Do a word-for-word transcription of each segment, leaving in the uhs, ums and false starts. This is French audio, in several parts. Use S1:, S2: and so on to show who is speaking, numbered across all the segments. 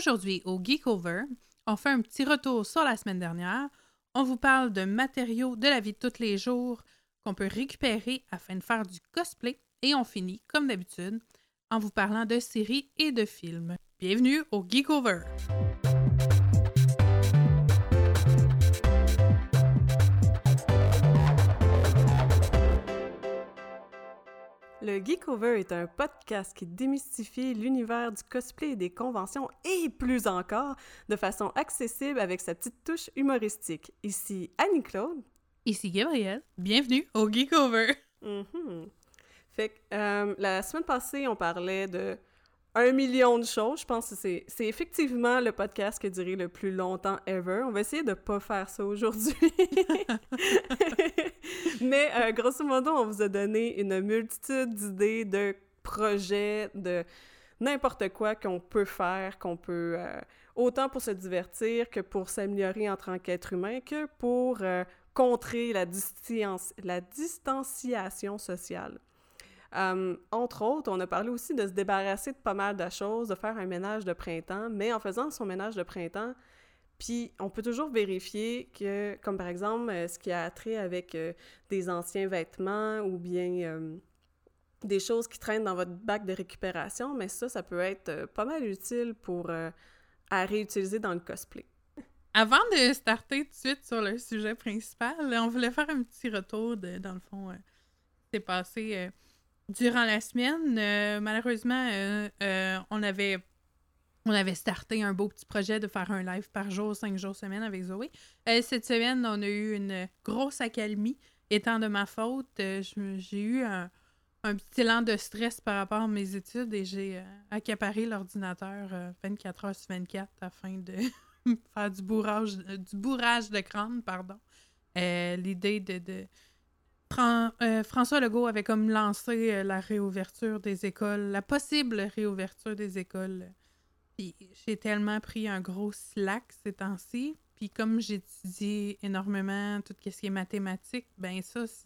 S1: Aujourd'hui, au Geekover, on fait un petit retour sur la semaine dernière. On vous parle de matériaux de la vie de tous les jours qu'on peut récupérer afin de faire du cosplay. Et on finit, comme d'habitude, en vous parlant de séries et de films. Bienvenue au Geekover!
S2: Le Geekover est un podcast qui démystifie l'univers du cosplay et des conventions et plus encore de façon accessible avec sa petite touche humoristique. Ici Annie-Claude.
S1: Ici Gabrielle. Bienvenue au Geekover!
S2: Mm-hmm. Fait que euh, la semaine passée, on parlait de un million de choses. Je pense que c'est, c'est effectivement le podcast qui a duré le plus longtemps ever. On va essayer de pas faire ça aujourd'hui. Mais euh, grosso modo, on vous a donné une multitude d'idées, de projets, de n'importe quoi qu'on peut faire, qu'on peut... Euh, autant pour se divertir que pour s'améliorer en tant qu'être humain, que pour euh, contrer la, distanci- la distanciation sociale. Um, entre autres, on a parlé aussi de se débarrasser de pas mal de choses, de faire un ménage de printemps, mais en faisant son ménage de printemps, puis on peut toujours vérifier que, comme par exemple, euh, ce qui a trait avec euh, des anciens vêtements ou bien euh, des choses qui traînent dans votre bac de récupération, mais ça, ça peut être euh, pas mal utile pour euh, à réutiliser dans le cosplay.
S1: Avant de starter tout de suite sur le sujet principal, on voulait faire un petit retour de, dans le fond, euh, c'est passé... Euh, Durant la semaine, euh, malheureusement, euh, euh, on avait on avait starté un beau petit projet de faire un live par jour, cinq jours semaine avec Zoé. Euh, cette semaine, on a eu une grosse accalmie. Étant de ma faute, euh, j'ai eu un, un petit élan de stress par rapport à mes études et j'ai euh, accaparé l'ordinateur euh, vingt-quatre heures sur vingt-quatre afin de faire du bourrage, euh, du bourrage de crâne, pardon. Euh, l'idée de... de Fran- euh, François Legault avait comme lancé euh, la réouverture des écoles, la possible réouverture des écoles. Puis j'ai tellement pris un gros slack ces temps-ci. Puis comme j'étudie énormément tout ce qui est mathématiques, ben ça, c'est...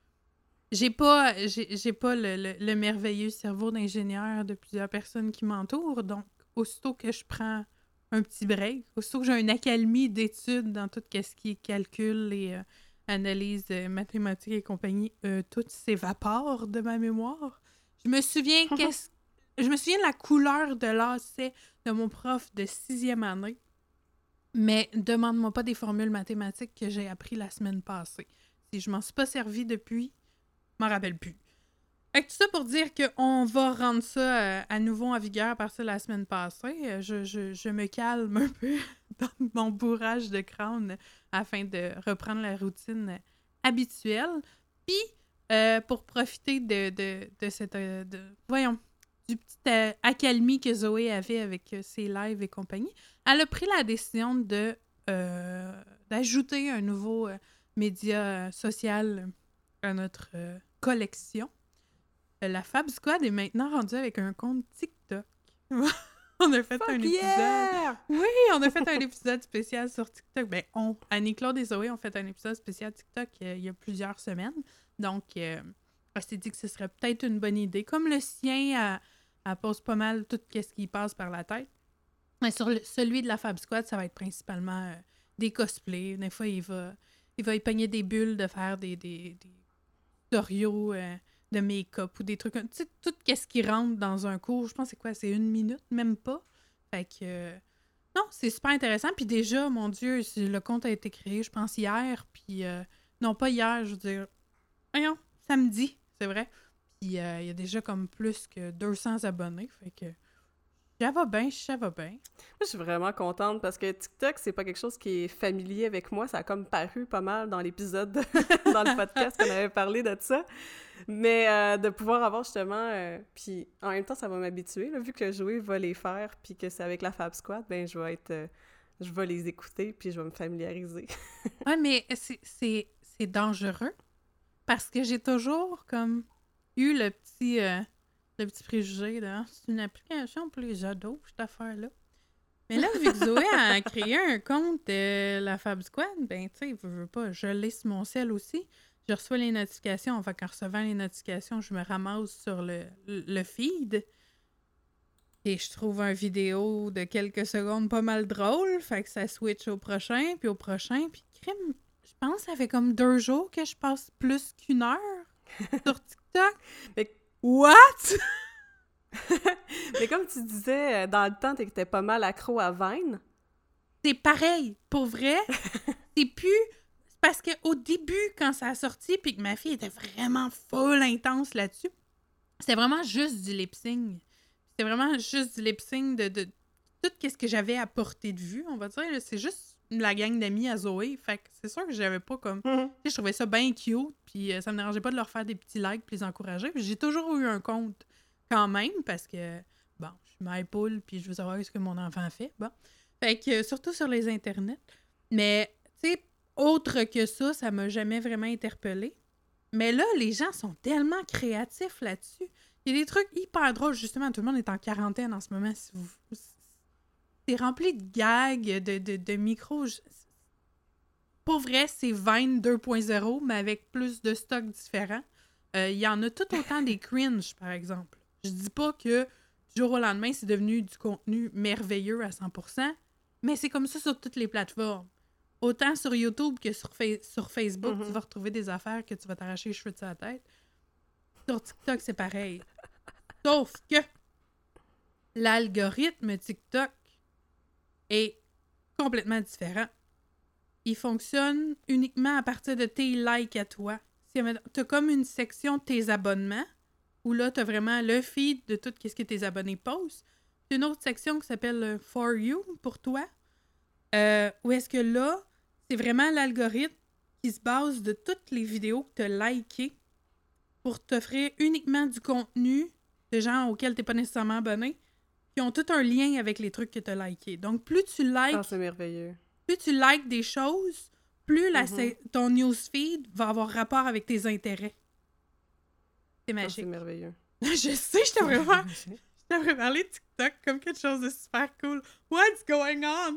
S1: j'ai pas, j'ai, j'ai pas le, le, le merveilleux cerveau d'ingénieur de plusieurs personnes qui m'entourent. Donc, aussitôt que je prends un petit break, aussitôt que j'ai une accalmie d'études dans tout ce qui est calcul et... Euh, analyse euh, mathématiques et compagnie, euh, tout s'évapore de ma mémoire. Je me souviens qu'est-ce... Je me souviens de la couleur de lacet de mon prof de sixième année, mais demande-moi pas des formules mathématiques que j'ai appris la semaine passée. Si je m'en suis pas servi depuis, je m'en rappelle plus. Fait que tout ça pour dire qu'on va rendre ça euh, à nouveau en vigueur à partir de la semaine passée. Je, je, je me calme un peu dans mon bourrage de crâne afin de reprendre la routine habituelle. Puis, euh, pour profiter de, de, de cette... Euh, de, voyons, du petit euh, accalmie que Zoé avait avec euh, ses lives et compagnie, elle a pris la décision de euh, d'ajouter un nouveau euh, média social à notre euh, collection. La Fab Squad est maintenant rendue avec un compte TikTok. On a fait
S2: Fuck
S1: un épisode...
S2: Yeah!
S1: Oui, on a fait un épisode spécial sur TikTok. Ben, on, Annie-Claude et Zoé ont fait un épisode spécial TikTok euh, il y a plusieurs semaines. Donc, euh, on s'est dit que ce serait peut-être une bonne idée. Comme le sien, elle, elle pose pas mal tout ce qui passe par la tête. Mais sur le, celui de la Fab Squad, ça va être principalement euh, des cosplays. Des fois, il va, il va y pogner des bulles de faire des, des, des tutoriaux... Euh, de make-up ou des trucs... Tu sais, tout ce qui rentre dans un cours, je pense c'est quoi? C'est une minute, même pas. Fait que... Euh, non, c'est super intéressant. Puis déjà, mon Dieu, le compte a été créé, je pense, hier. Puis... Euh, non, pas hier, je veux dire... Voyons, samedi, c'est vrai. Puis euh, il y a déjà comme plus que deux cents abonnés. Fait que... Ça va bien, ça va bien.
S2: Moi, je suis vraiment contente parce que TikTok, c'est pas quelque chose qui est familier avec moi. Ça a comme paru pas mal dans l'épisode, de... dans le podcast qu'on avait parlé de ça. Mais euh, de pouvoir avoir justement... Euh... Puis en même temps, ça va m'habituer. Là, vu que Joey va les faire puis que c'est avec la Fab Squad, ben je vais être... Euh... Je vais les écouter puis je vais me familiariser.
S1: Ouais, mais c'est, c'est, c'est dangereux parce que j'ai toujours comme eu le petit... Euh... le petit préjugé, là. C'est une application pour les ados, cette affaire-là. Mais là, vu que Zoé a créé un compte de la Fab Squad, ben, tu sais, je veux pas, je l'ai sur mon cell aussi. Je reçois les notifications. Enfin, qu'en recevant les notifications, je me ramasse sur le, le feed. Et je trouve un vidéo de quelques secondes pas mal drôle, fait que ça switch au prochain, puis au prochain, puis crime, je pense que ça fait comme deux jours que je passe plus qu'une heure sur TikTok.
S2: Mais...
S1: What?
S2: Mais comme tu disais, dans le temps, t'étais pas mal accro à Vine.
S1: C'est pareil, pour vrai. C'est plus... Parce qu'au début, quand ça a sorti, puis que ma fille était vraiment full intense là-dessus, c'était vraiment juste du lip-sync. C'était vraiment juste du lip-sync de, de tout ce que j'avais à portée de vue, on va dire. C'est juste la gang d'amis à Zoé. Fait que c'est sûr que j'avais pas comme...
S2: Mm-hmm.
S1: Je trouvais ça bien cute, puis euh, ça me dérangeait pas de leur faire des petits likes puis les encourager. Puis j'ai toujours eu un compte quand même, parce que, bon, je suis ma poule, puis je veux savoir ce que mon enfant fait. Bon. Fait que, euh, surtout sur les internets. Mais, tu sais, autre que ça, ça m'a jamais vraiment interpellée. Mais là, les gens sont tellement créatifs là-dessus. Il y a des trucs hyper drôles, justement. Tout le monde est en quarantaine en ce moment. Si vous... C'est rempli de gags, de, de, de micros. Pour vrai, c'est Vine deux point zéro, mais avec plus de stocks différents. Euh, Il y en a tout autant des cringe, par exemple. Je dis pas que du jour au lendemain, c'est devenu du contenu merveilleux à cent pour cent, mais c'est comme ça sur toutes les plateformes. Autant sur YouTube que sur, fa- sur Facebook, mm-hmm. tu vas retrouver des affaires que tu vas t'arracher les cheveux de sa tête. Sur TikTok, c'est pareil. Sauf que l'algorithme TikTok est complètement différent. Il fonctionne uniquement à partir de tes likes à toi. Si t'as comme une section de tes abonnements, où là, t'as vraiment le feed de tout ce que tes abonnés postent. Puis une autre section qui s'appelle « For You » pour toi. Euh, où est-ce que là, c'est vraiment l'algorithme qui se base de toutes les vidéos que t'as likées pour t'offrir uniquement du contenu de gens auxquels t'es pas nécessairement abonné, qui ont tout un lien avec les trucs que t'as likés. Donc, plus tu likes...
S2: Ah, c'est merveilleux.
S1: Plus tu likes des choses, plus la,
S2: mm-hmm.
S1: ton newsfeed va avoir rapport avec tes intérêts. C'est magique.
S2: Ah, c'est merveilleux.
S1: Je sais, je t'aimerais vraiment... je t'aimerais parler de TikTok comme quelque chose de super cool. What's going on?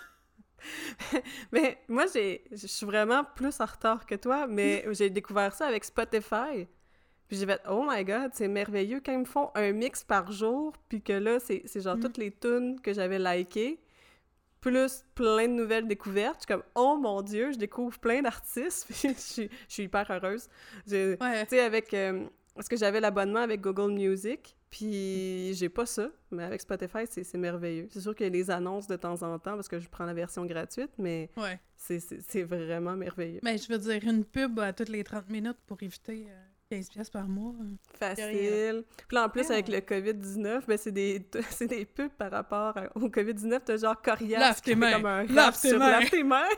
S2: Mais moi, j'ai, je suis vraiment plus en retard que toi, mais j'ai découvert ça avec Spotify. Puis j'ai fait « Oh my God, c'est merveilleux quand ils me font un mix par jour, puis que là, c'est, c'est genre mm. toutes les tunes que j'avais likées, plus plein de nouvelles découvertes. Je suis comme « Oh mon Dieu, je découvre plein d'artistes. » Puis je suis, je suis hyper heureuse. Ouais. Tu sais, avec... Euh, parce que j'avais l'abonnement avec Google Music, puis j'ai pas ça, mais avec Spotify, c'est, c'est merveilleux. C'est sûr qu'il y a les annonces de temps en temps, parce que je prends la version gratuite, mais ouais. c'est, c'est, c'est vraiment merveilleux.
S1: Ben, je veux dire, une pub à toutes les trente minutes pour éviter euh, quinze piastres par mois.
S2: Facile. Puis là, en plus, ouais. avec le covid dix-neuf, ben, c'est des, c'est des pubs par rapport au covid dix-neuf, t'as genre Corias
S1: lave
S2: qui
S1: tes mains.
S2: Comme un
S1: lave tes
S2: sur
S1: mains.
S2: Lave tes mains.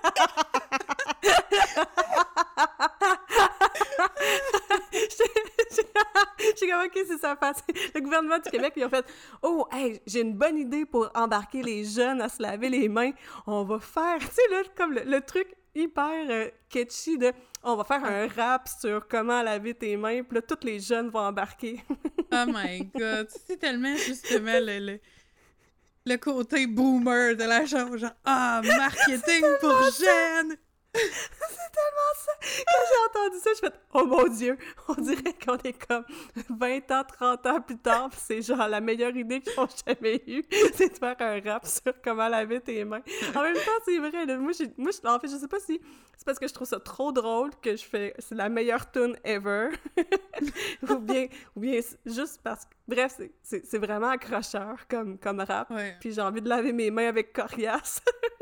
S2: J'ai comme, OK, c'est ça face. Le gouvernement du Québec, ils ont fait « Oh, hey, j'ai une bonne idée pour embarquer les jeunes à se laver les mains. On va faire, tu sais, là, comme le, le truc hyper euh, catchy de « On va faire un rap sur comment laver tes mains. » Puis là, tous les jeunes vont embarquer.
S1: Oh my God! C'est tellement, justement, le, le, le côté boomer de la chose. Genre, ah, marketing pour jeunes!
S2: C'est tellement ça! Quand j'ai entendu ça, je fais « Oh mon Dieu! On dirait qu'on est comme vingt ans, trente ans plus tard, pis c'est genre la meilleure idée qu'ils ont jamais eue, c'est de faire un rap sur comment laver tes mains. » En même temps, c'est vrai, là, moi, j'ai, moi je, en fait, je sais pas si c'est parce que je trouve ça trop drôle que je fais « C'est la meilleure tune ever! » ou bien, ou bien juste parce que... Bref, c'est, c'est, c'est vraiment accrocheur comme, comme rap, ouais. Puis j'ai envie de laver mes mains avec coriace.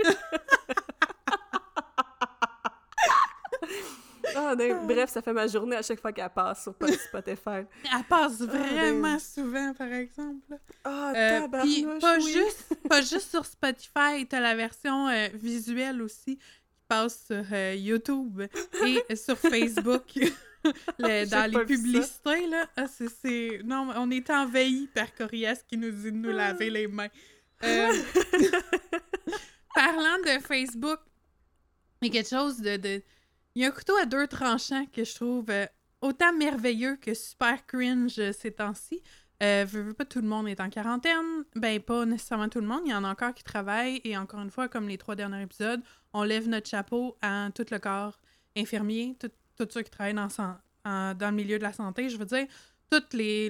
S2: Ah, non, bref, ça fait ma journée à chaque fois qu'elle passe sur Spotify.
S1: Elle passe vraiment ah, mais... souvent, par exemple.
S2: Ah, euh, tabarnouche,
S1: pas,
S2: oui.
S1: juste, pas juste sur Spotify, t'as la version euh, visuelle aussi qui passe sur euh, YouTube et sur Facebook. le, dans les publicités, là. Ah, c'est, c'est... Non, on est envahis par Corias qui nous dit de nous laver les mains. Euh... Parlant de Facebook, il y a quelque chose de... de... Il y a un couteau à deux tranchants que je trouve euh, autant merveilleux que super cringe euh, ces temps-ci. Euh, veux, veux pas, tout le monde est en quarantaine. Ben, pas nécessairement tout le monde. Il y en a encore qui travaillent. Et encore une fois, comme les trois derniers épisodes, on lève notre chapeau à tout le corps infirmier, tous tout ceux qui travaillent dans, en, dans le milieu de la santé. Je veux dire, toutes les, les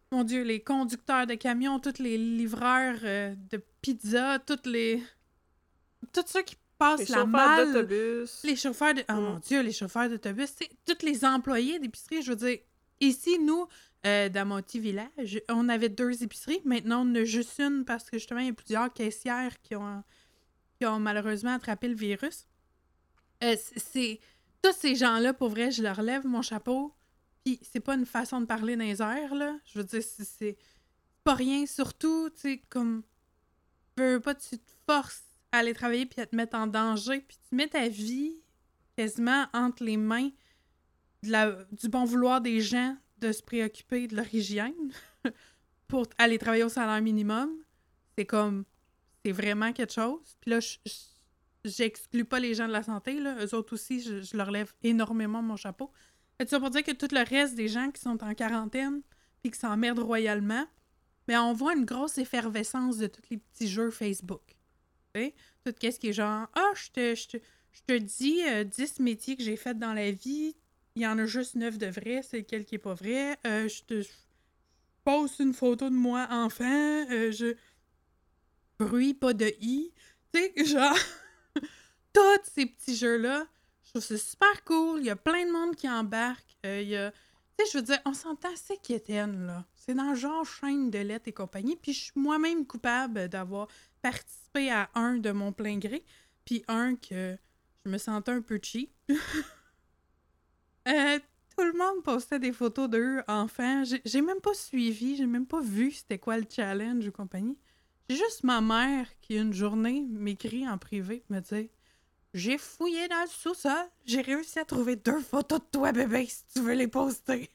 S1: mon Dieu, les conducteurs de camions, tous les livreurs euh, de pizza, tous les... Tous ceux qui passent
S2: Les
S1: la
S2: chauffeurs
S1: malle.
S2: d'autobus.
S1: Les chauffeurs de... Oh
S2: Mm.
S1: mon Dieu, les chauffeurs d'autobus. Tu sais, tous les employés d'épicerie, je veux dire, ici, nous, euh, dans mon petit village, on avait deux épiceries. Maintenant, on en a juste une parce que, justement, il y a plusieurs caissières qui ont, qui ont malheureusement attrapé le virus. Euh, c'est- c'est... Tous ces gens-là, pour vrai, je leur lève mon chapeau. Puis c'est pas une façon de parler dans les airs, là. Je veux dire, c'est, c'est pas rien. Surtout, tu sais, comme... Tu veux pas, tu te forces à aller travailler puis à te mettre en danger. Puis tu mets ta vie quasiment entre les mains de la, du bon vouloir des gens de se préoccuper de leur hygiène pour aller travailler au salaire minimum. C'est comme... C'est vraiment quelque chose. Puis là, je... je j'exclus pas les gens de la santé, là. Eux autres aussi, je, je leur lève énormément mon chapeau. C'est ça pour dire que tout le reste des gens qui sont en quarantaine puis qui s'emmerdent royalement, mais on voit une grosse effervescence de tous les petits jeux Facebook. Tu sais? Tout ce qui est genre « Ah, je te, je te, je te dis euh, dix métiers que j'ai fait dans la vie, il y en a juste neuf de vrais, c'est lequel qui est pas vrai. Euh, je te je poste une photo de moi enfant, euh, je... bruit, pas de i. » Tu sais, genre... Tous ces petits jeux-là, je trouve ça super cool. Il y a plein de monde qui embarque. Euh, il y a... Tu sais, je veux dire, on s'entend, c'est quétaine, là. C'est dans le genre chaîne de lettres et compagnie. Puis je suis moi-même coupable d'avoir participé à un de mon plein gré. Puis un que je me sentais un peu cheap. euh, tout le monde postait des photos d'eux enfants. J'ai, j'ai même pas suivi, j'ai même pas vu c'était quoi le challenge ou compagnie. J'ai juste ma mère qui, une journée, m'écrit en privé, me dit... J'ai fouillé dans le sous-sol. J'ai réussi à trouver deux photos de toi, bébé, si tu veux les poster.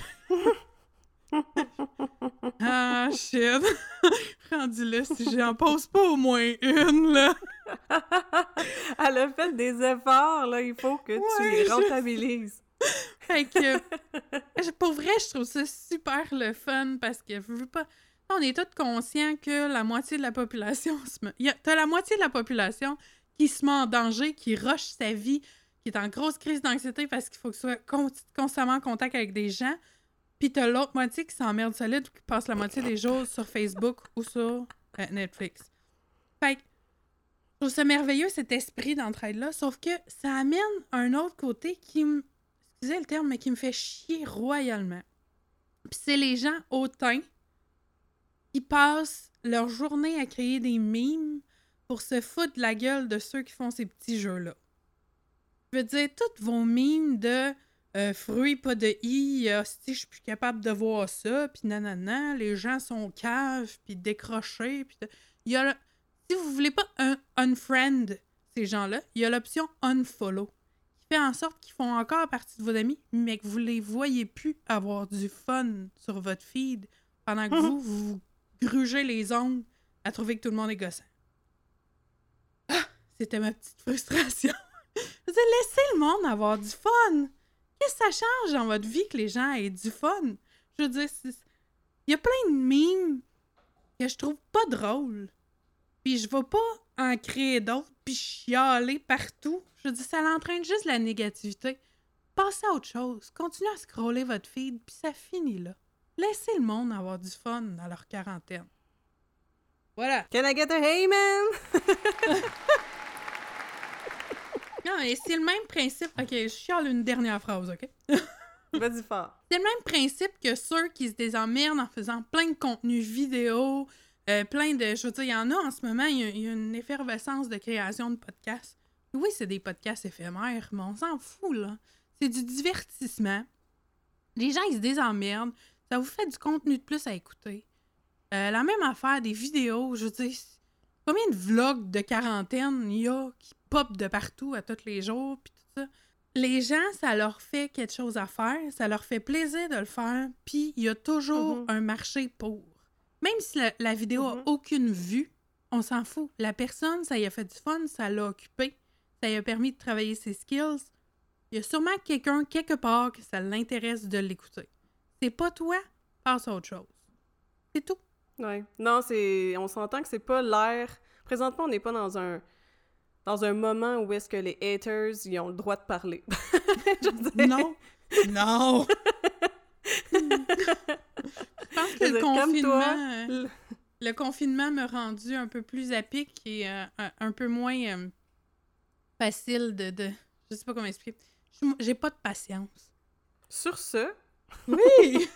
S1: Ah, shit. Rendu là, si j'en pose pas au moins une, là.
S2: Elle a fait des efforts, là. Il faut que
S1: Ouais,
S2: tu les
S1: je-
S2: rentabilises.
S1: Fait que, je- pour vrai, je trouve ça super le fun parce que, je veux pas... On est tous conscients que la moitié de la population se met... Il y a... T'as la moitié de la population qui se met en danger, qui rush sa vie, qui est en grosse crise d'anxiété parce qu'il faut que soit con- constamment en contact avec des gens. Puis t'as l'autre moitié qui s'emmerde solide ou qui passe la moitié des jours sur Facebook ou sur euh, Netflix. Fait que je trouve ça merveilleux, cet esprit d'entraide-là, sauf que ça amène un autre côté qui me... Excusez le terme, mais qui me fait chier royalement. Puis c'est les gens hautains qui passent leur journée à créer des mimes pour se foutre de la gueule de ceux qui font ces petits jeux-là. Je veux dire, toutes vos mimes de euh, fruits, pas de i, euh, si je suis plus capable de voir ça, puis nanana, les gens sont caves, puis décrochés, puis... de- Il y a le... Si vous voulez pas un unfriend ces gens-là, il y a l'option unfollow, qui fait en sorte qu'ils font encore partie de vos amis, mais que vous les voyez plus avoir du fun sur votre feed, pendant que vous, vous vous grugez les ongles à trouver que tout le monde est gossant. C'était ma petite frustration. Je veux dire, laissez le monde avoir du fun. Qu'est-ce que ça change dans votre vie que les gens aient du fun? Je veux dire, c'est... il y a plein de mimes que je trouve pas drôles. Puis je vais pas en créer d'autres puis chialer partout. Je veux dire, ça l'entraîne juste la négativité. Passez à autre chose. Continuez à scroller votre feed puis ça finit là. Laissez le monde avoir du fun dans leur quarantaine. Voilà.
S2: Can I get a hey, man?
S1: Non, mais c'est le même principe. Ok, je chiale une dernière phrase, ok?
S2: Vas-y fort.
S1: C'est le même principe que ceux qui se désemmerdent en faisant plein de contenus vidéo, euh, plein de... Je veux dire, il y en a en ce moment, il y, a- il y a une effervescence de création de podcasts. Oui, c'est des podcasts éphémères, mais on s'en fout, là. C'est du divertissement. Les gens, ils se désemmerdent. Ça vous fait du contenu de plus à écouter. Euh, la même affaire, des vidéos, je veux dire... Combien de vlogs de quarantaine il y a qui pop de partout à tous les jours, puis tout ça? Les gens, ça leur fait quelque chose à faire, ça leur fait plaisir de le faire, puis il y a toujours
S2: Mhm.
S1: un marché pour. Même si la, la vidéo a
S2: Mhm.
S1: aucune vue, on s'en fout. La personne, ça y a fait du fun, ça l'a occupé, ça y a permis de travailler ses skills. Il y a sûrement quelqu'un, quelque part, que ça l'intéresse de l'écouter. C'est pas toi, passe à autre chose. C'est tout.
S2: Ouais. Non, c'est... On s'entend que c'est pas l'air... Présentement, on n'est pas dans un... dans un moment où est-ce que les haters, ils ont le droit de parler. Je veux dire-
S1: Non. Non. Je pense pense que
S2: Je veux
S1: le
S2: dire, calme-toi.
S1: confinement, euh, le confinement m'a rendu un peu plus à pic et euh, un, un peu moins euh, facile de, de... Je sais pas comment expliquer. Je suis mo- J'ai pas de patience.
S2: Sur ce,
S1: Oui!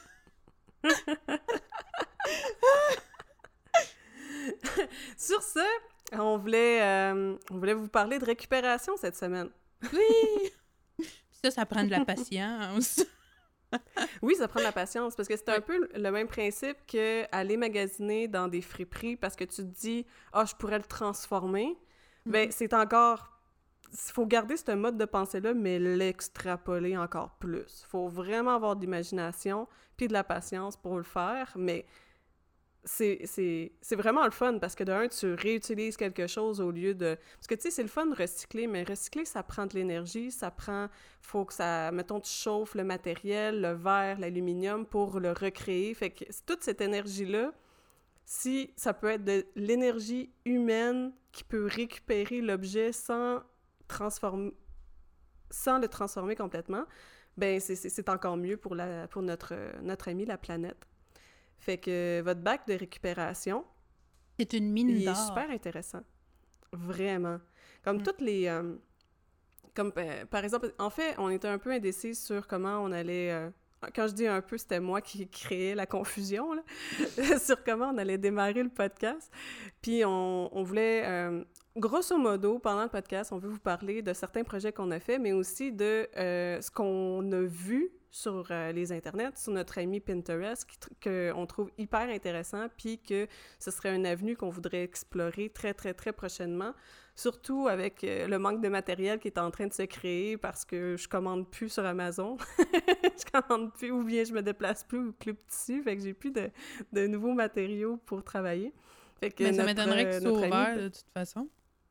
S2: sur ce, on voulait, euh, on voulait vous parler de récupération cette semaine.
S1: Oui! Puis ça, ça prend de la patience.
S2: Oui, ça prend de la patience, parce que c'est un
S1: Ouais.
S2: peu le même principe que aller magasiner dans des friperies parce que tu te dis « Ah, je pourrais le transformer ». Ben,
S1: Mhm.
S2: c'est encore... Il faut garder ce mode de pensée-là, mais l'extrapoler encore plus. Il faut vraiment avoir de l'imagination puis de la patience pour le faire, mais c'est, c'est, c'est vraiment le fun parce que de un, tu réutilises quelque chose au lieu de... Parce que tu sais, c'est le fun de recycler, mais recycler, ça prend de l'énergie, ça prend... Faut que ça... Mettons, tu chauffes le matériel, le verre, l'aluminium pour le recréer. Fait que toute cette énergie-là, si ça peut être de l'énergie humaine qui peut récupérer l'objet sans transformer... sans le transformer complètement, ben c'est, c'est, c'est encore mieux pour, la, pour notre, notre ami, la planète. Fait que votre bac de récupération,
S1: C'est une mine
S2: il est
S1: d'or.
S2: super intéressant. Vraiment. Comme
S1: Mm.
S2: toutes les... euh, comme euh, par exemple, en fait, on était un peu indécis sur comment on allait... euh, quand je dis un peu, c'était moi qui créais la confusion, là, sur comment on allait démarrer le podcast. Puis on, on voulait... euh, grosso modo, pendant le podcast, on veut vous parler de certains projets qu'on a faits, mais aussi de euh, ce qu'on a vu sur euh, les internets, sur notre ami Pinterest, qu'on trouve hyper intéressant, puis que ce serait une avenue qu'on voudrait explorer très, très, très prochainement, surtout avec euh, le manque de matériel qui est en train de se créer parce que je commande plus sur Amazon. Je commande plus, ou bien je me déplace plus au Club Tissu, fait que j'ai plus de, de nouveaux matériaux pour travailler. Fait que
S1: Mais ça
S2: notre,
S1: m'étonnerait que
S2: euh,
S1: ce soit
S2: notre ami...
S1: ouvert, de toute façon.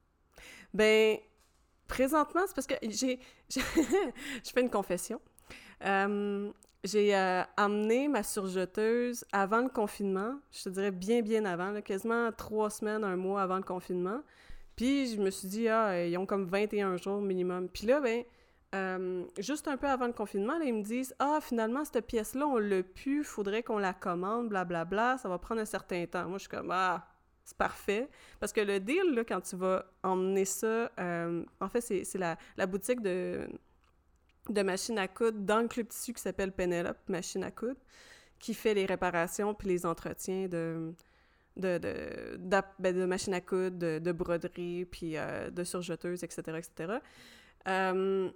S2: Ben, présentement, c'est parce que j'ai... j'ai- je fais une confession. Euh, j'ai euh, amené ma surjeteuse avant le confinement, je te dirais bien, bien avant, là, quasiment trois semaines, un mois avant le confinement. Puis je me suis dit, ah, ils ont comme vingt et un jours minimum. Puis là, ben, euh, juste un peu avant le confinement, là, ils me disent, ah, finalement, cette pièce-là, on l'a pu, faudrait qu'on la commande, blablabla, ça va prendre un certain temps. Moi, je suis comme, ah, c'est parfait. Parce que le deal, là, quand tu vas emmener ça, euh, en fait, c'est, c'est la, la boutique de, de machines à coudre dans le Club Tissu qui s'appelle Penelope Machine à coudre, qui fait les réparations puis les entretiens de, de, de, de, ben, de machines à coudre, de, de broderie, puis euh, de surjeteuses, et cetera, et cetera. Euh,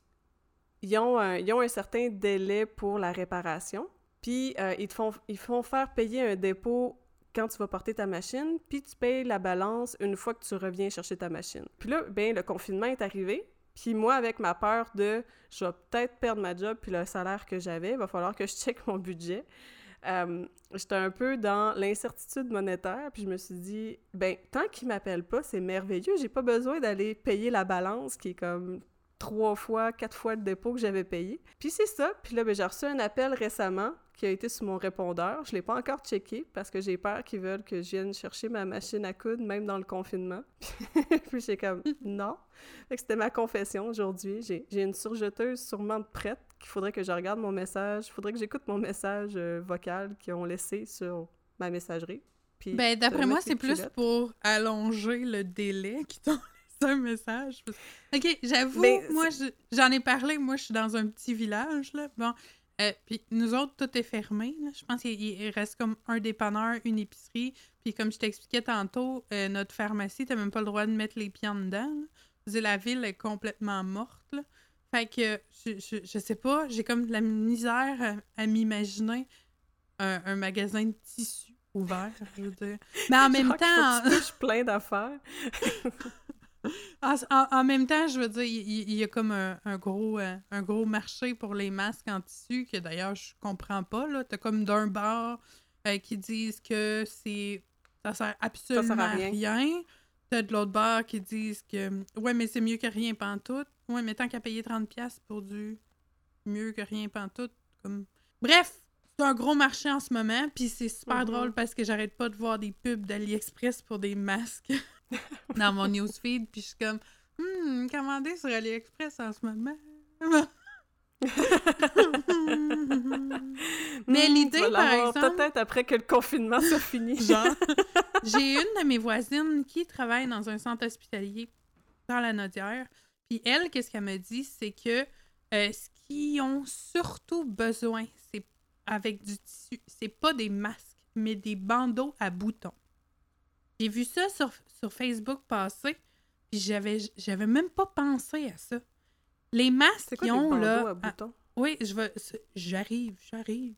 S2: ils, ont un, ils ont un certain délai pour la réparation, puis euh, ils te font, ils font faire payer un dépôt quand tu vas porter ta machine, puis tu payes la balance une fois que tu reviens chercher ta machine. Puis là, ben le confinement est arrivé, puis moi, avec ma peur de « je vais peut-être perdre ma job puis le salaire que j'avais, il va falloir que je check mon budget », euh, j'étais un peu dans l'incertitude monétaire, puis je me suis dit « ben tant qu'ils m'appellent pas, c'est merveilleux, j'ai pas besoin d'aller payer la balance qui est comme trois fois, quatre fois le dépôt que j'avais payé. » Puis c'est ça, puis là, ben, j'ai reçu un appel récemment qui a été sur mon répondeur. Je l'ai pas encore checké parce que j'ai peur qu'ils veulent que je vienne chercher ma machine à coudre, même dans le confinement. Puis j'ai comme « non ». Fait que c'était ma confession aujourd'hui. J'ai, j'ai une surjeteuse sûrement prête qu'il faudrait que je regarde mon message. Il faudrait que j'écoute mon message euh, vocal qu'ils ont laissé sur ma messagerie. Puis
S1: Ben, d'après
S2: de
S1: moi,
S2: mettre les
S1: c'est plus
S2: culottes.
S1: pour allonger le délai qu'ils t'ont laissé un message. OK, j'avoue,
S2: Ben,
S1: moi, je- j'en ai parlé. Moi, je suis dans un petit village, là. Bon, euh, puis nous autres, tout est fermé, là. Je pense qu'il il reste comme un dépanneur, une épicerie. Puis comme je t'expliquais tantôt, euh, notre pharmacie, t'as même pas le droit de mettre les pieds en dedans, là. Je veux dire, la ville est complètement morte, là. Fait que, je, je, je sais pas, j'ai comme de la misère à, à m'imaginer un, un magasin de tissus ouvert, je veux dire. Mais en même
S2: genre qu'il faut
S1: temps,
S2: que tu touches plein d'affaires.
S1: en, en- en même temps, je veux dire, il, il- il y a comme un, un gros, euh, un gros marché pour les masques en tissu que d'ailleurs je comprends pas, là. T'as comme d'un bar euh, qui disent que c'est ça sert absolument
S2: sert à
S1: à
S2: rien.
S1: rien. T'as de l'autre bar qui disent que ouais, mais c'est mieux que rien pantoute. Ouais, mais tant qu'à payer trente piastres pour du mieux que rien pantoute, comme... Bref, c'est un gros marché en ce moment, puis c'est super
S2: Mhm.
S1: drôle parce que j'arrête pas de voir des pubs d'AliExpress pour des masques dans mon newsfeed, puis je suis comme, hmm, commander sur AliExpress en ce moment. Mais
S2: Hmm,
S1: l'idée,
S2: tu vas
S1: par
S2: l'avoir
S1: exemple...
S2: peut-être après que le confinement soit fini.
S1: Genre, j'ai une de mes voisines qui travaille dans un centre hospitalier dans la Nodière. Puis elle, qu'est-ce qu'elle me dit, c'est que euh, ce qu'ils ont surtout besoin, c'est avec du tissu, c'est pas des masques, mais des bandeaux à boutons. J'ai vu ça sur, sur Facebook passer, puis j'avais j'avais même pas pensé à ça. Les masques
S2: C'est quoi
S1: qu'ils
S2: des
S1: ont,
S2: bandeaux
S1: là...
S2: à
S1: ah,
S2: boutons?
S1: oui, je vais... c'est- J'arrive, j'arrive.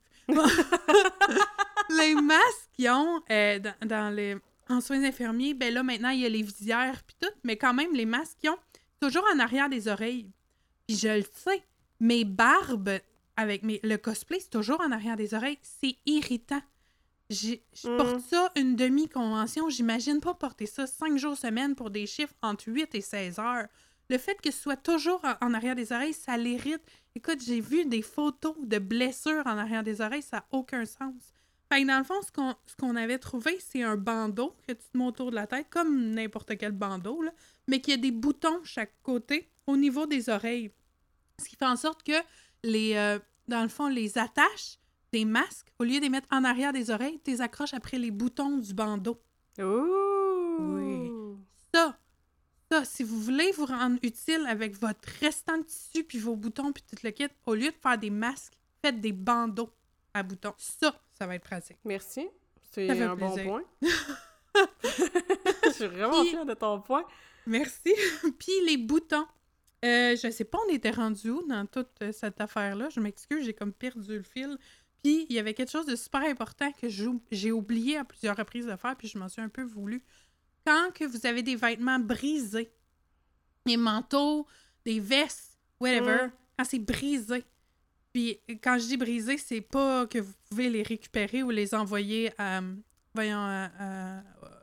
S1: Les masques qu'ils ont euh, dans, dans les... en soins infirmiers, ben là, maintenant, il y a les visières puis tout, mais quand même, les masques qu'ils ont, toujours en arrière des oreilles. Puis je le sais, mes barbes avec mes... le cosplay, c'est toujours en arrière des oreilles. C'est irritant. J'ai- Je
S2: Mm.
S1: porte ça une demi-convention. J'imagine pas porter ça cinq jours semaine pour des chiffres entre huit et seize heures. Le fait que ce soit toujours en, en arrière des oreilles, ça l'irrite. Écoute, j'ai vu des photos de blessures en arrière des oreilles, ça n'a aucun sens. Fait que dans le fond, ce qu'on, ce qu'on avait trouvé, c'est un bandeau que tu te mets autour de la tête, comme n'importe quel bandeau, là, mais qui a des boutons chaque côté au niveau des oreilles. Ce qui fait en sorte que les, euh, dans le fond, les attaches des masques, au lieu de les mettre en arrière des oreilles, tu les accroches après les boutons du bandeau.
S2: Ouh!
S1: Oui. Ça, ça, si vous voulez vous rendre utile avec votre restant de tissu puis vos boutons puis tout le kit, au lieu de faire des masques, faites des bandeaux à boutons. Ça, ça va être pratique.
S2: Merci. C'est
S1: Ça fait
S2: un bon
S1: plaisir.
S2: point. Je suis vraiment
S1: Puis-
S2: fière de ton point.
S1: Merci. Puis les boutons. Euh, je sais pas, on était rendu où dans toute euh, cette affaire-là. Je m'excuse, j'ai comme perdu le fil. Puis il y avait quelque chose de super important que j'ou- j'ai oublié à plusieurs reprises de faire, puis je m'en suis un peu voulu. Quand que vous avez des vêtements brisés, des manteaux, des vestes, whatever,
S2: Mm.
S1: quand c'est brisé, puis quand je dis brisé, c'est pas que vous pouvez les récupérer ou les envoyer à, voyons, à, à-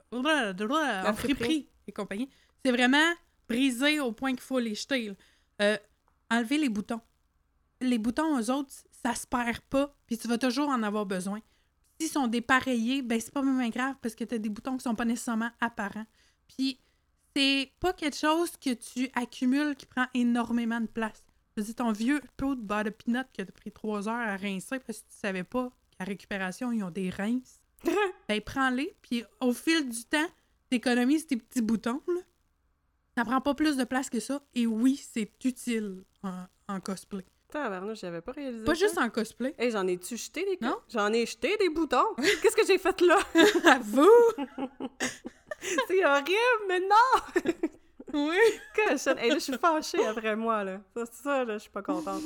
S1: en
S2: friperie.
S1: friperie et compagnie. C'est vraiment brisé au point qu'il faut les jeter. là. Euh, enlever les boutons. Les boutons, eux autres, ça se perd pas, puis tu vas toujours en avoir besoin. S'ils sont dépareillés, ben c'est pas même grave parce que t'as des boutons qui sont pas nécessairement apparents. Puis c'est pas quelque chose que tu accumules qui prend énormément de place. Je veux dire, ton vieux pot de beurre de peanut qui a pris trois heures à rincer parce que tu savais pas qu'à récupération, ils ont des rinces. Ben prends-les, puis au fil du temps, t'économises tes petits boutons, là. Ça prend pas plus de place que ça. Et oui, c'est utile en, en cosplay.
S2: Tabarnouche, j'avais pas réalisé
S1: Pas
S2: ça.
S1: juste en cosplay.
S2: Hey, j'en ai-tu jeté des...
S1: Non?
S2: J'en ai jeté des boutons! Qu'est-ce que j'ai fait là?
S1: Avoue!
S2: C'est horrible, mais non!
S1: Oui!
S2: Cochonne. Hey, là, je suis fâchée après moi, là. Ça, ça là, je suis pas contente.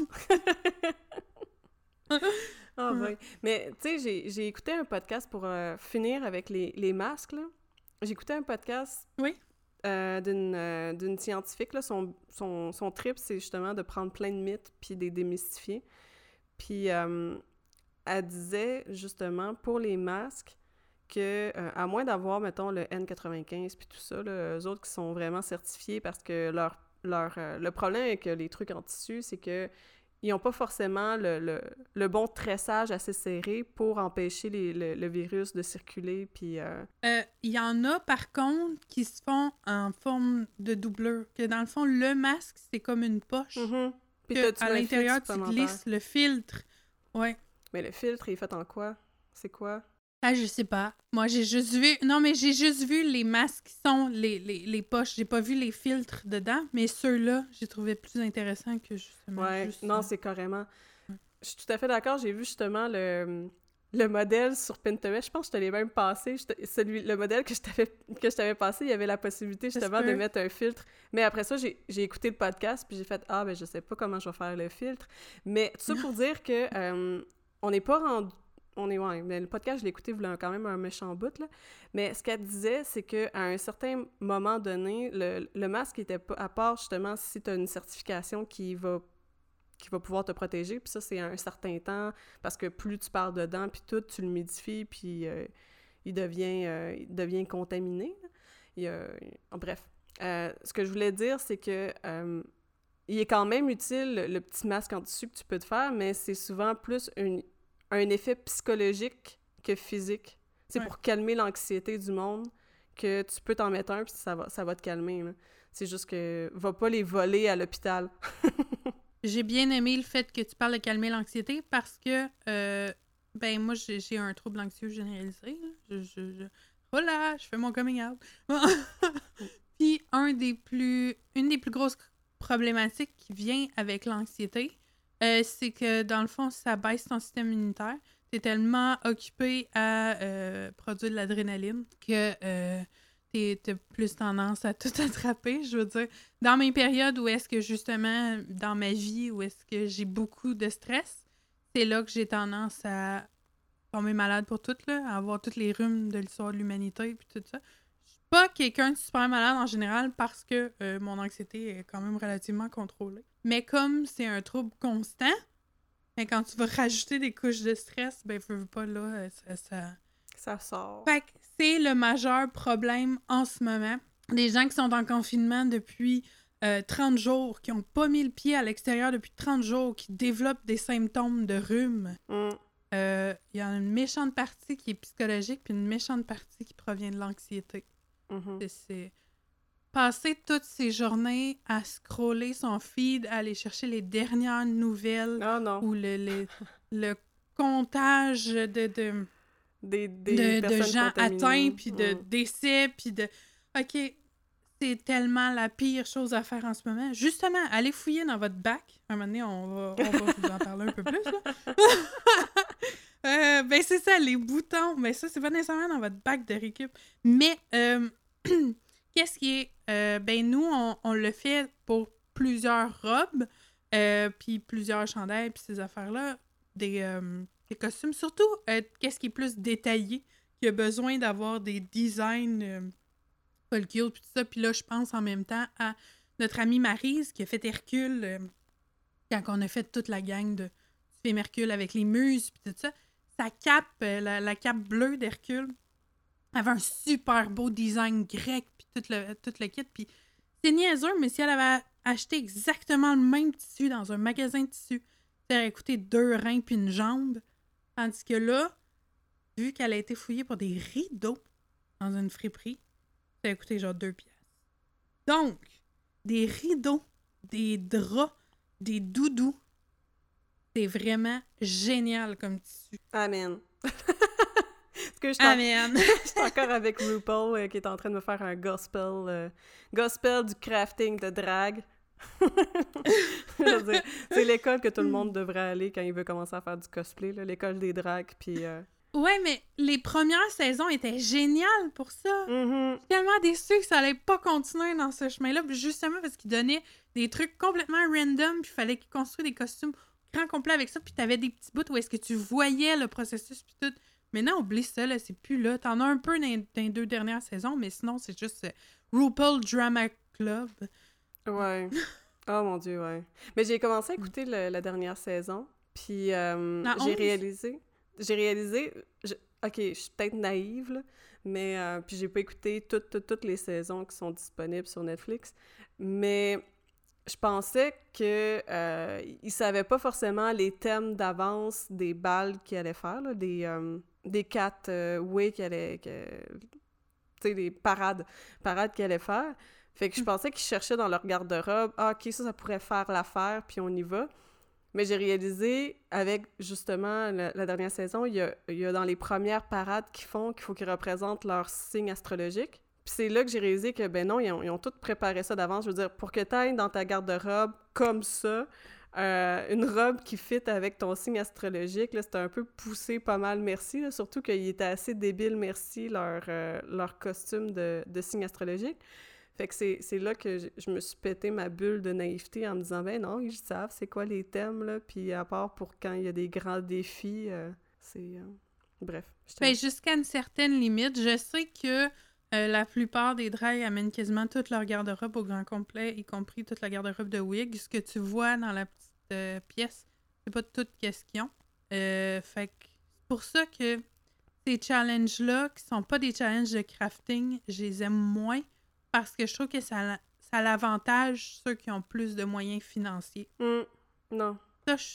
S2: Ah, ouais. Mais, tu sais, j'ai, j'ai écouté un podcast pour euh, finir avec les, les masques, là. J'ai écouté un podcast
S1: Oui.
S2: euh, d'une, euh, d'une scientifique, là. Son, son, son trip, c'est justement de prendre plein de mythes puis de les démystifier. Puis, euh, elle disait, justement, pour les masques, que, euh, à moins d'avoir, mettons, le N quatre-vingt-quinze puis tout ça, là, eux autres qui sont vraiment certifiés parce que leur, leur, euh, le problème avec les trucs en tissu, c'est que ils n'ont pas forcément le, le, le bon tressage assez serré pour empêcher les, le, le virus de circuler, puis... Euh...
S1: Euh, il y en a, par contre, qui se font en forme de doublure. Que dans le fond, le masque, c'est comme une poche.
S2: Mm-hmm. Puis
S1: Que
S2: t'as-tu
S1: à
S2: un
S1: l'intérieur,
S2: filtre
S1: tu
S2: supplémentaire?
S1: glisses le filtre. Ouais.
S2: Mais le filtre, il est fait en quoi? C'est quoi?
S1: Ah, je sais pas. Moi, j'ai juste vu... Non, mais j'ai juste vu les masques qui sont les, les, les poches. J'ai pas vu les filtres dedans, mais ceux-là, j'ai trouvé plus intéressant que justement
S2: Ouais,
S1: juste...
S2: non,
S1: euh,
S2: c'est carrément... Je suis tout à fait d'accord. J'ai vu justement le, le modèle sur Pinterest. Je pense que je te l'ai même passé. Je te- celui, le modèle que je t'avais que je t'avais passé, il y avait la possibilité
S1: Ça se
S2: justement de
S1: peut.
S2: mettre un filtre. Mais après ça, j'ai, j'ai écouté le podcast puis j'ai fait « Ah, ben je sais pas comment je vais faire le filtre. » Mais tout ça pour dire que euh, on n'est pas rendu... On est, ouais, mais le podcast, je l'ai écouté, il voulait quand même un méchant bout, là. Mais ce qu'elle disait, c'est qu'à un certain moment donné, le, le masque était pas... À part, justement, si tu as une certification qui va qui va pouvoir te protéger, puis ça, c'est un certain temps, parce que plus tu parles dedans, puis tout, tu l'humidifies, puis euh, il, devient, euh, il devient contaminé. Là. Il, euh, bref. Euh, ce que je voulais dire, c'est que euh, il est quand même utile, le, le petit masque en tissu que tu peux te faire, mais c'est souvent plus une, un effet psychologique que physique. C'est
S1: Ouais.
S2: pour calmer l'anxiété du monde que tu peux t'en mettre un, puis ça va, ça va te calmer. Là. C'est juste que va pas les voler à l'hôpital.
S1: j'ai bien aimé le fait que tu parles de calmer l'anxiété parce que, euh, ben, moi, j'ai, j'ai un trouble anxieux généralisé. Là. Je, je, je... Voilà, je fais mon coming out. Puis, un des plus, une des plus grosses problématiques qui vient avec l'anxiété, euh, c'est que, dans le fond, ça baisse ton système immunitaire. T'es tellement occupé à euh, produire de l'adrénaline que euh, t'es, t'as plus tendance à tout attraper. Je veux dire, dans mes périodes où est-ce que, justement, dans ma vie, où est-ce que j'ai beaucoup de stress, c'est là que j'ai tendance à tomber malade pour tout, là, à avoir tous les rhumes de l'histoire de l'humanité puis tout ça. Je suis pas quelqu'un de super malade en général parce que euh, mon anxiété est quand même relativement contrôlée. Mais comme c'est un trouble constant, ben, quand tu vas rajouter des couches de stress, ben, veux, veux pas, là, ça... ça...
S2: Ça sort.
S1: Fait que c'est le majeur problème en ce moment. Des gens qui sont en confinement depuis euh, trente jours, qui ont pas mis le pied à l'extérieur depuis trente jours, qui développent des symptômes de rhume.
S2: Mm.
S1: Il euh, y a une méchante partie qui est psychologique puis une méchante partie qui provient de l'anxiété.
S2: Mm-hmm.
S1: C'est, c'est passer toutes ces journées à scroller son feed, à aller chercher les dernières nouvelles
S2: oh, non.
S1: ou le, le, le comptage de, de,
S2: des, des
S1: de, de gens
S2: contaminées.
S1: atteints puis de
S2: mm.
S1: décès puis de... OK, c'est tellement la pire chose à faire en ce moment. Justement, allez fouiller dans votre bac. Un moment donné, on va, on va vous en parler un peu plus, là. euh, ben, c'est ça, les boutons. Ben, ça, c'est pas nécessairement dans votre bac de récup. Mais, euh, qu'est-ce qui est... Euh, ben, nous, on, on le fait pour plusieurs robes, euh, puis plusieurs chandails, puis ces affaires-là, des, euh, des costumes. Surtout, euh, qu'est-ce qui est plus détaillé, qui a besoin d'avoir des designs... Euh, follicule, puis tout ça. Puis là, je pense en même temps à notre amie Maryse qui a fait Hercule euh, quand on a fait toute la gang de film Hercule avec les muses, puis tout ça. Sa cape, euh, la, la cape bleue d'Hercule, avait un super beau design grec, puis tout le, tout le kit. Puis c'est niaiseux, mais si elle avait acheté exactement le même tissu dans un magasin de tissus, ça aurait coûté deux reins puis une jambe. Tandis que là, vu qu'elle a été fouillée pour des rideaux dans une friperie, ça a coûté genre deux piastres. Donc, des rideaux, des draps, des doudous, c'est vraiment génial comme tissu.
S2: Amen. Parce que je
S1: Amen.
S2: Je suis encore avec RuPaul euh, qui est en train de me faire un gospel, euh, gospel du crafting de drague. Je veux dire, c'est l'école que tout le monde devrait aller quand il veut commencer à faire du cosplay, là, l'école des dragues, puis... Euh...
S1: Ouais, mais les premières saisons étaient géniales pour ça.
S2: Mm-hmm.
S1: Je suis tellement déçue que ça allait pas continuer dans ce chemin-là, justement parce qu'ils donnaient des trucs complètement random, puis il fallait qu'ils construisent des costumes grand complet avec ça, puis t'avais des petits bouts où est-ce que tu voyais le processus, puis tout. Maintenant, oublie ça, là, c'est plus là. T'en as un peu dans, dans les deux dernières saisons, mais sinon, c'est juste euh, RuPaul Drama Club.
S2: Ouais. Oh mon Dieu, ouais. Mais j'ai commencé à écouter le, la dernière saison, puis euh, j'ai réalisé... J'ai réalisé... Je, OK, je suis peut-être naïve, là, mais... Euh, puis j'ai pas écouté toutes, toutes, toutes les saisons qui sont disponibles sur Netflix, mais je pensais que euh, ils savaient pas forcément les thèmes d'avance des balles qu'ils allaient faire, là, des, euh, des quatre euh, way qu'ils allaient... Que, tu sais, des parades, parades qu'ils allaient faire. Fait que je pensais qu'ils cherchaient dans leur garde-robe, « Ah, OK, ça, ça pourrait faire l'affaire, puis on y va. » Mais j'ai réalisé, avec justement la, la dernière saison, il y, a, il y a dans les premières parades qu'ils font qu'il faut qu'ils représentent leur signe astrologique. Puis c'est là que j'ai réalisé que, ben non, ils ont, ils ont tout préparé ça d'avance. Je veux dire, pour que tu ailles dans ta garde-robe comme ça, euh, une robe qui fit avec ton signe astrologique, là, c'était un peu poussé pas mal, merci. Là, surtout qu'il était assez débile, merci, leur, euh, leur costume de, de signe astrologique. Fait que c'est, c'est là que je, je me suis pété ma bulle de naïveté en me disant « Ben non, ils savent c'est quoi les thèmes, là. » Puis à part pour quand il y a des grands défis, euh, c'est... Euh... Bref.
S1: Ben, jusqu'à une certaine limite. Je sais que euh, la plupart des drags amènent quasiment toute leur garde-robe au grand complet, y compris toute la garde-robe de wig. Ce que tu vois dans la petite euh, pièce, c'est pas toute qu'est-ce qu'ils ont. Euh, fait que c'est pour ça que ces challenges-là, qui sont pas des challenges de crafting, je les aime moins. Parce que je trouve que ça, ça l'avantage ceux qui ont plus de moyens financiers.
S2: Mm, non.
S1: Ça, je,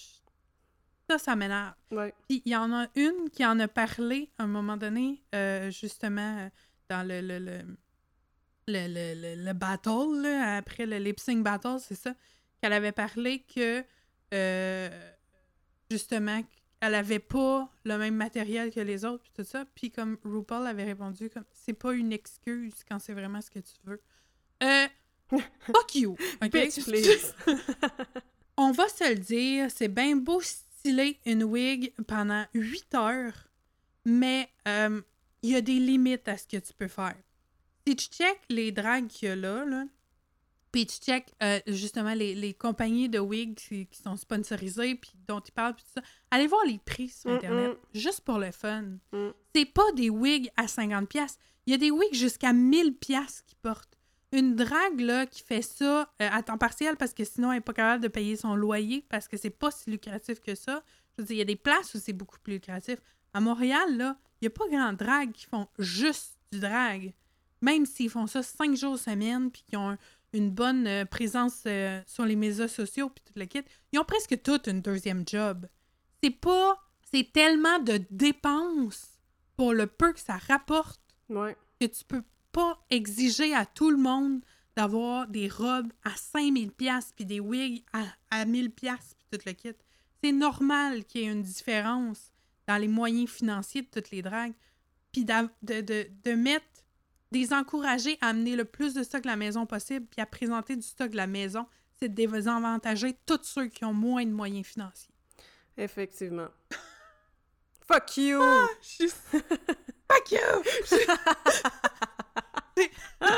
S1: ça, ça m'énerve.
S2: Ouais.
S1: Puis il y en a une qui en a parlé à un moment donné, euh, justement, dans le, le, le, le, le, le, le battle, là, après le lip sync battle, c'est ça, qu'elle avait parlé que, euh, justement, elle avait pas le même matériel que les autres, puis tout ça. Puis comme RuPaul avait répondu, comme c'est pas une excuse quand c'est vraiment ce que tu veux. Euh, fuck you, ok?
S2: Bitch, please.
S1: On va se le dire, c'est bien beau styler une wig pendant huit heures, mais euh, il y a des limites à ce que tu peux faire. Si tu check les drags qu'il y a là, là puis tu check euh, justement les, les compagnies de wigs qui, qui sont sponsorisées puis dont ils parlent puis tout ça, allez voir les prix sur Internet, mm-mm. juste pour le fun. Mm. C'est pas des wigs à cinquante piastres. Il y a des wigs jusqu'à mille piastres qui portent. Une drague là, qui fait ça euh, à temps partiel parce que sinon elle n'est pas capable de payer son loyer parce que c'est pas si lucratif que ça. Je veux dire, il y a des places où c'est beaucoup plus lucratif. À Montréal, là, il n'y a pas grand drague qui font juste du drag. Même s'ils font ça cinq jours semaine puis qu'ils ont un, une bonne euh, présence euh, sur les médias sociaux puis tout le kit, ils ont presque toutes une deuxième job. C'est pas... C'est tellement de dépenses pour le peu que ça rapporte
S2: ouais.
S1: que tu peux pas exiger à tout le monde d'avoir des robes à cinq mille piastres puis des wigs à, à mille piastres puis tout le kit. C'est normal qu'il y ait une différence dans les moyens financiers de toutes les dragues puis de, de, de, de mettre des encourager à amener le plus de stock de la maison possible puis à présenter du stock de la maison, c'est de désavantager tous ceux qui ont moins de moyens financiers.
S2: Effectivement. Fuck you!
S1: Ah, je suis... Fuck you! Je... c'est...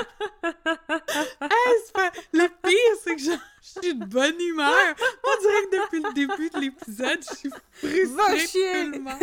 S1: Hey, c'est pas... Le pire, c'est que je... je suis de bonne humeur. On dirait que depuis le début de l'épisode, je suis frustrée tellement.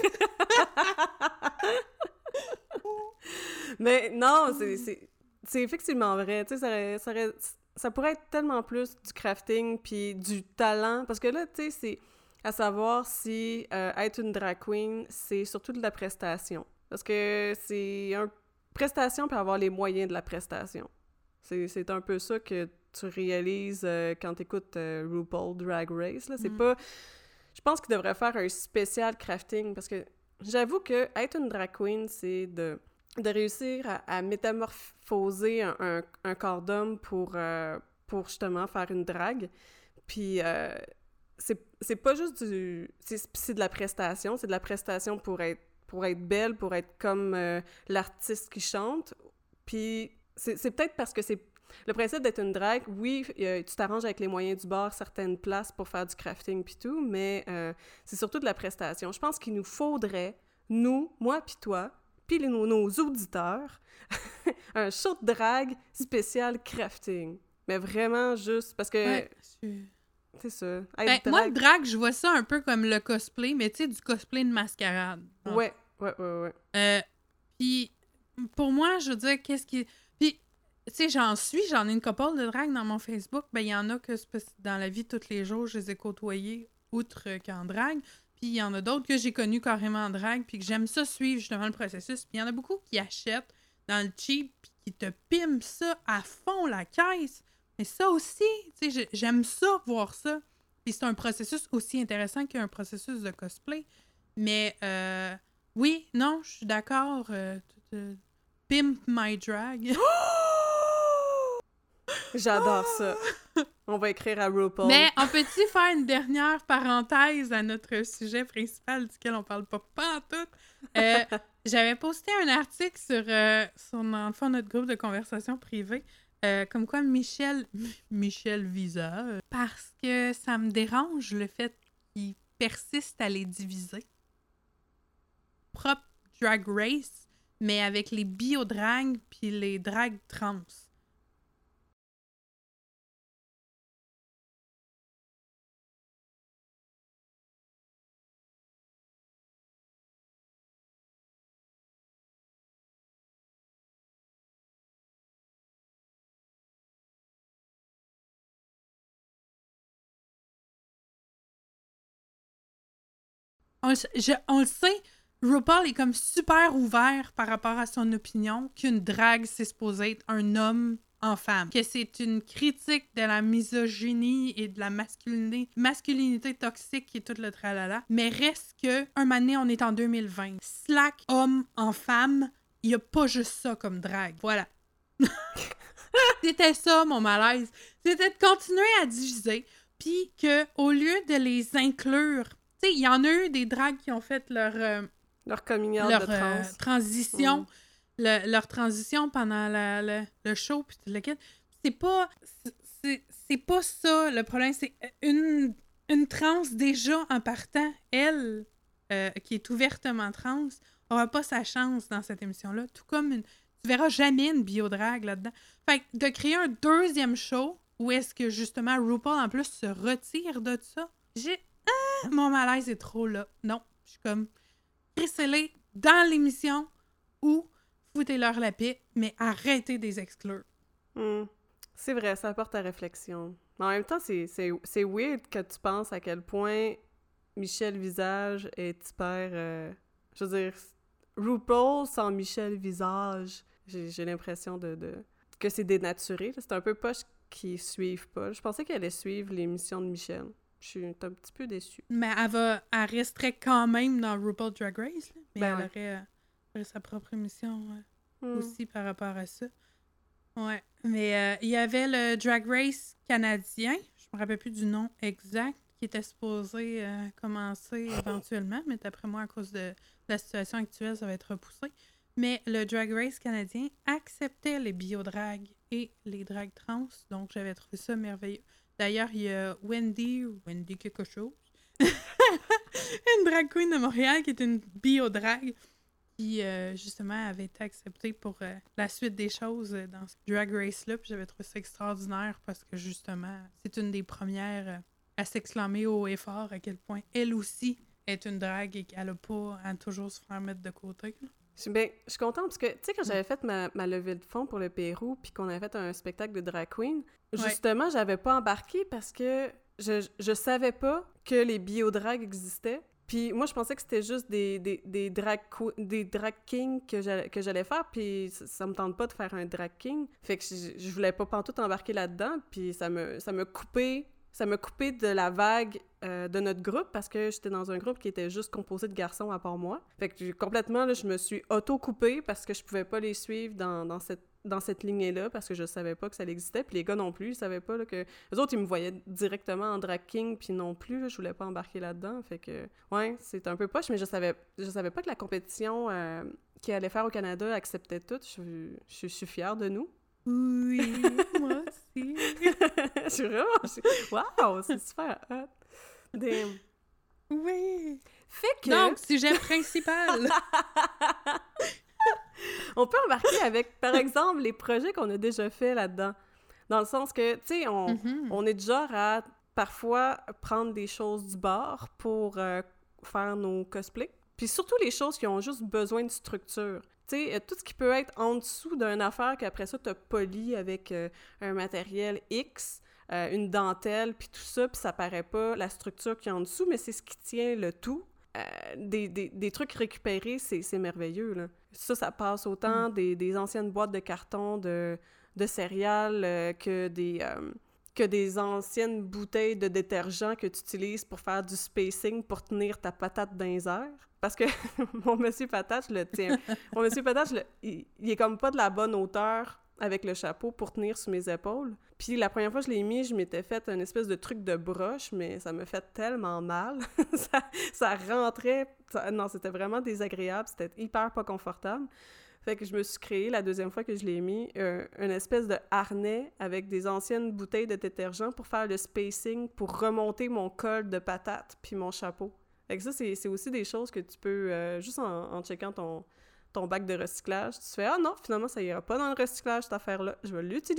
S2: Mais non, c'est, c'est, c'est effectivement vrai. Tu sais, ça, aurait, ça, aurait, ça pourrait être tellement plus du crafting puis du talent. Parce que là, tu sais, c'est à savoir si euh, être une drag queen, c'est surtout de la prestation. Parce que c'est un prestation puis avoir les moyens de la prestation. C'est, c'est un peu ça que tu réalises euh, quand tu écoutes euh, RuPaul Drag Race. Là. C'est mm. pas... Je pense qu'il devrait faire un spécial crafting parce que j'avoue que être une drag queen, c'est de... de réussir à, à métamorphoser un, un, un corps d'homme pour, euh, pour justement faire une drague. Puis euh, c'est, c'est pas juste du... C'est, c'est de la prestation, c'est de la prestation pour être, pour être belle, pour être comme euh, l'artiste qui chante. Puis c'est, c'est peut-être parce que c'est... Le principe d'être une drague, oui, euh, tu t'arranges avec les moyens du bord, certaines places pour faire du crafting puis tout, mais euh, c'est surtout de la prestation. Je pense qu'il nous faudrait, nous, moi puis toi, puis nos, nos auditeurs, un show de drague spécial crafting. Mais vraiment juste parce que...
S1: Ouais, je...
S2: C'est ça.
S1: Ben, moi, le drag, je vois ça un peu comme le cosplay, mais tu sais, du cosplay de mascarade.
S2: Ouais, ouais, ouais, ouais.
S1: Euh, puis, pour moi, je veux dire, qu'est-ce qui... Puis, tu sais, j'en suis, j'en ai une couple de drag dans mon Facebook. Ben, il y en a que dans la vie, tous les jours, je les ai côtoyés, outre qu'en drag. Puis il y en a d'autres que j'ai connus carrément en drague, puis que j'aime ça suivre justement le processus. Puis il y en a beaucoup qui achètent dans le cheap, puis qui te piment ça à fond, la caisse. Mais ça aussi, tu sais, j'aime ça, voir ça. Puis c'est un processus aussi intéressant qu'un processus de cosplay. Mais euh, oui, non, je suis d'accord. Euh, pimp my drag.
S2: J'adore ça. On va écrire à RuPaul.
S1: Mais on peut-tu faire une dernière parenthèse à notre sujet principal duquel on parle pas pantoute? Euh, j'avais posté un article sur, euh, sur dans le fond, notre groupe de conversation privée, euh, comme quoi Michel, Michel Visa, euh, parce que ça me dérange le fait qu'il persiste à les diviser. Propre Drag Race, mais avec les bio-drags puis les drags trans. On, je, on le sait, RuPaul est comme super ouvert par rapport à son opinion qu'une drague, c'est supposé être un homme en femme. Que c'est une critique de la misogynie et de la masculinité, masculinité toxique et tout le tralala. Mais reste que, un moment donné, on est en deux mille vingt. Slack homme en femme, il n'y a pas juste ça comme drague. Voilà. C'était ça, mon malaise. C'était de continuer à diviser, puis qu'au lieu de les inclure, tu sais, il y en a eu des drags qui ont fait leur... Euh,
S2: leur coming out
S1: leur
S2: de trans.
S1: euh, transition,
S2: Mm.
S1: le- leur transition pendant la, la- le show, puis tout le kit. C'est pas... C'est, c'est pas ça, le problème. C'est une, une trans, déjà, en partant, elle, euh, qui est ouvertement trans, aura pas sa chance dans cette émission-là. Tout comme une... Tu verras jamais une biodrague là-dedans. Fait que de créer un deuxième show où est-ce que, justement, RuPaul, en plus, se retire de ça, j'ai... Ah, mon malaise est trop là. Non, je suis comme... Crissez-les dans l'émission ou foutez-leur la paix, mais arrêtez de les exclure.
S2: Mm. C'est vrai, ça apporte à réflexion. Mais en même temps, c'est, c'est, c'est weird que tu penses à quel point Michel Visage est hyper... euh, je veux dire, RuPaul sans Michel Visage, j'ai, j'ai l'impression de, de que c'est dénaturé. C'est un peu poche qu'ils suivent pas. Je pensais qu'elle allait suivre l'émission de Michel. Je suis un petit peu déçue.
S1: Mais elle, va, elle resterait quand même dans RuPaul Drag Race, là. Mais
S2: Ben
S1: elle,
S2: ouais.
S1: aurait, euh, elle aurait sa propre émission euh,
S2: Mm.
S1: aussi par rapport à ça. Ouais. Mais euh, il y avait le Drag Race canadien, je me rappelle plus du nom exact, qui était supposé euh, commencer éventuellement, mais d'après moi, à cause de la situation actuelle, ça va être repoussé. Mais le Drag Race canadien acceptait les biodrags et les drags trans, donc j'avais trouvé ça merveilleux. D'ailleurs, il y a Wendy, Wendy quelque chose, une drag queen de Montréal qui est une biodrag, qui euh, justement avait été acceptée pour euh, la suite des choses euh, dans ce Drag Race-là, puis j'avais trouvé ça extraordinaire parce que justement, c'est une des premières euh, à s'exclamer haut et fort à quel point elle aussi est une drague et qu'elle a pas à toujours se faire mettre de côté. Là.
S2: Je suis, ben, je suis contente parce que, tu sais, quand j'avais fait ma, ma levée de fonds pour le Pérou puis qu'on avait fait un spectacle de drag queen, justement, ouais. j'avais pas embarqué parce que je, je savais pas que les biodrags existaient. Puis moi, je pensais que c'était juste des, des, des, drag, des drag kings que j'allais, que j'allais faire, puis ça, ça me tente pas de faire un drag king. Fait que je, je voulais pas pantoute embarquer là-dedans, puis ça me, ça me coupait... Ça m'a coupé de la vague euh, de notre groupe parce que j'étais dans un groupe qui était juste composé de garçons à part moi. Fait que complètement, là, je me suis auto-coupée parce que je pouvais pas les suivre dans, dans cette, dans cette lignée-là parce que je savais pas que ça existait. Puis les gars non plus, ils savaient pas là, que... Eux autres, ils me voyaient directement en drag king, puis non plus, là, je voulais pas embarquer là-dedans. Fait que, ouais, c'est un peu poche, mais je savais, je savais pas que la compétition euh, qu'ils allaient faire au Canada acceptait tout. Je, je, je suis fière de nous.
S1: Oui, moi aussi.
S2: Je suis vraiment... Wow, c'est super hot. Damn.
S1: Oui.
S2: Fait que...
S1: Donc, sujet principal.
S2: On peut embarquer avec, par exemple, les projets qu'on a déjà faits là-dedans. Dans le sens que, tu sais, on, mm-hmm. on est du genre à parfois prendre des choses du bord pour euh, faire nos cosplays. Puis surtout les choses qui ont juste besoin de structure. Tu sais, tout ce qui peut être en dessous d'une affaire qu'après ça, t'as poli avec euh, un matériel X, euh, une dentelle, puis tout ça, puis ça paraît pas la structure qui est en dessous, mais c'est ce qui tient le tout. Euh, des, des, des trucs récupérés, c'est, c'est merveilleux, là. Ça, ça passe autant mm. des, des anciennes boîtes de carton de, de céréales euh, que des... Euh, que des anciennes bouteilles de détergent que tu utilises pour faire du spacing pour tenir ta patate dans les airs. Parce que mon monsieur patate, je le tiens. Mon monsieur patate, je le, il, il est comme pas de la bonne hauteur avec le chapeau pour tenir sur mes épaules. Puis la première fois que je l'ai mis, je m'étais fait une espèce de truc de broche, mais ça me fait tellement mal. ça, ça rentrait... Ça, non, c'était vraiment désagréable. C'était hyper pas confortable. Fait que je me suis créé, la deuxième fois que je l'ai mis, euh, une espèce de harnais avec des anciennes bouteilles de détergent pour faire le spacing, pour remonter mon col de patate puis mon chapeau. Fait que ça, c'est, c'est aussi des choses que tu peux, euh, juste en, en checkant ton, ton bac de recyclage, tu te fais « Ah non, finalement, ça ira pas dans le recyclage, cette affaire-là. Je vais l'utiliser. »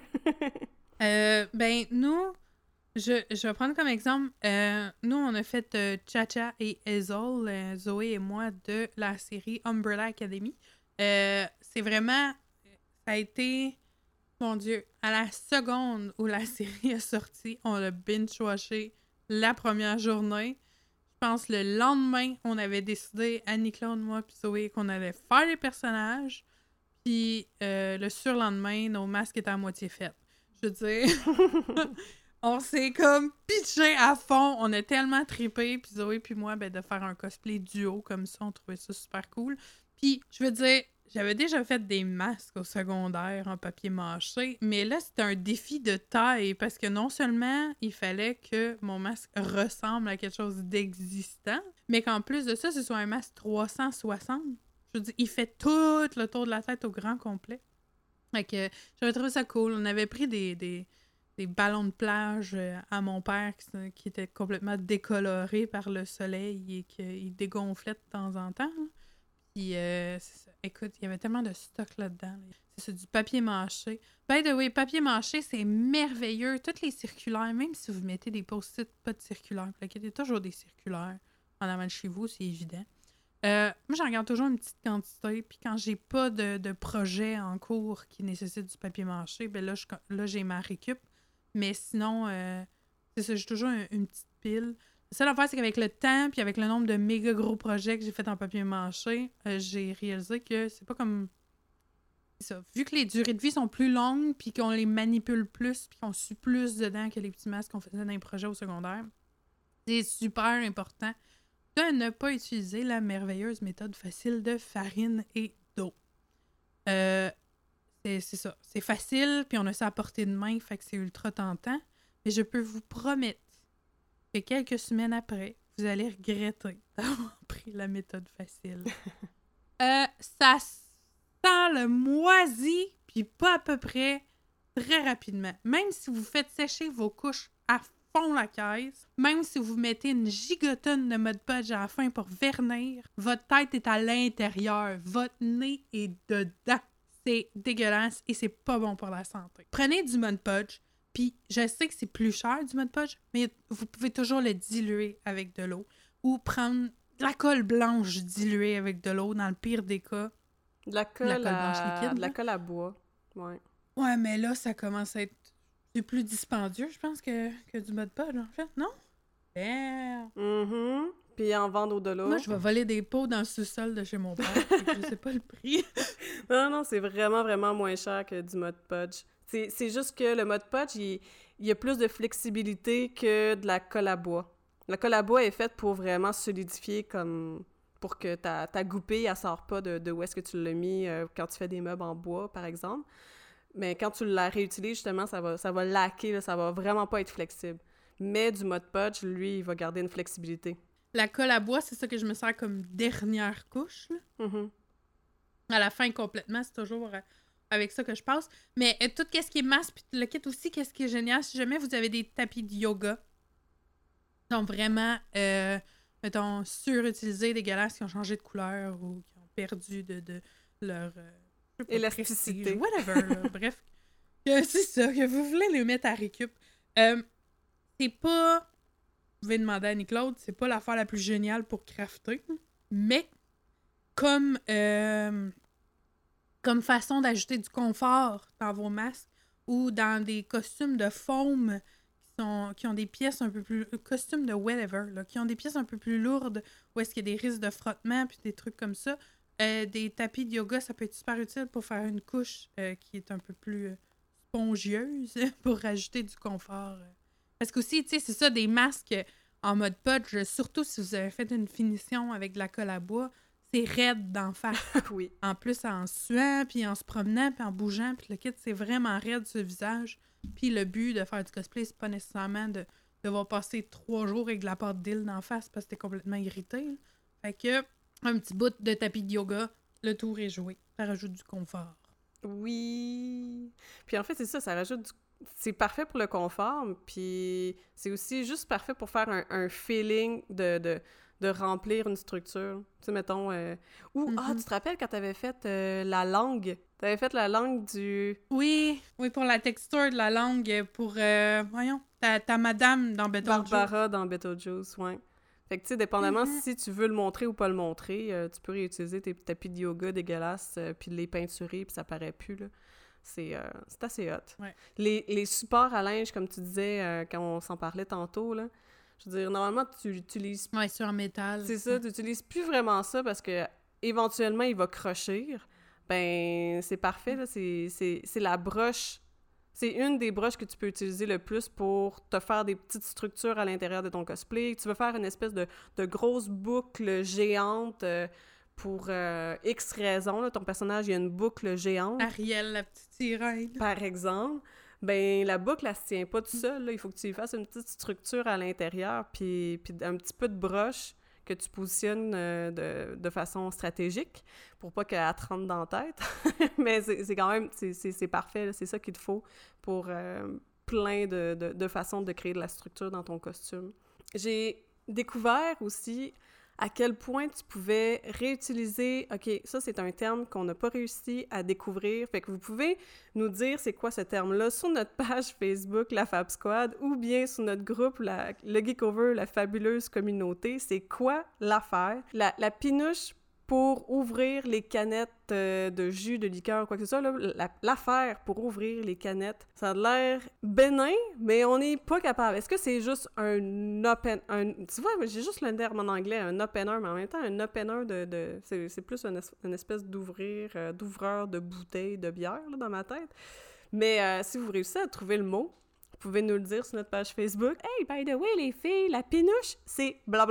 S1: euh, Ben, nous, je, je vais prendre comme exemple, euh, nous, on a fait euh, Cha-Cha et Hazel, euh, Zoé et moi, de la série Umbrella Academy. Euh, c'est vraiment... Ça a été... Mon Dieu, à la seconde où la série est sortie, on l'a binge-watché la première journée. Je pense le lendemain, on avait décidé, Annie-Claude, moi puis Zoé, qu'on allait faire les personnages. Puis euh, le surlendemain, nos masques étaient à moitié faits. Je veux dire... On s'est comme pitché à fond. On a tellement trippé. Puis Zoé puis moi, ben, de faire un cosplay duo comme ça, on trouvait ça super cool. Puis, je veux dire, j'avais déjà fait des masques au secondaire en papier mâché, mais là, c'était un défi de taille parce que non seulement il fallait que mon masque ressemble à quelque chose d'existant, mais qu'en plus de ça, ce soit un masque trois cent soixante. Je veux dire, il fait tout le tour de la tête au grand complet. Fait que j'avais trouvé ça cool. On avait pris des, des, des ballons de plage euh, à mon père qui, qui étaient complètement décolorés par le soleil et qu'ils dégonflaient de temps en temps. Là. Puis, euh, c'est ça. Écoute, il y avait tellement de stock là-dedans. Là. C'est ça, du papier mâché. By the way, papier mâché, c'est merveilleux. Toutes les circulaires, même si vous mettez des post-it pas de circulaires, il y a toujours des circulaires en avant de chez vous, c'est évident. Euh, moi, j'en regarde toujours une petite quantité, puis quand j'ai pas de, de projet en cours qui nécessite du papier mâché, ben là, je, là j'ai ma récup. Mais sinon, euh, c'est ça, j'ai toujours un, une petite pile. La seule affaire, c'est qu'avec le temps, puis avec le nombre de méga gros projets que j'ai fait en papier mâché, euh, j'ai réalisé que c'est pas comme... C'est ça. Vu que les durées de vie sont plus longues, puis qu'on les manipule plus, puis qu'on suit plus dedans que les petits masques qu'on faisait dans les projets au secondaire, c'est super important de ne pas utiliser la merveilleuse méthode facile de farine et d'eau. Euh, c'est, c'est ça. C'est facile, puis on a ça à portée de main, fait que c'est ultra tentant. Mais je peux vous promettre que quelques semaines après, vous allez regretter d'avoir pris la méthode facile. euh, ça sent le moisi, puis pas à peu près, très rapidement. Même si vous faites sécher vos couches à fond la caisse, même si vous mettez une gigotonne de Mod Podge à la fin pour vernir, votre tête est à l'intérieur, votre nez est dedans. C'est dégueulasse et c'est pas bon pour la santé. Prenez du Mod Podge, puis je sais que c'est plus cher du Mod Podge, mais vous pouvez toujours le diluer avec de l'eau ou prendre de la colle blanche diluée avec de l'eau, dans le pire des cas.
S2: De la colle,
S1: de la colle blanche
S2: à...
S1: liquide.
S2: De la colle à bois, ouais.
S1: Ouais, mais là, ça commence à être c'est plus dispendieux, je pense, que, que du Mod Podge, en fait, non? Yeah.
S2: Mm-hmm. Puis en vendre au-delà.
S1: Moi, je vais voler des pots dans le sous-sol de chez mon père, je sais pas le prix.
S2: Non, non, c'est vraiment, vraiment moins cher que du Mod Podge. C'est, c'est juste que le Mod Podge, il, il y a plus de flexibilité que de la colle à bois. La colle à bois est faite pour vraiment solidifier, comme pour que ta, ta goupille, elle sort pas de, de où est-ce que tu l'as mis euh, quand tu fais des meubles en bois, par exemple. Mais quand tu la réutilises, justement, ça va, ça va laquer, là, ça va vraiment pas être flexible. Mais du Mod Podge, lui, il va garder une flexibilité.
S1: La colle à bois, c'est ça que je me sers comme dernière couche, là.
S2: Mm-hmm.
S1: À la fin, complètement, c'est toujours euh, avec ça que je passe. Mais euh, tout ce qui est masque, puis le kit aussi, qu'est-ce qui est génial, si jamais vous avez des tapis de yoga qui sont vraiment, euh, mettons, surutilisés, dégueulasses, qui ont changé de couleur ou qui ont perdu de, de leur... Euh,
S2: élasticité.
S1: Whatever, là. Bref. Que c'est ça, que vous voulez les mettre à récup. Euh, c'est pas... Vous pouvez demander à Annie-Claude, c'est pas l'affaire la plus géniale pour crafter, mais comme, euh, comme façon d'ajouter du confort dans vos masques ou dans des costumes de foam qui, sont, qui ont des pièces un peu plus... Costumes de whatever, là, qui ont des pièces un peu plus lourdes où est-ce qu'il y a des risques de frottement puis des trucs comme ça. Euh, des tapis de yoga, ça peut être super utile pour faire une couche euh, qui est un peu plus euh, spongieuse pour rajouter du confort. Euh. Parce qu'aussi, tu sais, c'est ça, des masques en mode Podge, surtout si vous avez fait une finition avec de la colle à bois, c'est raide d'en face.
S2: Oui.
S1: En plus, en suant, puis en se promenant, puis en bougeant, puis le kit, c'est vraiment raide sur le visage. Puis le but de faire du cosplay, c'est pas nécessairement de devoir passer trois jours avec de la pâte d'île d'en face parce que t'es complètement irrité. Là. Fait que... un petit bout de tapis de yoga, le tour est joué. Ça rajoute du confort.
S2: Oui. Puis en fait, c'est ça, ça rajoute du... C'est parfait pour le confort, puis c'est aussi juste parfait pour faire un, un feeling de, de, de remplir une structure. Tu sais, mettons... Euh... Ou, mm-hmm. ah, tu te rappelles quand t'avais fait euh, la langue? T'avais fait la langue du...
S1: Oui, oui, pour la texture de la langue, pour, euh, voyons, ta, ta madame dans Beetlejuice.
S2: Barbara dans Beetlejuice, ouais. Fait que, tu sais, dépendamment mm-hmm. si tu veux le montrer ou pas le montrer, euh, tu peux réutiliser tes tapis de yoga dégueulasses, euh, puis les peinturer, puis ça paraît plus, là. C'est, euh, c'est assez hot.
S1: Ouais.
S2: Les, les supports à linge, comme tu disais, euh, quand on s'en parlait tantôt, là, je veux dire, normalement, tu utilises...
S1: Ouais, sur un métal.
S2: C'est ça, tu utilises plus vraiment ça parce que éventuellement il va crochir. Ben, c'est parfait, là, c'est, c'est, c'est la broche... C'est une des broches que tu peux utiliser le plus pour te faire des petites structures à l'intérieur de ton cosplay. Tu veux faire une espèce de, de grosse boucle géante euh, pour euh, X raisons, là, ton personnage, il y a une boucle géante.
S1: Ariel, la petite sirène.
S2: Par exemple, ben la boucle, elle se tient pas tout seul, là. Il faut que tu y fasses une petite structure à l'intérieur, puis, puis un petit peu de broche que tu positionnes euh, de, de façon stratégique pour pas qu'elle te rentre dans la tête. Mais c'est, c'est quand même, c'est, c'est, c'est parfait, là. C'est ça qu'il te faut pour euh, plein de, de, de façons de créer de la structure dans ton costume. J'ai découvert aussi à quel point tu pouvais réutiliser... OK, ça, c'est un terme qu'on n'a pas réussi à découvrir. Fait que vous pouvez nous dire c'est quoi ce terme-là sur notre page Facebook, la Fab Squad, ou bien sur notre groupe, la, le Geekover, la fabuleuse communauté. C'est quoi l'affaire? La, la pinouche pour ouvrir les canettes euh, de jus, de liqueur, quoi que ce soit, là, la, l'affaire pour ouvrir les canettes, ça a l'air bénin, mais on n'est pas capable. Est-ce que c'est juste un open... Un, tu vois, j'ai juste le terme en anglais, un opener, mais en même temps, un opener de... de c'est, c'est plus une, es, une espèce d'ouvrir, euh, d'ouvreur de bouteilles de bière, là, dans ma tête. Mais euh, si vous réussissez à trouver le mot, vous pouvez nous le dire sur notre page Facebook. « Hey, by the way, les filles, la pinouche, c'est blablabla. »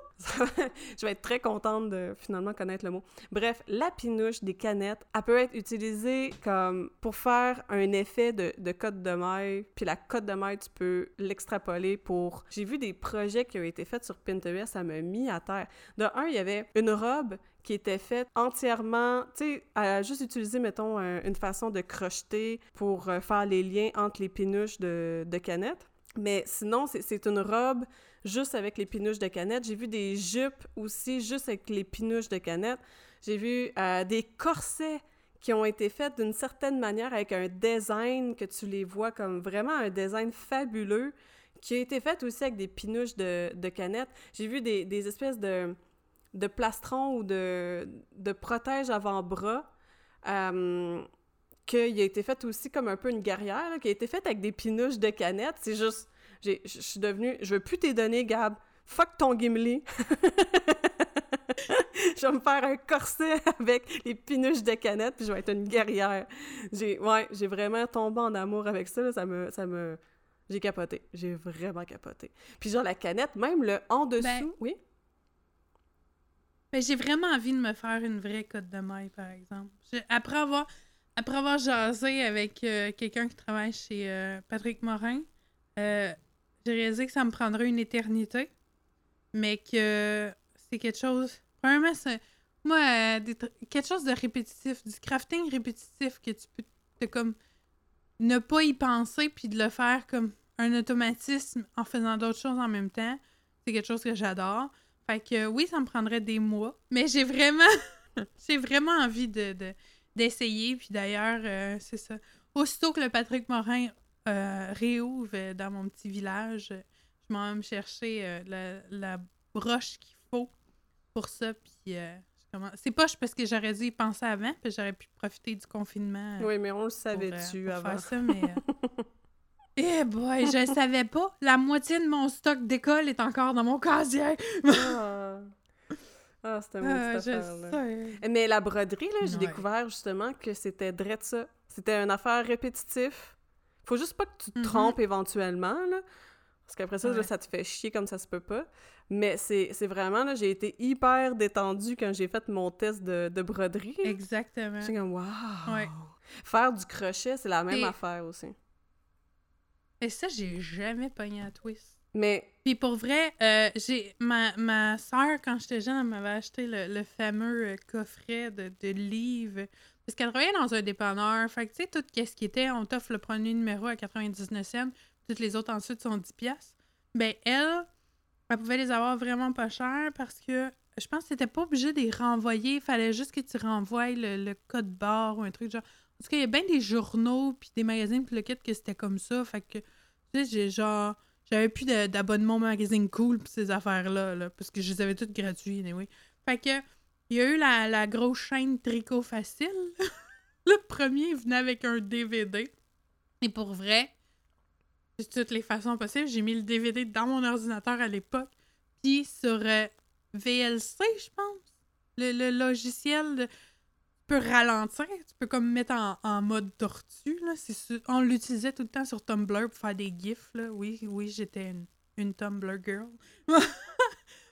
S2: Je vais être très contente de finalement connaître le mot. Bref, la pinouche des canettes, elle peut être utilisée comme pour faire un effet de, de cotte de maille. Puis la cotte de maille, tu peux l'extrapoler pour... J'ai vu des projets qui ont été faits sur Pinterest, ça m'a mis à terre. De un, il y avait une robe qui était faite entièrement, tu sais, à juste utiliser, mettons, un, une façon de crocheter pour euh, faire les liens entre les pinouches de, de canettes. Mais sinon, c'est, c'est une robe juste avec les pinouches de canettes. J'ai vu des jupes aussi juste avec les pinouches de canettes. J'ai vu euh, des corsets qui ont été faits d'une certaine manière avec un design que tu les vois comme vraiment un design fabuleux qui a été fait aussi avec des pinouches de, de canettes. J'ai vu des, des espèces de... de plastron ou de, de protège avant-bras euh, qu'il a été fait aussi comme un peu une guerrière, là, qui a été faite avec des pinouches de canettes. C'est juste... Je suis devenue... Je veux plus t'es donner, Gab. Fuck ton Gimli. Je vais me faire un corset avec les pinouches de canettes, puis je vais être une guerrière. J'ai, ouais, j'ai vraiment tombé en amour avec ça, là, ça me... Ça me... J'ai capoté. J'ai vraiment capoté. Puis genre, la canette, même le en dessous... Ben... Oui?
S1: Ben, j'ai vraiment envie de me faire une vraie cotte de maille, par exemple. J'ai, après, avoir, après avoir jasé avec euh, quelqu'un qui travaille chez euh, Patrick Morin, euh, j'ai réalisé que ça me prendrait une éternité, mais que c'est quelque chose... Premièrement, c'est... Moi, euh, des, quelque chose de répétitif, du crafting répétitif que tu peux te, comme, ne pas y penser puis de le faire comme un automatisme en faisant d'autres choses en même temps, c'est quelque chose que j'adore. Fait que oui, ça me prendrait des mois, mais j'ai vraiment j'ai vraiment envie de, de d'essayer. Puis d'ailleurs, euh, c'est ça. Aussitôt que le Patrick Morin euh, réouvre dans mon petit village, je m'en vais me chercher euh, la, la broche qu'il faut pour ça. Puis euh, commence... c'est poche parce que j'aurais dû y penser avant, puis j'aurais pu profiter du confinement.
S2: Oui, mais on le savait-tu
S1: pour, euh, pour
S2: avant.
S1: Faire ça, mais... Euh... Eh boy, je le savais pas. La moitié de mon stock d'école est encore dans mon casier.
S2: ah. ah, c'était mon
S1: euh,
S2: petite affaire,
S1: sais.
S2: là. Mais la broderie, là, j'ai
S1: ouais.
S2: découvert justement que c'était drette ça. C'était une affaire répétitive. Faut juste pas que tu te
S1: mm-hmm.
S2: trompes éventuellement, là. Parce qu'après ça, ouais. là, ça te fait chier comme ça se peut pas. Mais c'est, c'est vraiment, là, j'ai été hyper détendue quand j'ai fait mon test de, de broderie. Là.
S1: Exactement.
S2: J'étais comme, waouh!
S1: Ouais.
S2: Faire du crochet, c'est la même
S1: Et...
S2: affaire aussi.
S1: Et ça, j'ai jamais pogné à twist.
S2: Mais...
S1: Puis pour vrai, euh, j'ai ma, ma soeur, quand j'étais jeune, elle m'avait acheté le, le fameux euh, coffret de, de livres. Parce qu'elle travaillait dans un dépanneur. Fait que tu sais, tout ce qui était, on t'offre le premier numéro à quatre-vingt-dix-neuf cents. Toutes les autres ensuite sont dix piastres. Ben elle, elle pouvait les avoir vraiment pas cher parce que je pense que t'étais pas obligé de les renvoyer. Il fallait juste que tu renvoies le, le code barre ou un truc genre... Parce qu'il y a bien des journaux puis des magazines puis le kit que c'était comme ça. Fait que, tu sais, j'ai genre... J'avais plus de, d'abonnement magazine cool pis ces affaires-là, là, parce que je les avais toutes gratuits, anyway. Fait que, il y a eu la, la grosse chaîne Tricot Facile. Le premier venait avec un D V D. Et pour vrai, de toutes les façons possibles, j'ai mis le D V D dans mon ordinateur à l'époque. Puis sur euh, V L C, je pense. Le, le logiciel... De, tu peux ralentir, tu peux comme mettre en, en mode tortue, là. C'est su- on l'utilisait tout le temps sur Tumblr pour faire des gifs, là. Oui, oui, j'étais une, une Tumblr girl.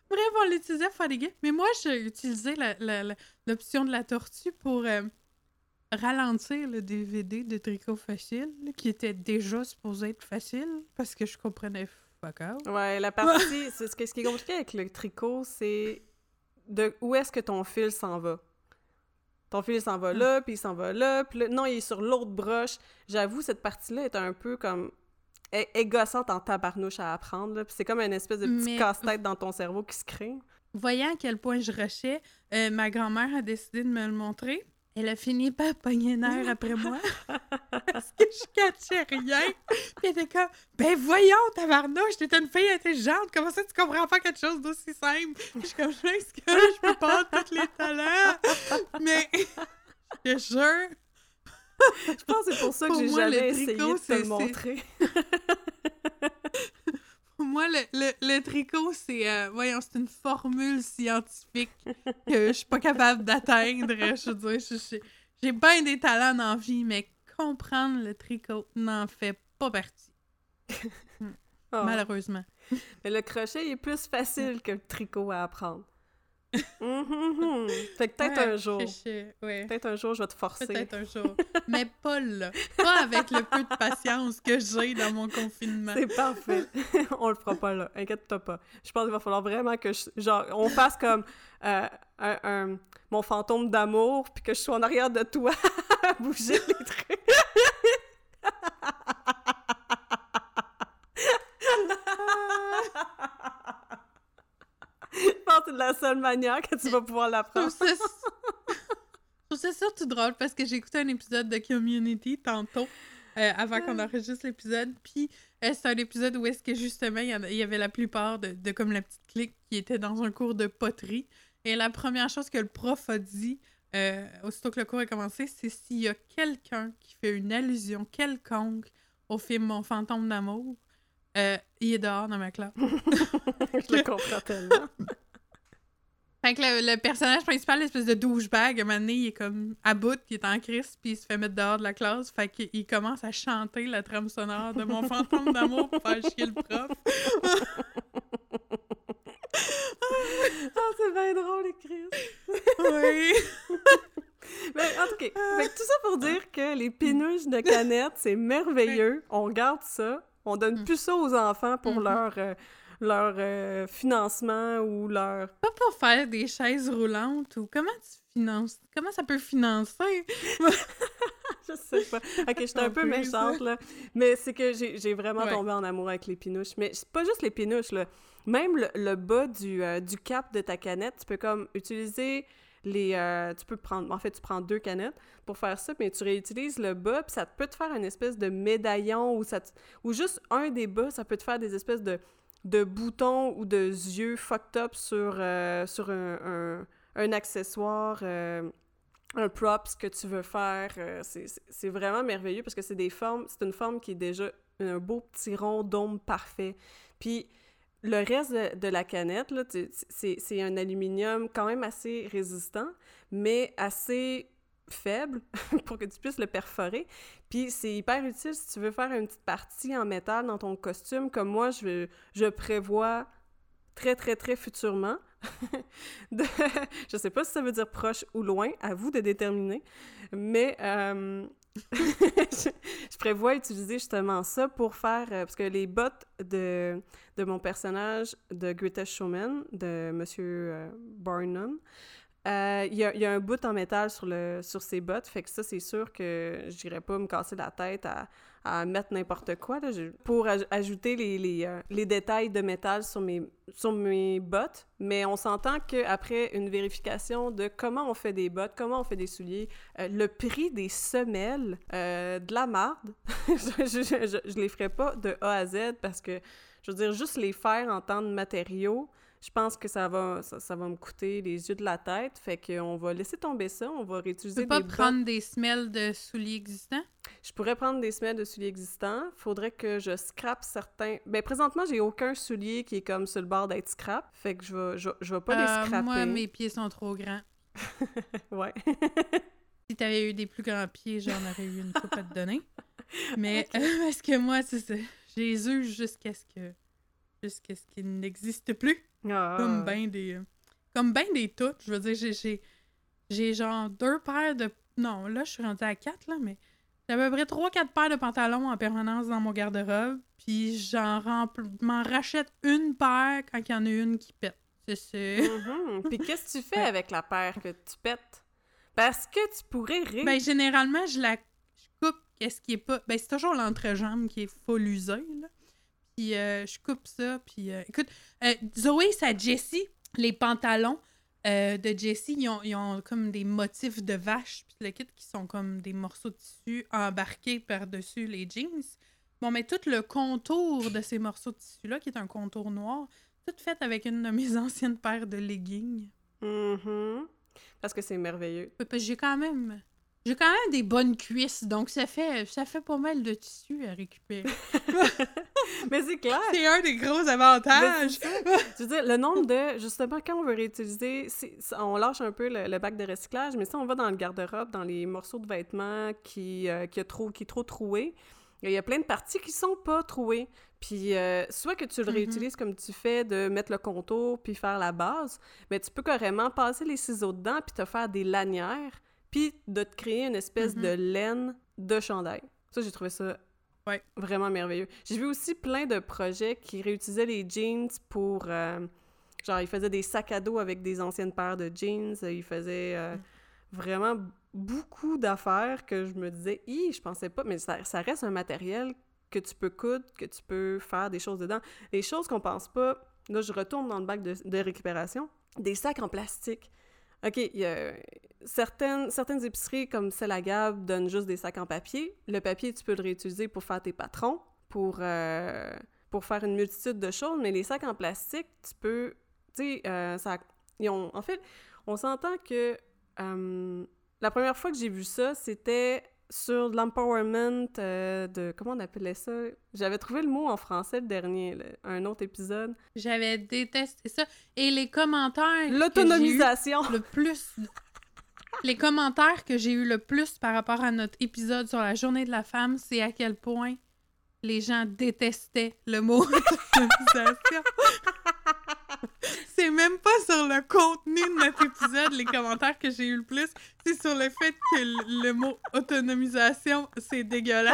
S1: Bref, on l'utilisait pour faire des gifs. Mais moi, j'ai utilisé la, la, la- l'option de la tortue pour euh, ralentir le D V D de Tricot Facile, là, qui était déjà supposé être facile, parce que je comprenais fuck out.
S2: Ouais, la partie... c'est ce, que- ce qui est compliqué avec le tricot, c'est de où est-ce que ton fil s'en va. Ton fil il s'en va là, puis il s'en va là, puis là, non, il est sur l'autre broche. J'avoue, cette partie-là est un peu comme é- égossante en tabarnouche à apprendre, là. Puis c'est comme une espèce de petit
S1: Mais
S2: casse-tête dans ton cerveau qui se crée.
S1: voyant à quel point je rushais, euh, ma grand-mère a décidé de me le montrer. Elle a fini par pogner une heure après moi parce que je catchais rien. Puis elle était comme « Ben voyons, tabarnouche, t'es une fille intelligente, comment ça tu comprends pas quelque chose d'aussi simple? » Puis je suis comme « Je m'excuse, je peux pas avoir tous les talents. » Mais je te jure,
S2: Je pense que c'est pour ça que
S1: pour
S2: j'ai
S1: moi,
S2: jamais
S1: le
S2: essayé
S1: tricot,
S2: de te
S1: c'est...
S2: le
S1: c'est-
S2: montrer.
S1: Pour moi, le, le, le tricot, c'est... euh, voyons, c'est une formule scientifique que je suis pas capable d'atteindre. Je veux dire, je- je- j'ai bien des talents dans la vie, mais comprendre le tricot n'en fait pas partie,
S2: Oh.
S1: malheureusement.
S2: Mais le crochet il est plus facile que le tricot à apprendre. Mhm. Fait que peut-être
S1: Ouais,
S2: un jour.
S1: je- je- ouais,
S2: Peut-être un jour, je vais te forcer.
S1: peut-être un jour. Mais pas là. Pas avec le peu de patience que j'ai dans mon confinement.
S2: C'est parfait. On le fera pas là. Inquiète-toi pas. Je pense qu'il va falloir vraiment que je, genre, on fasse comme euh, un, un- mon fantôme d'amour, puis que je sois en arrière de toi à bouger les trucs. Je pense que c'est de la seule manière que tu vas pouvoir
S1: Je
S2: l'apprendre.
S1: trouve ça, je trouve ça surtout drôle parce que j'ai écouté un épisode de Community tantôt, euh, avant qu'on enregistre l'épisode, puis euh, c'est un épisode où est-ce que justement il y, en a- il y avait la plupart de, de comme la petite clique qui était dans un cours de poterie, et la première chose que le prof a dit euh, aussitôt que le cours a commencé, c'est s'il y a quelqu'un qui fait une allusion quelconque au film Mon fantôme d'amour, euh, il est dehors dans ma classe.
S2: Je le comprends tellement.
S1: Fait que le, le personnage principal, l'espèce de douchebag, à un moment donné, il est comme à bout, il est en crise, puis il se fait mettre dehors de la classe. Fait qu'il il commence à chanter la trame sonore de Mon fantôme d'amour pour faire chier le prof.
S2: Ah, c'est bien drôle, les crises.
S1: Oui.
S2: Mais en tout cas, fait que tout ça pour dire que les pinouches de canettes, c'est merveilleux. On regarde ça. On donne plus ça aux enfants pour
S1: Mhm.
S2: leur, euh, leur euh, financement ou leur...
S1: Pas pour faire des chaises roulantes ou comment tu finances? Comment ça peut financer?
S2: Je sais pas. Ok, je suis un
S1: Un
S2: peu
S1: peu,
S2: méchante, là. Mais c'est que j'ai j'ai vraiment
S1: Ouais.
S2: tombé en amour avec les pinouches. Mais c'est pas juste les pinouches, là. Même le, le bas du, euh, du cap de ta canette, tu peux comme utiliser les... euh, tu peux prendre... En fait, tu prends deux canettes pour faire ça, mais tu réutilises le bas, puis ça peut te faire une espèce de médaillon ou, ça te- ou juste un des bas, ça peut te faire des espèces de, de boutons ou de yeux fucked up sur, euh, sur un, un, un accessoire... euh, un props que tu veux faire, euh, c'est- c'est c'est vraiment merveilleux parce que c'est des formes, c'est une forme qui est déjà un beau petit rond dôme parfait. Puis le reste de, de la canette, là, tu- c'est c'est un aluminium quand même assez résistant, mais assez faible pour que tu puisses le perforer. Puis c'est hyper utile si tu veux faire une petite partie en métal dans ton costume, comme moi, je, je prévois très, très, très futurement. de... Je sais pas si ça veut dire proche ou loin, à vous de déterminer, mais euh, je, je prévois utiliser justement ça pour faire... euh, parce que les bottes de, de mon personnage de Greatest Showman, de Monsieur euh, Barnum, euh, il y, a, il y a un bout en métal sur, le, sur ses bottes, fait que ça, c'est sûr que j'irais pas me casser la tête à, à mettre n'importe quoi, là, je- pour aj- ajouter les, les, euh, les détails de métal sur mes, sur mes bottes, mais on s'entend qu'après une vérification de comment on fait des bottes, comment on fait des souliers, euh, le prix des semelles, euh, de la marde, je, je, je, je les ferai pas de A à Z parce que, je veux dire, juste les faire en temps de matériaux, je pense que ça va, ça, ça va me coûter les yeux de la tête, fait qu'on va laisser tomber ça, on va
S1: Tu
S2: réutiliser
S1: peux pas
S2: des bottes.
S1: prendre des semelles de souliers existants?
S2: Je pourrais prendre des semelles de souliers existants. Faudrait que je scrape certains... Ben, présentement, j'ai aucun soulier qui est comme sur le bord d'être scrap. Fait que je vais, je, je vais pas les
S1: Euh,
S2: scraper.
S1: moi, mes pieds sont trop grands.
S2: Ouais.
S1: Si t'avais eu des plus grands pieds, j'en aurais eu une coupe à te donner. Mais euh, parce que moi, c'est ça. Je les use jusqu'à ce que... jusqu'à ce qu'ils n'existent plus.
S2: Ah.
S1: Comme ben des... Comme ben des toutes. Je veux dire, j'ai, j'ai, j'ai genre deux paires de... Non, là, je suis rendue à quatre, là, mais j'ai à peu près trois quatre paires de pantalons en permanence dans mon garde-robe, puis j'en rempl... m'en rachète une paire quand il y en a une qui pète. C'est ça.
S2: Mm-hmm. Puis qu'est-ce que tu fais
S1: Ouais.
S2: avec la paire que tu pètes? Parce que tu pourrais rire.
S1: Ben, généralement, je la je coupe qu'est-ce qui est pas... Ben, c'est toujours l'entrejambe qui est full usée, là. Puis euh, je coupe ça, puis... euh, Écoute, euh, Zoé, ça Jessie, les pantalons euh, de Jessie, ils ont, ils ont comme des motifs de vache, puis le kit qui sont comme des morceaux de tissu embarqués par-dessus les jeans. Bon, mais tout le contour de ces morceaux de tissu-là, qui est un contour noir, tout fait avec une de mes anciennes paires de leggings.
S2: Mm-hmm. Parce que c'est merveilleux.
S1: Ouais, parce que j'ai quand même... J'ai quand même des bonnes cuisses, donc ça fait, ça fait pas mal de tissu à récupérer.
S2: Mais c'est clair!
S1: C'est un des gros avantages!
S2: Je veux dire, le nombre de... Justement, quand on veut réutiliser, c'est, c'est- on lâche un peu le, le bac de recyclage, mais si on va dans le garde-robe, dans les morceaux de vêtements qui, euh, qui, a trop, qui est trop troué, il y a plein de parties qui sont pas trouées. Puis, euh, soit que tu le
S1: Mhm.
S2: réutilises comme tu fais, de mettre le contour puis faire la base, mais tu peux carrément passer les ciseaux dedans puis te faire des lanières, puis de te créer une espèce
S1: Mhm.
S2: de laine de chandail. Ça, j'ai trouvé ça
S1: Ouais.
S2: vraiment merveilleux. J'ai vu aussi plein de projets qui réutilisaient les jeans pour... euh, genre, ils faisaient des sacs à dos avec des anciennes paires de jeans. Ils faisaient euh,
S1: Mm.
S2: vraiment beaucoup d'affaires que je me disais, hi, je pensais pas, mais ça, ça reste un matériel que tu peux coudre, que tu peux faire des choses dedans. Les choses qu'on pense pas, là, je retourne dans le bac de, de récupération, des sacs en plastique. OK, il y a certaines, certaines épiceries, comme celle à Gab, donnent juste des sacs en papier. Le papier, tu peux le réutiliser pour faire tes patrons, pour, euh, pour faire une multitude de choses, mais les sacs en plastique, tu peux... Tu sais, euh, ça... ils ont, en fait, on s'entend que euh, la première fois que j'ai vu ça, c'était sur l'empowerment euh, de... Comment on appelait ça? J'avais trouvé le mot en français le dernier, là, un autre épisode.
S1: J'avais détesté ça. Et les commentaires...
S2: L'autonomisation!
S1: Que j'ai eu le plus... Les commentaires que j'ai eu le plus par rapport à notre épisode sur la journée de la femme, c'est à quel point les gens détestaient le mot autonomisation. C'est même pas sur le contenu de notre épisode, les commentaires que j'ai eu le plus, c'est sur le fait que le, le mot autonomisation, c'est dégueulasse.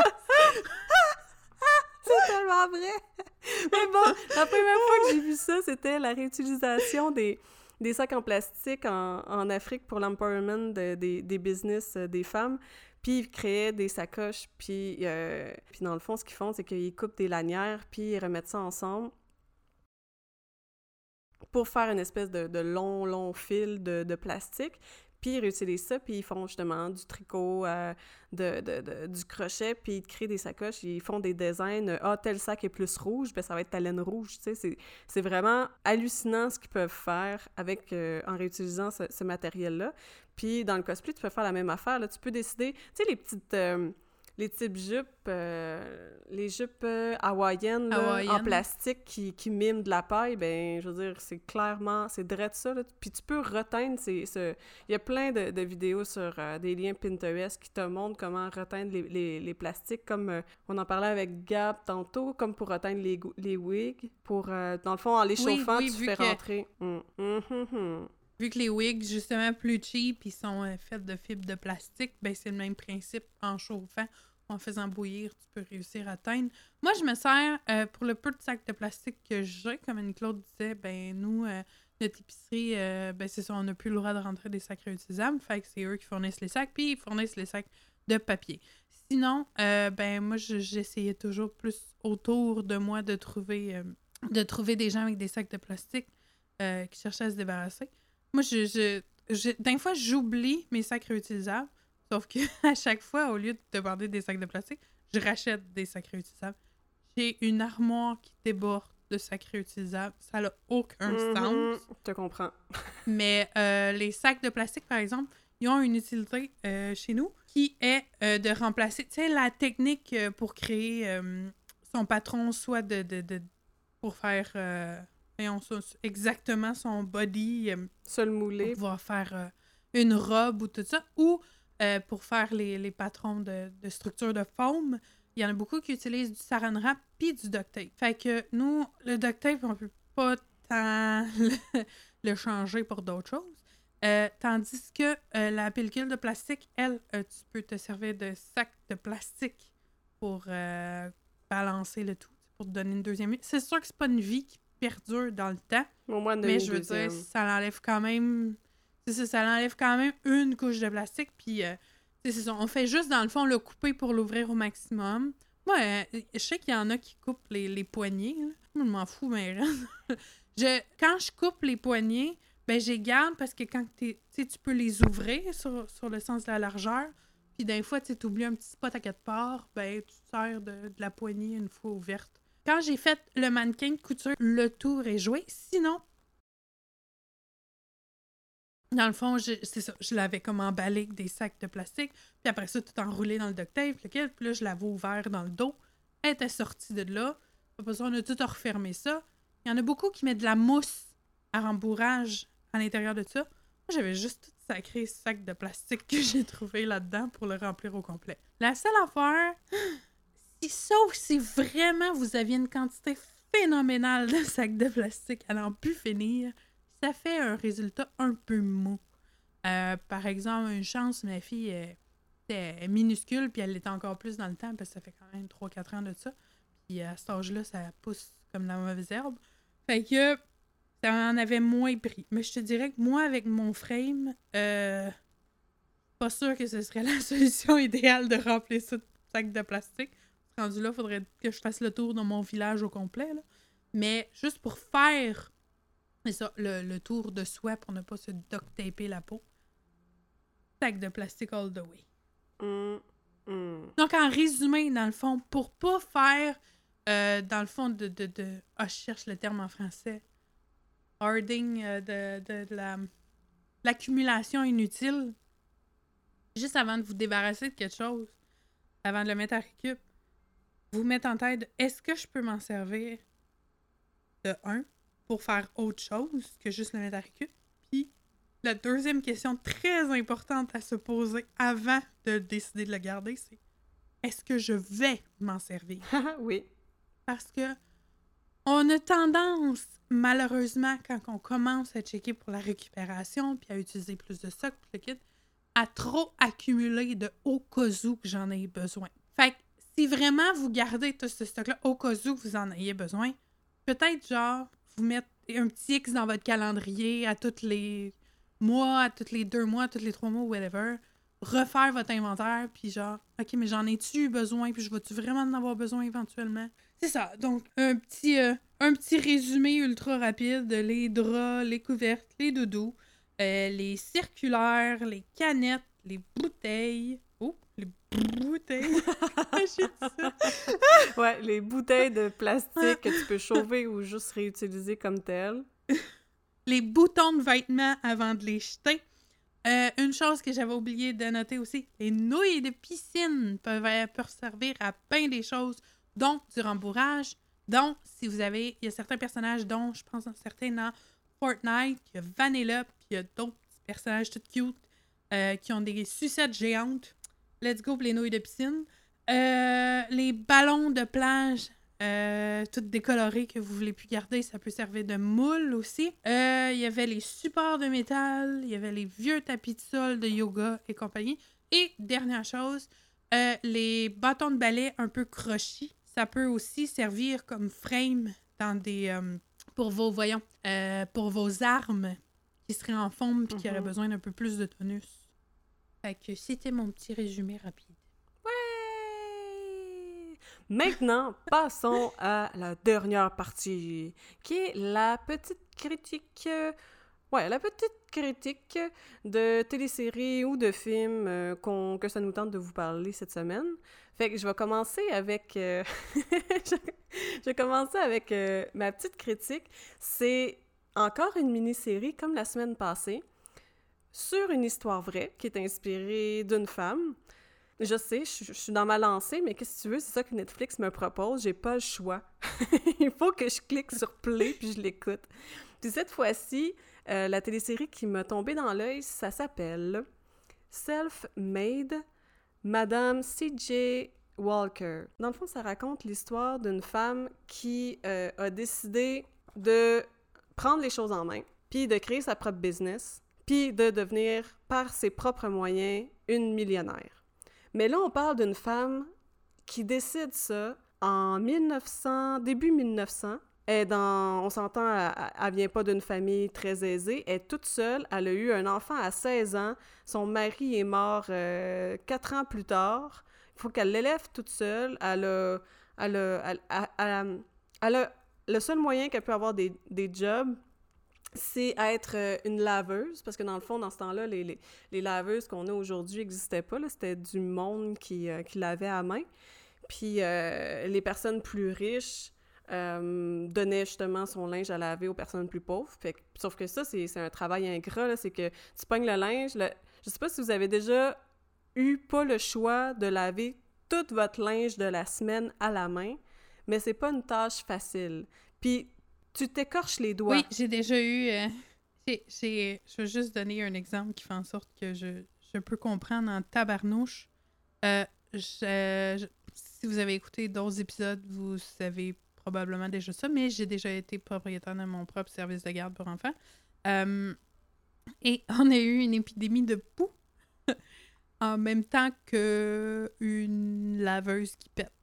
S2: C'est tellement vrai! Mais bon, la première fois que j'ai vu ça, c'était la réutilisation des, des sacs en plastique en, en Afrique pour l'empowerment de- des, des business euh, des femmes. Puis ils créaient des sacoches, puis, euh, puis dans le fond, ce qu'ils font, c'est qu'ils coupent des lanières, puis ils remettent ça ensemble pour faire une espèce de, de long, long fil de, de plastique. Puis ils réutilisent ça, puis ils font justement du tricot, euh, de, de, de- du crochet, puis ils te créent des sacoches, ils font des designs. euh, Ah, tel sac est plus rouge, ben ça va être ta laine rouge, tu sais. C'est, c'est vraiment hallucinant ce qu'ils peuvent faire avec, euh, en réutilisant ce, ce matériel-là. Puis dans le cosplay, tu peux faire la même affaire, là. Tu peux décider, tu sais, les petites... euh, les types jupes, euh, les jupes euh, hawaïennes, là, en
S1: Hawaïennes.
S2: plastique qui, qui miment de la paille, ben je veux dire, c'est clairement, c'est direct ça, là. Puis tu peux reteindre ces... ce- Il y a plein de, de vidéos sur euh, des liens Pinterest qui te montrent comment reteindre les, les, les plastiques, comme euh, on en parlait avec Gab tantôt, comme pour reteindre les, gou- les wigs, pour, euh, dans le fond, en les
S1: Oui,
S2: chauffant,
S1: oui,
S2: tu
S1: vu
S2: fais
S1: que-
S2: rentrer. Mm. Mhm, mhm.
S1: Vu que les wigs, justement, plus cheap, ils sont euh, faits de fibres de plastique, ben c'est le même principe en chauffant, en faisant bouillir, tu peux réussir à teindre. Moi, je me sers, euh, pour le peu de sacs de plastique que j'ai, comme Annie-Claude disait, ben nous, euh, notre épicerie, euh, ben c'est ça, on n'a plus le droit de rentrer des sacs réutilisables, fait que c'est eux qui fournissent les sacs, puis ils fournissent les sacs de papier. Sinon, euh, ben moi, je- j'essayais toujours plus autour de moi de trouver, euh, de trouver des gens avec des sacs de plastique euh, qui cherchaient à se débarrasser. Moi, je, je, je, d'un fois, j'oublie mes sacs réutilisables, sauf que à chaque fois, au lieu de demander des sacs de plastique, je rachète des sacs réutilisables. J'ai une armoire qui déborde de sacs réutilisables. Ça n'a aucun
S2: Mhm,
S1: sens.
S2: je te comprends.
S1: Mais euh, les sacs de plastique, par exemple, ils ont une utilité euh, chez nous qui est euh, de remplacer, tu sais, la technique euh, pour créer euh, son patron, soit de, de, de pour faire euh, voyons, ça, exactement son body, euh,
S2: Seul
S1: pour
S2: moulé.
S1: pouvoir faire euh, une robe ou tout ça, ou euh, pour faire les, les patrons de, de structure de foam. Il y en a beaucoup qui utilisent du saran wrap puis du duct tape. Fait que nous, le duct tape, on peut pas tant le, le changer pour d'autres choses. Euh, tandis que euh, la pellicule de plastique, elle, euh, tu peux te servir de sac de plastique pour euh, balancer le tout, pour te donner une deuxième vie. C'est sûr que c'est pas une vie qui perdure dans le temps,
S2: Au moins,
S1: mais je veux dire, ça l'enlève quand même... C'est ça, ça l'enlève quand même une couche de plastique, puis euh, c'est ça, on fait juste, dans le fond, le couper pour l'ouvrir au maximum. Moi, euh, je sais qu'il y en a qui coupent les, les poignées, là. Moi, je m'en fous, mais je, quand je coupe les poignées, ben, je les garde parce que quand t'es, tu peux les ouvrir sur, sur le sens de la largeur. Puis des fois, tu oublies un petit spot à quelque part, ben, tu te sers de, de la poignée une fois ouverte. Quand j'ai fait le mannequin de couture, le tour est joué. Sinon, dans le fond, je, c'est ça, je l'avais comme emballé avec des sacs de plastique. Puis après ça, tout enroulé dans le duct tape. Lequel, puis là, je l'avais ouvert dans le dos. Elle était sortie de là. Pas besoin de tout refermer ça. Il y en a beaucoup qui mettent de la mousse à rembourrage à l'intérieur de ça. Moi, j'avais juste tout sacré sac de plastique que j'ai trouvé là-dedans pour le remplir au complet. La seule affaire, si, sauf si vraiment vous aviez une quantité phénoménale de sacs de plastique à n'en plus finir, ça fait un résultat un peu mou. Euh, par exemple, une chance, ma fille est, est minuscule, puis elle l'est encore plus dans le temps, parce que ça fait quand même trois quatre ans de ça. Puis à cet âge-là, ça pousse comme la mauvaise herbe. Fait que ça en avait moins pris. Mais je te dirais que moi, avec mon frame, euh, pas sûr que ce serait la solution idéale de remplir ça de sacs de plastique. Rendu là, il faudrait que je fasse le tour de mon village au complet, là. Mais juste pour faire c'est ça, le, le tour de soie pour ne pas se duct-taper la peau. Sac de plastique all the way.
S2: Mm, mm.
S1: Donc, en résumé, dans le fond, pour pas faire, euh, dans le fond, de... de, de ah, je cherche le terme en français. Hoarding, euh, de, de, de la... l'accumulation inutile. Juste avant de vous débarrasser de quelque chose, avant de le mettre à récup, vous mettez en tête, est-ce que je peux m'en servir de un pour faire autre chose que juste le mettre à récup? Puis, la deuxième question très importante à se poser avant de décider de le garder, c'est est-ce que je vais m'en servir?
S2: Oui.
S1: Parce que on a tendance, malheureusement, quand on commence à checker pour la récupération puis à utiliser plus de stock, puis le kit, à trop accumuler de au cas où que j'en ai besoin. Fait que si vraiment vous gardez tout ce stock-là au cas où que vous en ayez besoin, peut-être genre vous mettre un petit X dans votre calendrier à tous les mois, à tous les deux mois, à tous les trois mois, whatever. Refaire votre inventaire, puis genre, OK, mais j'en ai-tu besoin, puis je vais-tu vraiment en avoir besoin éventuellement? C'est ça. Donc, un petit, euh, un petit résumé ultra rapide de les draps, les couvertes, les doudous, euh, les circulaires, les canettes, les bouteilles. Oh, les bouteilles! J'ai dit ça!
S2: Ouais, les bouteilles de plastique que tu peux chauffer ou juste réutiliser comme telles.
S1: Les boutons de vêtements avant de les jeter. Euh, une chose que j'avais oublié de noter aussi, les nouilles de piscine peuvent, peuvent servir à plein des choses, dont du rembourrage, dont, si vous avez, il y a certains personnages, dont je pense certains dans Fortnite, il y a Vanilla, puis il y a d'autres personnages tout cute euh, qui ont des sucettes géantes. Let's go pour les nouilles de piscine. Euh, les ballons de plage, euh, toutes décolorés que vous voulez plus garder, ça peut servir de moule aussi. Euh, il y avait les supports de métal, il y avait les vieux tapis de sol de yoga et compagnie. Et dernière chose, euh, les bâtons de balai un peu crochis, ça peut aussi servir comme frame dans des euh, pour vos voyons, euh, pour vos armes qui seraient en forme puis qui auraient besoin d'un peu plus de tonus. Fait que c'était mon petit résumé rapide.
S2: Maintenant, passons à la dernière partie, qui est la petite critique, euh, ouais, la petite critique de téléséries ou de films euh, qu'on, que ça nous tente de vous parler cette semaine. Fait que je vais commencer avec, euh, je, je vais commencer avec euh, ma petite critique. C'est encore une mini-série, comme la semaine passée, sur une histoire vraie qui est inspirée d'une femme. Je sais, je, je suis dans ma lancée, mais qu'est-ce que tu veux? C'est ça que Netflix me propose. J'ai pas le choix. Il faut que je clique sur Play puis je l'écoute. Puis cette fois-ci, euh, la télésérie qui m'a tombé dans l'œil, ça s'appelle Self-Made, Madame C J Walker. Dans le fond, ça raconte l'histoire d'une femme qui euh, a décidé de prendre les choses en main, puis de créer sa propre business, puis de devenir, par ses propres moyens, une millionnaire. Mais là, on parle d'une femme qui décide ça en mille neuf cents, début mille neuf cents. Elle est dans, on s'entend, elle, elle vient pas d'une famille très aisée. Elle est toute seule. Elle a eu un enfant à seize ans. Son mari est mort euh, quatre ans plus tard. Il faut qu'elle l'élève toute seule. Elle a, elle a, elle, elle, elle, elle a le seul moyen qu'elle peut avoir des, des jobs, c'est être une laveuse, parce que dans le fond, dans ce temps-là, les, les, les laveuses qu'on a aujourd'hui n'existaient pas, là, c'était du monde qui, euh, qui lavait à main. Puis euh, les personnes plus riches euh, donnaient justement son linge à laver aux personnes plus pauvres. Fait que, sauf que ça, c'est, c'est un travail ingrat, là, c'est que tu pognes le linge. Le, je sais pas si vous avez déjà eu pas le choix de laver tout votre linge de la semaine à la main, mais c'est pas une tâche facile. Puis tu t'écorches les doigts.
S1: Oui, j'ai déjà eu... Euh, j'ai, j'ai, je vais juste donner un exemple qui fait en sorte que je, je peux comprendre en tabarnouche. Euh, je, je, si vous avez écouté d'autres épisodes, vous savez probablement déjà ça, mais j'ai déjà été propriétaire de mon propre service de garde pour enfants. Euh, et on a eu une épidémie de poux en même temps qu'une laveuse qui pète.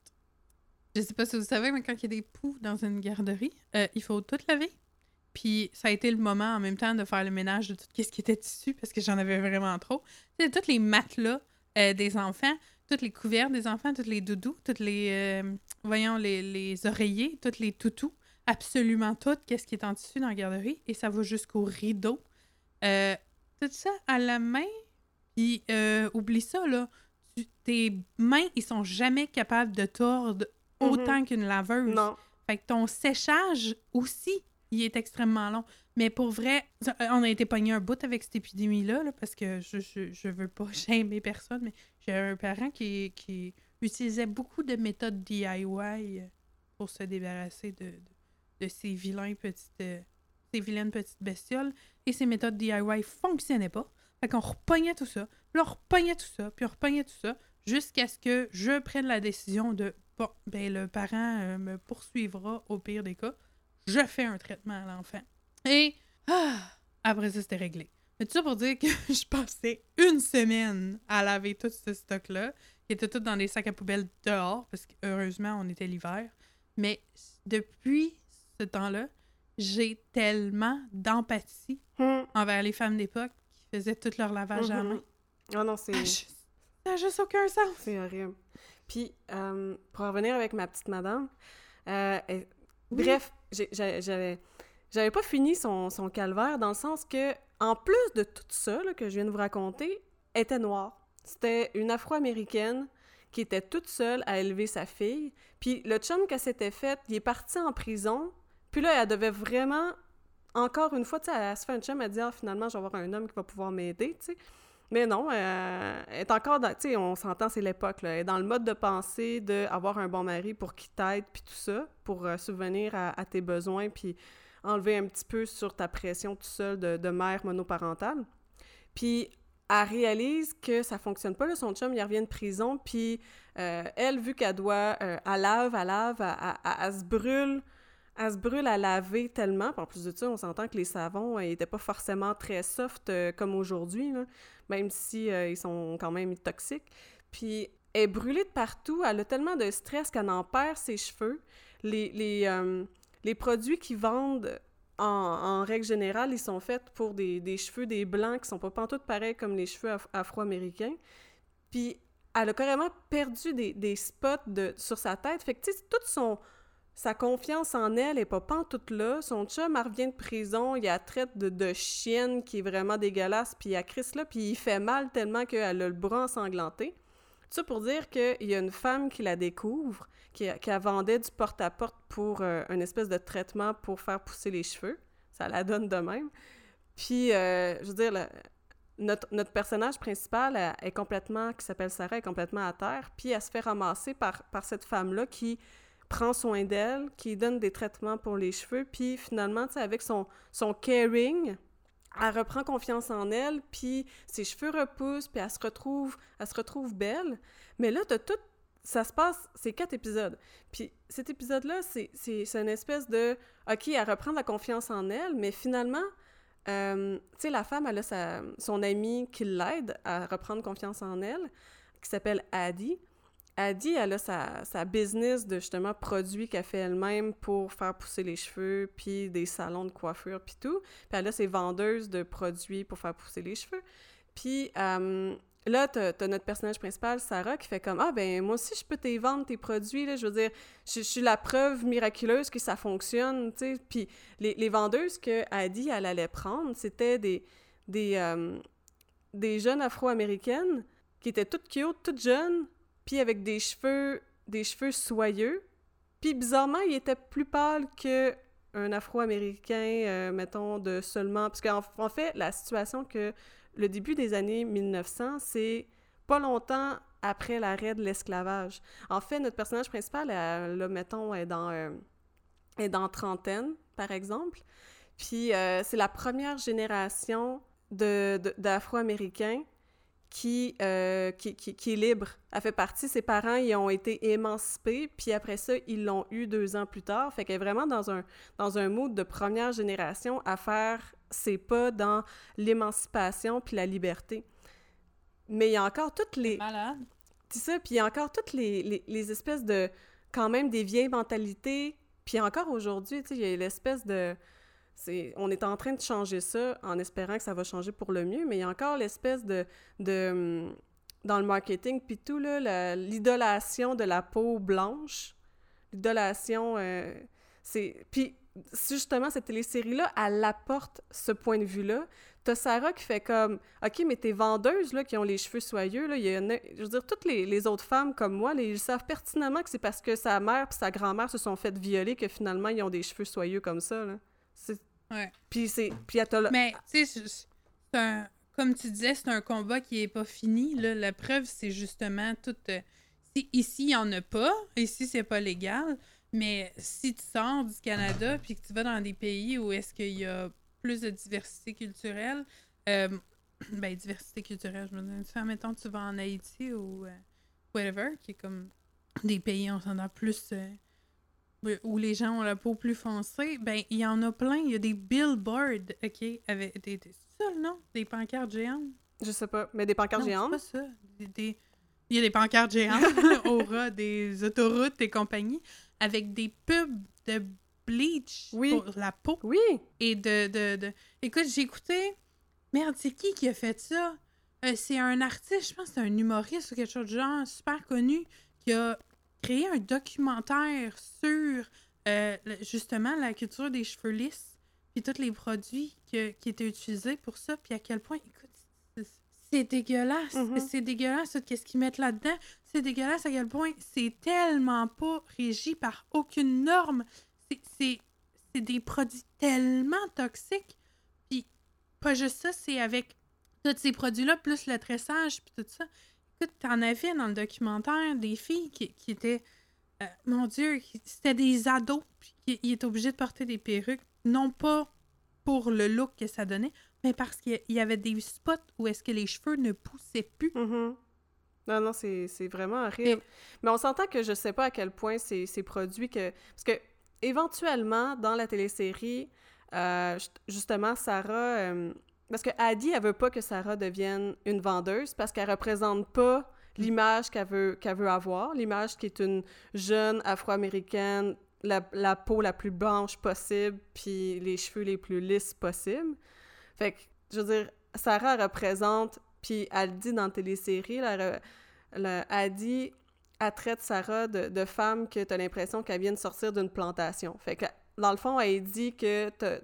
S1: Je sais pas si vous savez, mais quand il y a des poux dans une garderie, euh, il faut tout laver. Puis ça a été le moment en même temps de faire le ménage de tout ce qui était tissu parce que j'en avais vraiment trop. Tu sais, tous les matelas euh, des enfants, toutes les couverts des enfants, tous les doudous, toutes les, euh, voyons, les, les oreillers, tous les toutous, absolument tout, qu'est-ce qui est en tissu dans la garderie. Et ça va jusqu'au rideau. Euh, tout ça à la main. Puis euh, oublie ça, là. Tu, tes mains, ils sont jamais capables de tordre autant mm-hmm. qu'une laveuse.
S2: Non.
S1: Fait que ton séchage aussi, il est extrêmement long. Mais pour vrai, on a été pogné un bout avec cette épidémie-là, là, parce que je, je, je veux pas shamer personne, mais j'ai un parent qui, qui utilisait beaucoup de méthodes D I Y pour se débarrasser de, de, de ces vilains petites, euh, ces vilaines petites bestioles. Et ces méthodes D I Y fonctionnaient pas. Fait qu'on repognait tout ça, puis on repognait tout ça, puis on repognait tout ça, jusqu'à ce que je prenne la décision de bon, ben le parent euh, me poursuivra au pire des cas. Je fais un traitement à l'enfant. Et ah, après ça, c'était réglé. Mais tout ça pour dire que je passais une semaine à laver tout ce stock-là, qui était tout dans des sacs à poubelle dehors, parce que heureusement, on était l'hiver. Mais depuis ce temps-là, j'ai tellement d'empathie
S2: hmm.
S1: envers les femmes d'époque qui faisaient tout leur lavage
S2: mm-hmm.
S1: à la main.
S2: Ah non, c'est...
S1: Ah, je... Ça n'a juste aucun sens.
S2: C'est horrible. Puis, euh, pour revenir avec ma petite madame, euh, elle... oui. bref, j'ai, j'avais, j'avais pas fini son, son calvaire dans le sens que, en plus de tout ça là, que je viens de vous raconter, elle était noire. C'était une Afro-Américaine qui était toute seule à élever sa fille. Puis le chum qu'elle s'était fait, il est parti en prison. Puis là, elle devait vraiment, encore une fois, tu sais, elle se fait un chum, elle dit « Ah, finalement, je vais avoir un homme qui va pouvoir m'aider, tu sais. » Mais non, euh, elle est encore dans... Tu sais, on s'entend, c'est l'époque, là. Elle est dans le mode de pensée d'avoir un bon mari pour qu'il t'aide, puis tout ça, pour euh, subvenir à, à tes besoins, puis enlever un petit peu sur ta pression tout seul de, de mère monoparentale. Puis elle réalise que ça fonctionne pas, là. Son chum, il revient de prison, puis euh, elle, vu qu'elle doit... Euh, elle lave, elle lave, elle, elle, elle, elle se brûle... Elle se brûle à laver tellement. Puis en plus de ça, on s'entend que les savons n'étaient pas forcément très soft euh, comme aujourd'hui, là, même si euh, ils sont quand même toxiques. Puis elle est brûlée de partout. Elle a tellement de stress qu'elle en perd ses cheveux. Les, les, euh, les produits qu'ils vendent, en, en règle générale, ils sont faits pour des, des cheveux, des blancs qui sont pas pantoute pareils comme les cheveux af- afro-américains. Puis elle a carrément perdu des, des spots de, sur sa tête. Fait que, tu sais, tout son... Sa confiance en elle n'est pas pantoute là. Son chum, elle revient de prison, il la traite de, de chienne qui est vraiment dégueulasse, puis elle crisse là, puis il fait mal tellement qu'elle a le bras ensanglanté. Tout ça pour dire qu'il y a une femme qui la découvre, qui, qui a vendait du porte-à-porte pour euh, une espèce de traitement pour faire pousser les cheveux. Ça la donne de même. Puis, euh, je veux dire, la, notre, notre personnage principal elle, est complètement, qui s'appelle Sarah, est complètement à terre, puis elle se fait ramasser par, par cette femme-là qui... prend soin d'elle, qui donne des traitements pour les cheveux, puis finalement, tu sais, avec son, son caring, elle reprend confiance en elle, puis ses cheveux repoussent, puis elle se retrouve, elle se retrouve belle. Mais là, t'as tout ça se passe, c'est quatre épisodes. Puis cet épisode-là, c'est, c'est, c'est une espèce de, OK, elle reprend la confiance en elle, mais finalement, euh, tu sais, la femme, elle a sa, son amie qui l'aide à reprendre confiance en elle, qui s'appelle Addie. Addie, elle a sa, sa business de, justement, produits qu'elle fait elle-même pour faire pousser les cheveux, puis des salons de coiffure, puis tout. Puis elle a ses vendeuses de produits pour faire pousser les cheveux. Puis euh, là, t'as, t'as notre personnage principal, Sarah, qui fait comme « Ah, ben moi aussi, je peux te vendre tes produits, là. Je veux dire, je, je suis la preuve miraculeuse que ça fonctionne, tu sais. » Puis les, les vendeuses que Addie, elle allait prendre, c'était des, des, euh, des jeunes Afro-américaines qui étaient toutes cute, toutes jeunes, puis avec des cheveux, des cheveux soyeux. Puis bizarrement, il était plus pâle qu'un Afro-Américain, euh, mettons, de seulement... Parce qu'en en fait, la situation que le début des années mille neuf cents, c'est pas longtemps après l'arrêt de l'esclavage. En fait, notre personnage principal, elle, là, mettons, est dans, euh, est dans trentaine, par exemple. Puis euh, c'est la première génération de, de, d'Afro-Américains Qui, euh, qui, qui, qui est libre. Elle fait partie, ses parents, ils ont été émancipés, puis après ça, ils l'ont eu deux ans plus tard. Fait qu'elle est vraiment dans un, dans un mood de première génération à faire ses pas dans l'émancipation puis la liberté. Mais il y a encore toutes les...
S1: Malade.
S2: C'est ça, puis il y a encore toutes les, les, les espèces de... quand même des vieilles mentalités. Puis encore aujourd'hui, tu sais, il y a l'espèce de... C'est, on est en train de changer ça en espérant que ça va changer pour le mieux, mais il y a encore l'espèce de... de dans le marketing, puis tout, là, la, l'idolation de la peau blanche. L'idolation... Euh, c'est... Puis, justement, cette télésérie-là, elle apporte ce point de vue-là. T'as Sarah qui fait comme... OK, mais tes vendeuses, là, qui ont les cheveux soyeux, là, il y en a... Je veux dire, toutes les, les autres femmes comme moi, les, ils savent pertinemment que c'est parce que sa mère puis sa grand-mère se sont fait violer que finalement, ils ont des cheveux soyeux comme ça, là. C'est...
S1: Ouais.
S2: Puis c'est... Puis elle t'a...
S1: Mais, tu sais, c'est un... Comme tu disais, c'est un combat qui est pas fini, là. La preuve, c'est justement tout... Euh... Si, ici, il y en a pas. Ici, c'est pas légal. Mais si tu sors du Canada puis que tu vas dans des pays où est-ce qu'il y a plus de diversité culturelle, euh... ben, diversité culturelle, je me dis, ça, mettons, tu vas en Haïti ou euh, whatever, qui est comme des pays, on s'entend plus... Euh... où les gens ont la peau plus foncée, ben, il y en a plein. Il y a des billboards, OK, avec des... des c'est ça, le nom? Des pancartes géantes?
S2: Je sais pas, mais des pancartes
S1: non,
S2: géantes?
S1: c'est pas ça. Des, des... Il y a des pancartes géantes au ras des autoroutes et compagnie, avec des pubs de bleach
S2: oui.
S1: pour la peau.
S2: Oui!
S1: Et de... de, de... Écoute, j'ai écouté... Merde, c'est qui qui a fait ça? Euh, c'est un artiste, je pense que c'est un humoriste ou quelque chose de genre super connu, qui a créé un documentaire sur euh, justement la culture des cheveux lisses, puis tous les produits que, qui étaient utilisés pour ça, puis à quel point, écoute, c'est, c'est dégueulasse, mm-hmm. c'est dégueulasse, tout, qu'est-ce qu'ils mettent là-dedans, c'est dégueulasse à quel point c'est tellement pas régi par aucune norme, c'est, c'est, c'est des produits tellement toxiques, puis pas juste ça, c'est avec tous ces produits-là, plus le tressage, puis tout ça. Écoute, t'en avais dans le documentaire des filles qui, qui étaient, euh, mon Dieu, qui, c'était des ados, puis qui, qui étaient obligés de porter des perruques, non pas pour le look que ça donnait, mais parce qu'il y avait des spots où est-ce que les cheveux ne poussaient plus.
S2: Mm-hmm. Non, non, c'est, c'est vraiment horrible. Et... Mais on s'entend que je sais pas à quel point c'est, c'est produit que... Parce que, éventuellement, dans la télésérie, euh, justement, Sarah... Euh, Parce que Addie, elle veut pas que Sarah devienne une vendeuse parce qu'elle représente pas l'image qu'elle veut, qu'elle veut avoir, l'image qui est une jeune Afro-Américaine, la, la peau la plus blanche possible, puis les cheveux les plus lisses possibles. Fait que, je veux dire, Sarah représente, puis elle dit dans la télésérie, la, la, Addie, elle traite Sarah de, de femme que t'as l'impression qu'elle vient de sortir d'une plantation. Fait que, dans le fond, elle dit que t'as,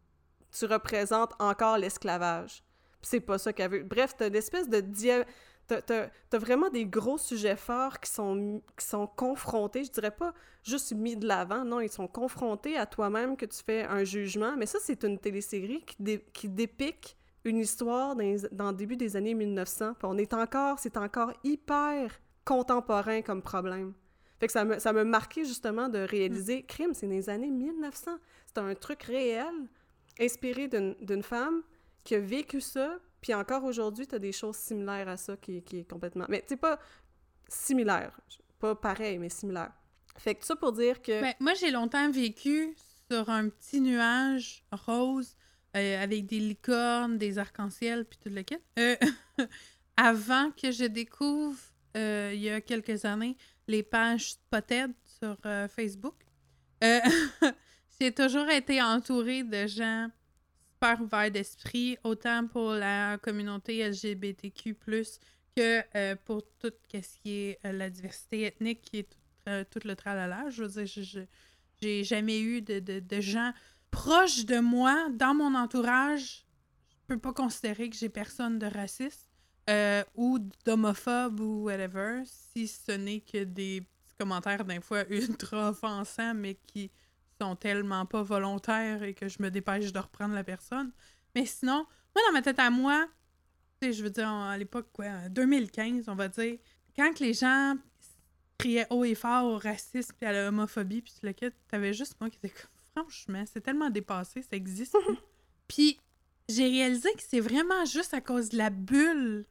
S2: tu représentes encore l'esclavage. Puis c'est pas ça qu'elle veut. Bref, t'as une espèce de... Dia... T'as, t'as, t'as vraiment des gros sujets forts qui sont, qui sont confrontés, je dirais pas juste mis de l'avant, non, ils sont confrontés à toi-même que tu fais un jugement, mais ça, c'est une télésérie qui, dé... qui dépique une histoire dans, les... dans le début des années mille neuf cents, puis on est encore... C'est encore hyper contemporain comme problème. Fait que ça me, ça m'a marqué, justement, de réaliser... Crime, c'est dans les années mille neuf cents. C'est un truc réel... inspiré d'une, d'une femme qui a vécu ça, puis encore aujourd'hui, t'as des choses similaires à ça qui, qui est complètement... Mais c'est pas similaire. pas pareil, mais similaire. Fait que tout ça pour dire que...
S1: Ben, moi, j'ai longtemps vécu sur un petit nuage rose euh, avec des licornes, des arcs-en-ciel, puis tout le kit. Euh, avant que je découvre, euh, il y a quelques années, les pages Spotted sur euh, Facebook, euh, j'ai toujours été entourée de gens super ouverts d'esprit, autant pour la communauté L G B T Q plus, que euh, pour tout ce qui est euh, la diversité ethnique, qui est tout, euh, tout le tralala. Je veux dire, je, je, j'ai jamais eu de, de, de gens proches de moi, dans mon entourage. Je peux pas considérer que j'ai personne de raciste euh, ou d'homophobe ou whatever, si ce n'est que des petits commentaires d'un fois ultra offensants, mais qui sont tellement pas volontaires et que je me dépêche de reprendre la personne. Mais sinon, moi, dans ma tête à moi, tu sais, je veux dire, à l'époque, quoi, en deux mille quinze, on va dire, quand que les gens criaient haut et fort au racisme puis à l'homophobie puis tout le kit, t'avais juste moi qui était comme, franchement, c'est tellement dépassé, ça existe plus. Puis j'ai réalisé que c'est vraiment juste à cause de la bulle,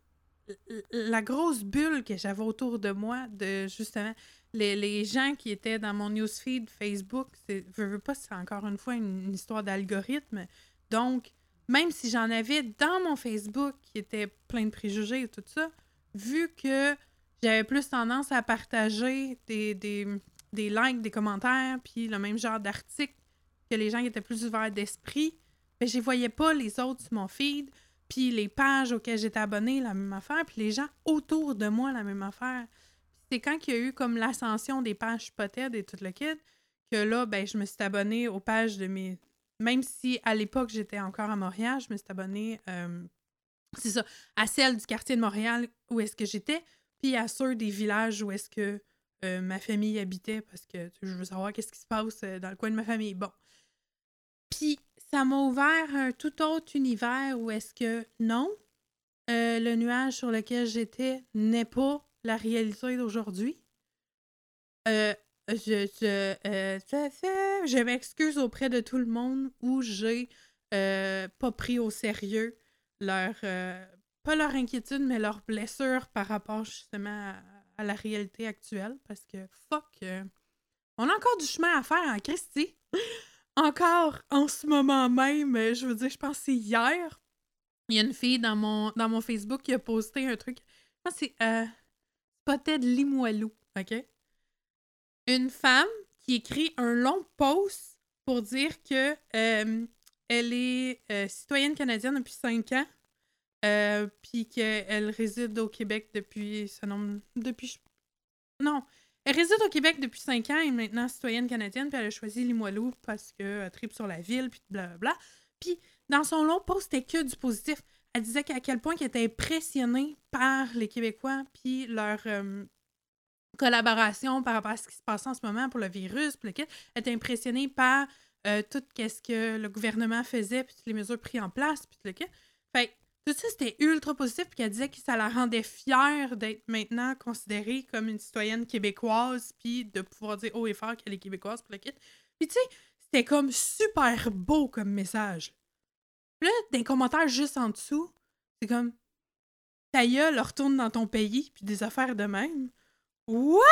S1: la grosse bulle que j'avais autour de moi, de justement les, les gens qui étaient dans mon newsfeed Facebook. C'est, je veux pas, c'est encore une fois une, une histoire d'algorithme. Donc, même si j'en avais dans mon Facebook qui était plein de préjugés et tout ça, vu que j'avais plus tendance à partager des, des, des likes, des commentaires, puis le même genre d'articles que les gens qui étaient plus ouverts d'esprit, ben, je les voyais pas les autres sur mon feed, puis les pages auxquelles j'étais abonnée, la même affaire, puis les gens autour de moi, la même affaire. Puis c'est quand il y a eu comme l'ascension des pages Spotted et tout le kit, que là, ben, je me suis abonnée aux pages de mes... Même si à l'époque, j'étais encore à Montréal, je me suis abonnée, euh, c'est ça, à celle du quartier de Montréal où est-ce que j'étais, puis à ceux des villages où est-ce que euh, ma famille habitait, parce que je veux savoir qu'est-ce qui se passe dans le coin de ma famille. Bon. Puis ça m'a ouvert un tout autre univers où est-ce que, non, euh, le nuage sur lequel j'étais n'est pas la réalité d'aujourd'hui. Euh, je, je, euh, ça, ça, je m'excuse auprès de tout le monde où j'ai euh, pas pris au sérieux leur... Euh, pas leur inquiétude, mais leur blessure par rapport justement à, à la réalité actuelle. Parce que, fuck, euh, on a encore du chemin à faire en Christie. Encore en ce moment même, je veux dire, je pense que c'est hier, il y a une fille dans mon, dans mon Facebook qui a posté un truc. Je pense que c'est euh, Spotted Limoilou, OK? Une femme qui écrit un long post pour dire que euh, elle est euh, citoyenne canadienne depuis cinq ans, euh, puis qu'elle réside au Québec depuis ce nombre... Depuis... Non, elle réside au Québec depuis cinq ans et est maintenant citoyenne canadienne, puis elle a choisi Limoilou parce qu'elle tripe sur la ville, puis blablabla. Puis dans son long post, c'était que du positif. Elle disait qu'à quel point elle était impressionnée par les Québécois, puis leur euh, collaboration par rapport à ce qui se passe en ce moment pour le virus, puis le kit. Elle était impressionnée par euh, tout ce que le gouvernement faisait, puis toutes les mesures prises en place, puis tout le kit. Fait que tout ça, c'était ultra positif, puis qu'elle disait que ça la rendait fière d'être maintenant considérée comme une citoyenne québécoise, puis de pouvoir dire haut et fort qu'elle est québécoise, puis le kit. Puis tu sais, c'était comme super beau comme message. Puis là, dans les commentaires juste en dessous, c'est comme ta gueule, retourne dans ton pays, puis des affaires de même. What?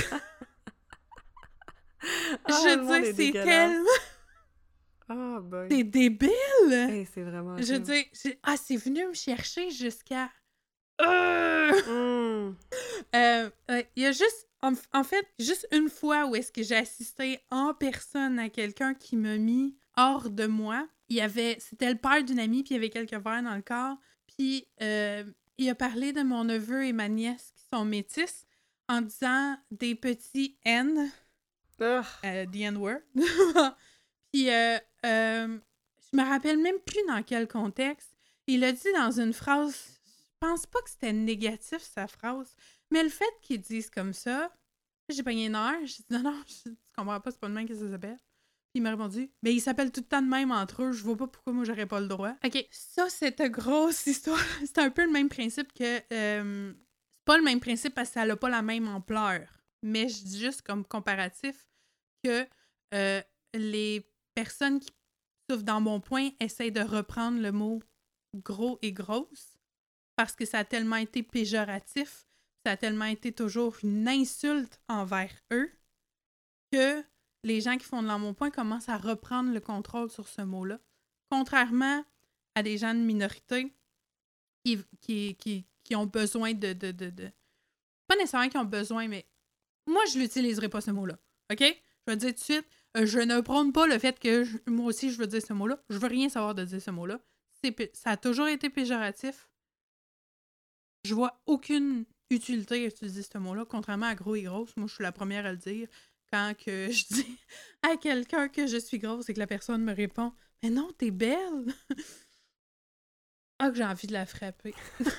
S2: Ah,
S1: Je veux dire, c'est tellement...
S2: Ah, boy.
S1: C'est débile!
S2: Hey, c'est vraiment...
S1: Je veux dire, c'est... ah, c'est venu me chercher jusqu'à... Euh...
S2: Mm.
S1: Euh, euh, il y a juste... En, en fait, juste une fois où est-ce que j'ai assisté en personne à quelqu'un qui m'a mis hors de moi. Il y avait... C'était le père d'une amie, puis il y avait quelques verres dans le corps. Puis euh, il a parlé de mon neveu et ma nièce qui sont métis en disant des petits N. Euh, the N-word. Puis, euh, euh, je me rappelle même plus dans quel contexte. Il a dit dans une phrase, je pense pas que c'était négatif sa phrase, mais le fait qu'il dise comme ça, j'ai pogné une heure, j'ai dit non, non, je, tu comprends pas, c'est pas de même que ça s'appelle. Puis il m'a répondu, mais ils s'appellent tout le temps de même entre eux, je vois pas pourquoi moi j'aurais pas le droit. Ok, ça, cette grosse histoire, c'est un peu le même principe que. Euh, c'est pas le même principe parce que ça n'a pas la même ampleur, mais je dis juste comme comparatif que euh, les personnes qui souffrent dans Bon Point essayent de reprendre le mot gros et grosse parce que ça a tellement été péjoratif. ça a tellement été toujours une insulte envers eux que les gens qui font de l'embonpoint commencent à reprendre le contrôle sur ce mot-là. Contrairement à des gens de minorité qui, qui, qui, qui ont besoin de, de, de, de... Pas nécessairement qui ont besoin, mais moi, je l'utiliserai pas, ce mot-là. OK? Je vais dire tout de suite, euh, je ne prône pas le fait que je, moi aussi, je veux dire ce mot-là. Je veux rien savoir de dire ce mot-là. C'est, ça a toujours été péjoratif. Je vois aucune utilité à utiliser ce mot-là, contrairement à gros et grosse. Moi, je suis la première à le dire. Quand que je dis à quelqu'un que je suis grosse et que la personne me répond « Mais non, t'es belle! » Ah, que j'ai envie de la frapper.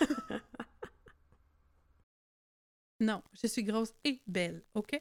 S1: Non, je suis grosse et belle, OK?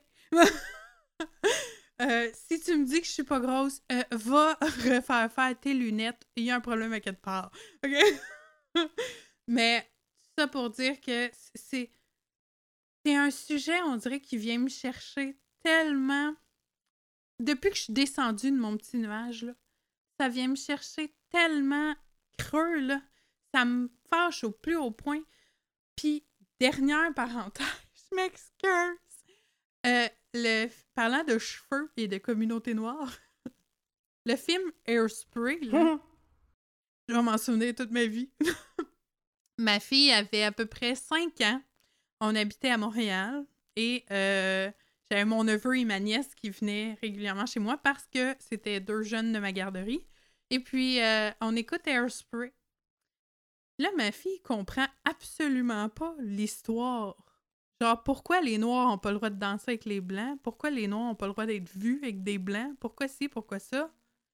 S1: euh, si tu me dis que je suis pas grosse, euh, va refaire faire tes lunettes. Il y a un problème à quelque part, OK? Mais ça pour dire que c'est, c'est un sujet, on dirait, qui vient me chercher tellement... Depuis que je suis descendue de mon petit nuage, là, ça vient me chercher tellement creux, là. Ça me fâche au plus haut point. Puis, dernière parenthèse, je m'excuse. Euh, le, parlant de cheveux et de communauté noire, le film Hairspray, là, je vais m'en souvenir toute ma vie. Ma fille avait à peu près cinq ans. On habitait à Montréal et euh, j'avais mon neveu et ma nièce qui venaient régulièrement chez moi parce que c'était deux jeunes de ma garderie. Et puis, euh, on écoute Hairspray. Là, ma fille comprend absolument pas l'histoire. Genre, pourquoi les Noirs n'ont pas le droit de danser avec les Blancs? Pourquoi les Noirs n'ont pas le droit d'être vus avec des Blancs? Pourquoi ci, pourquoi ça?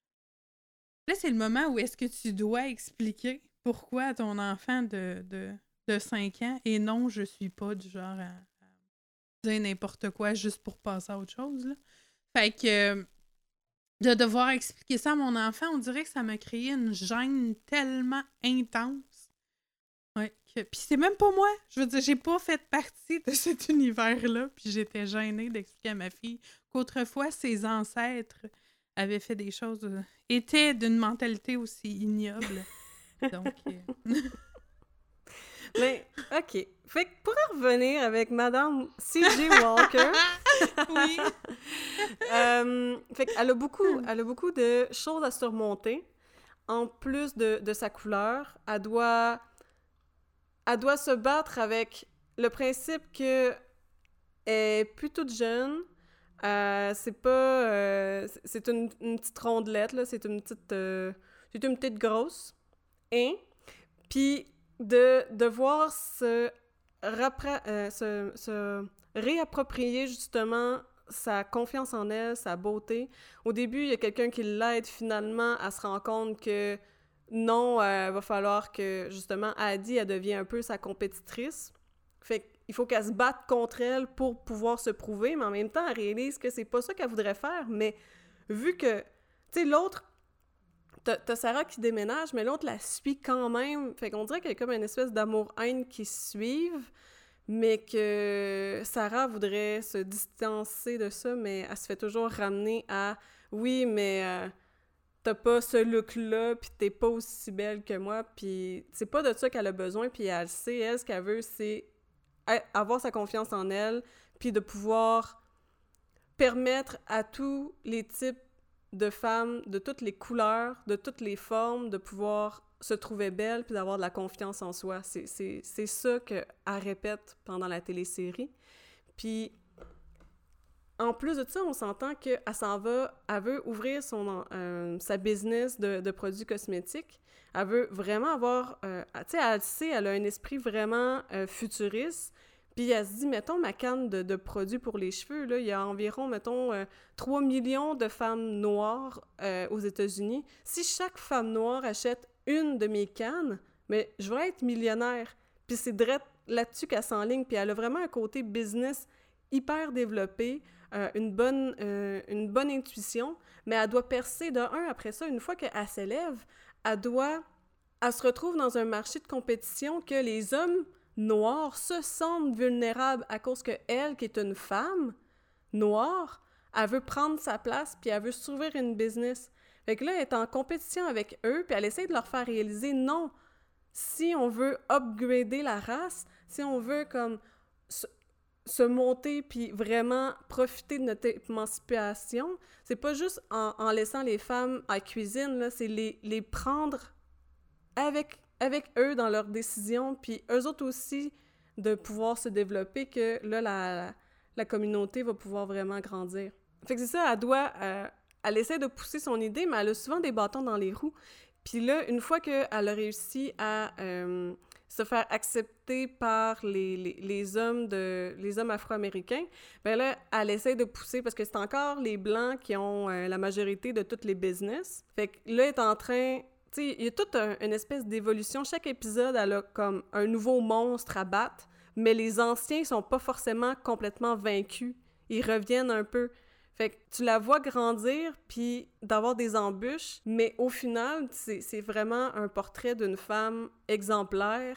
S1: Là, c'est le moment où est-ce que tu dois expliquer pourquoi à ton enfant de, de, de cinq ans, et non, je suis pas du genre à, à dire n'importe quoi juste pour passer à autre chose, là. Fait que de devoir expliquer ça à mon enfant, on dirait que ça m'a créé une gêne tellement intense. Ouais. Que... Puis c'est même pas moi. Je veux dire, j'ai pas fait partie de cet univers-là. Puis j'étais gênée d'expliquer à ma fille qu'autrefois, ses ancêtres avaient fait des choses... Euh, étaient d'une mentalité aussi ignoble. Donc... Euh...
S2: Mais, OK. Fait que pour en revenir avec Madame C J Walker...
S1: oui!
S2: euh, fait qu'elle a beaucoup, elle a beaucoup de choses à surmonter. En plus de, de sa couleur, elle doit... Elle doit se battre avec le principe que elle est plus toute jeune, euh, c'est pas... Euh, c'est une, une petite rondelette, là, c'est une petite... Euh, c'est une petite grosse. Hein? Puis de devoir se, rappra- euh, se, se réapproprier, justement, sa confiance en elle, sa beauté. Au début, il y a quelqu'un qui l'aide, finalement, à se rendre compte que non, il euh, va falloir que, justement, Addie, elle devient un peu sa compétitrice. Fait qu'il faut qu'elle se batte contre elle pour pouvoir se prouver, mais en même temps, elle réalise que c'est pas ça qu'elle voudrait faire, mais vu que, tu sais, l'autre, t'as, t'as Sarah qui déménage, mais l'autre la suit quand même, fait qu'on dirait qu'il y a comme une espèce d'amour-haine qui se suivent, mais que Sarah voudrait se distancer de ça, mais elle se fait toujours ramener à « oui, mais... Euh, t'as pas ce look-là, pis t'es pas aussi belle que moi, pis c'est pas de ça qu'elle a besoin, pis elle sait, elle, ce qu'elle veut, c'est avoir sa confiance en elle, puis de pouvoir permettre à tous les types de femmes, de toutes les couleurs, de toutes les formes, de pouvoir se trouver belle, puis d'avoir de la confiance en soi. C'est, c'est, c'est ça qu'elle répète pendant la télésérie. Puis... En plus de ça, on s'entend qu'elle s'en va, elle veut ouvrir son, euh, sa business de, de produits cosmétiques. Elle veut vraiment avoir... Euh, tu sais, elle sait, elle a un esprit vraiment euh, futuriste. Puis elle se dit, mettons, ma canne de, de produits pour les cheveux, là, il y a environ, mettons, euh, trois millions de femmes noires euh, aux États-Unis. Si chaque femme noire achète une de mes cannes, mais je vais être millionnaire. Puis c'est direct là-dessus qu'elle s'enligne. Puis elle a vraiment un côté business hyper développé. Euh, une, bonne, euh, une bonne intuition, mais elle doit percer de un. Après ça, une fois qu'elle s'élève, elle doit... Elle se retrouve dans un marché de compétition que les hommes noirs se sentent vulnérables à cause que elle, qui est une femme noire, elle veut prendre sa place puis elle veut s'ouvrir une business. Fait que là, elle est en compétition avec eux puis elle essaie de leur faire réaliser, non, si on veut upgrader la race, si on veut comme... se, se monter puis vraiment profiter de notre émancipation, c'est pas juste en, en laissant les femmes à la cuisine, là, c'est les, les prendre avec, avec eux dans leurs décisions, puis eux autres aussi de pouvoir se développer, que là, la, la communauté va pouvoir vraiment grandir. Fait que c'est ça, elle doit... Euh, elle essaie de pousser son idée, mais elle a souvent des bâtons dans les roues. Puis là, une fois qu'elle a réussi à euh, se faire accepter par les, les, les hommes de les hommes afro-américains, ben là, elle essaie de pousser, parce que c'est encore les Blancs qui ont euh, la majorité de tous les business. Fait que là, elle est en train... Tu sais, il y a toute un, une espèce d'évolution. Chaque épisode, elle a comme un nouveau monstre à battre, mais les anciens sont pas forcément complètement vaincus. Ils reviennent un peu. Fait que tu la vois grandir, puis d'avoir des embûches, mais au final, c'est, c'est vraiment un portrait d'une femme exemplaire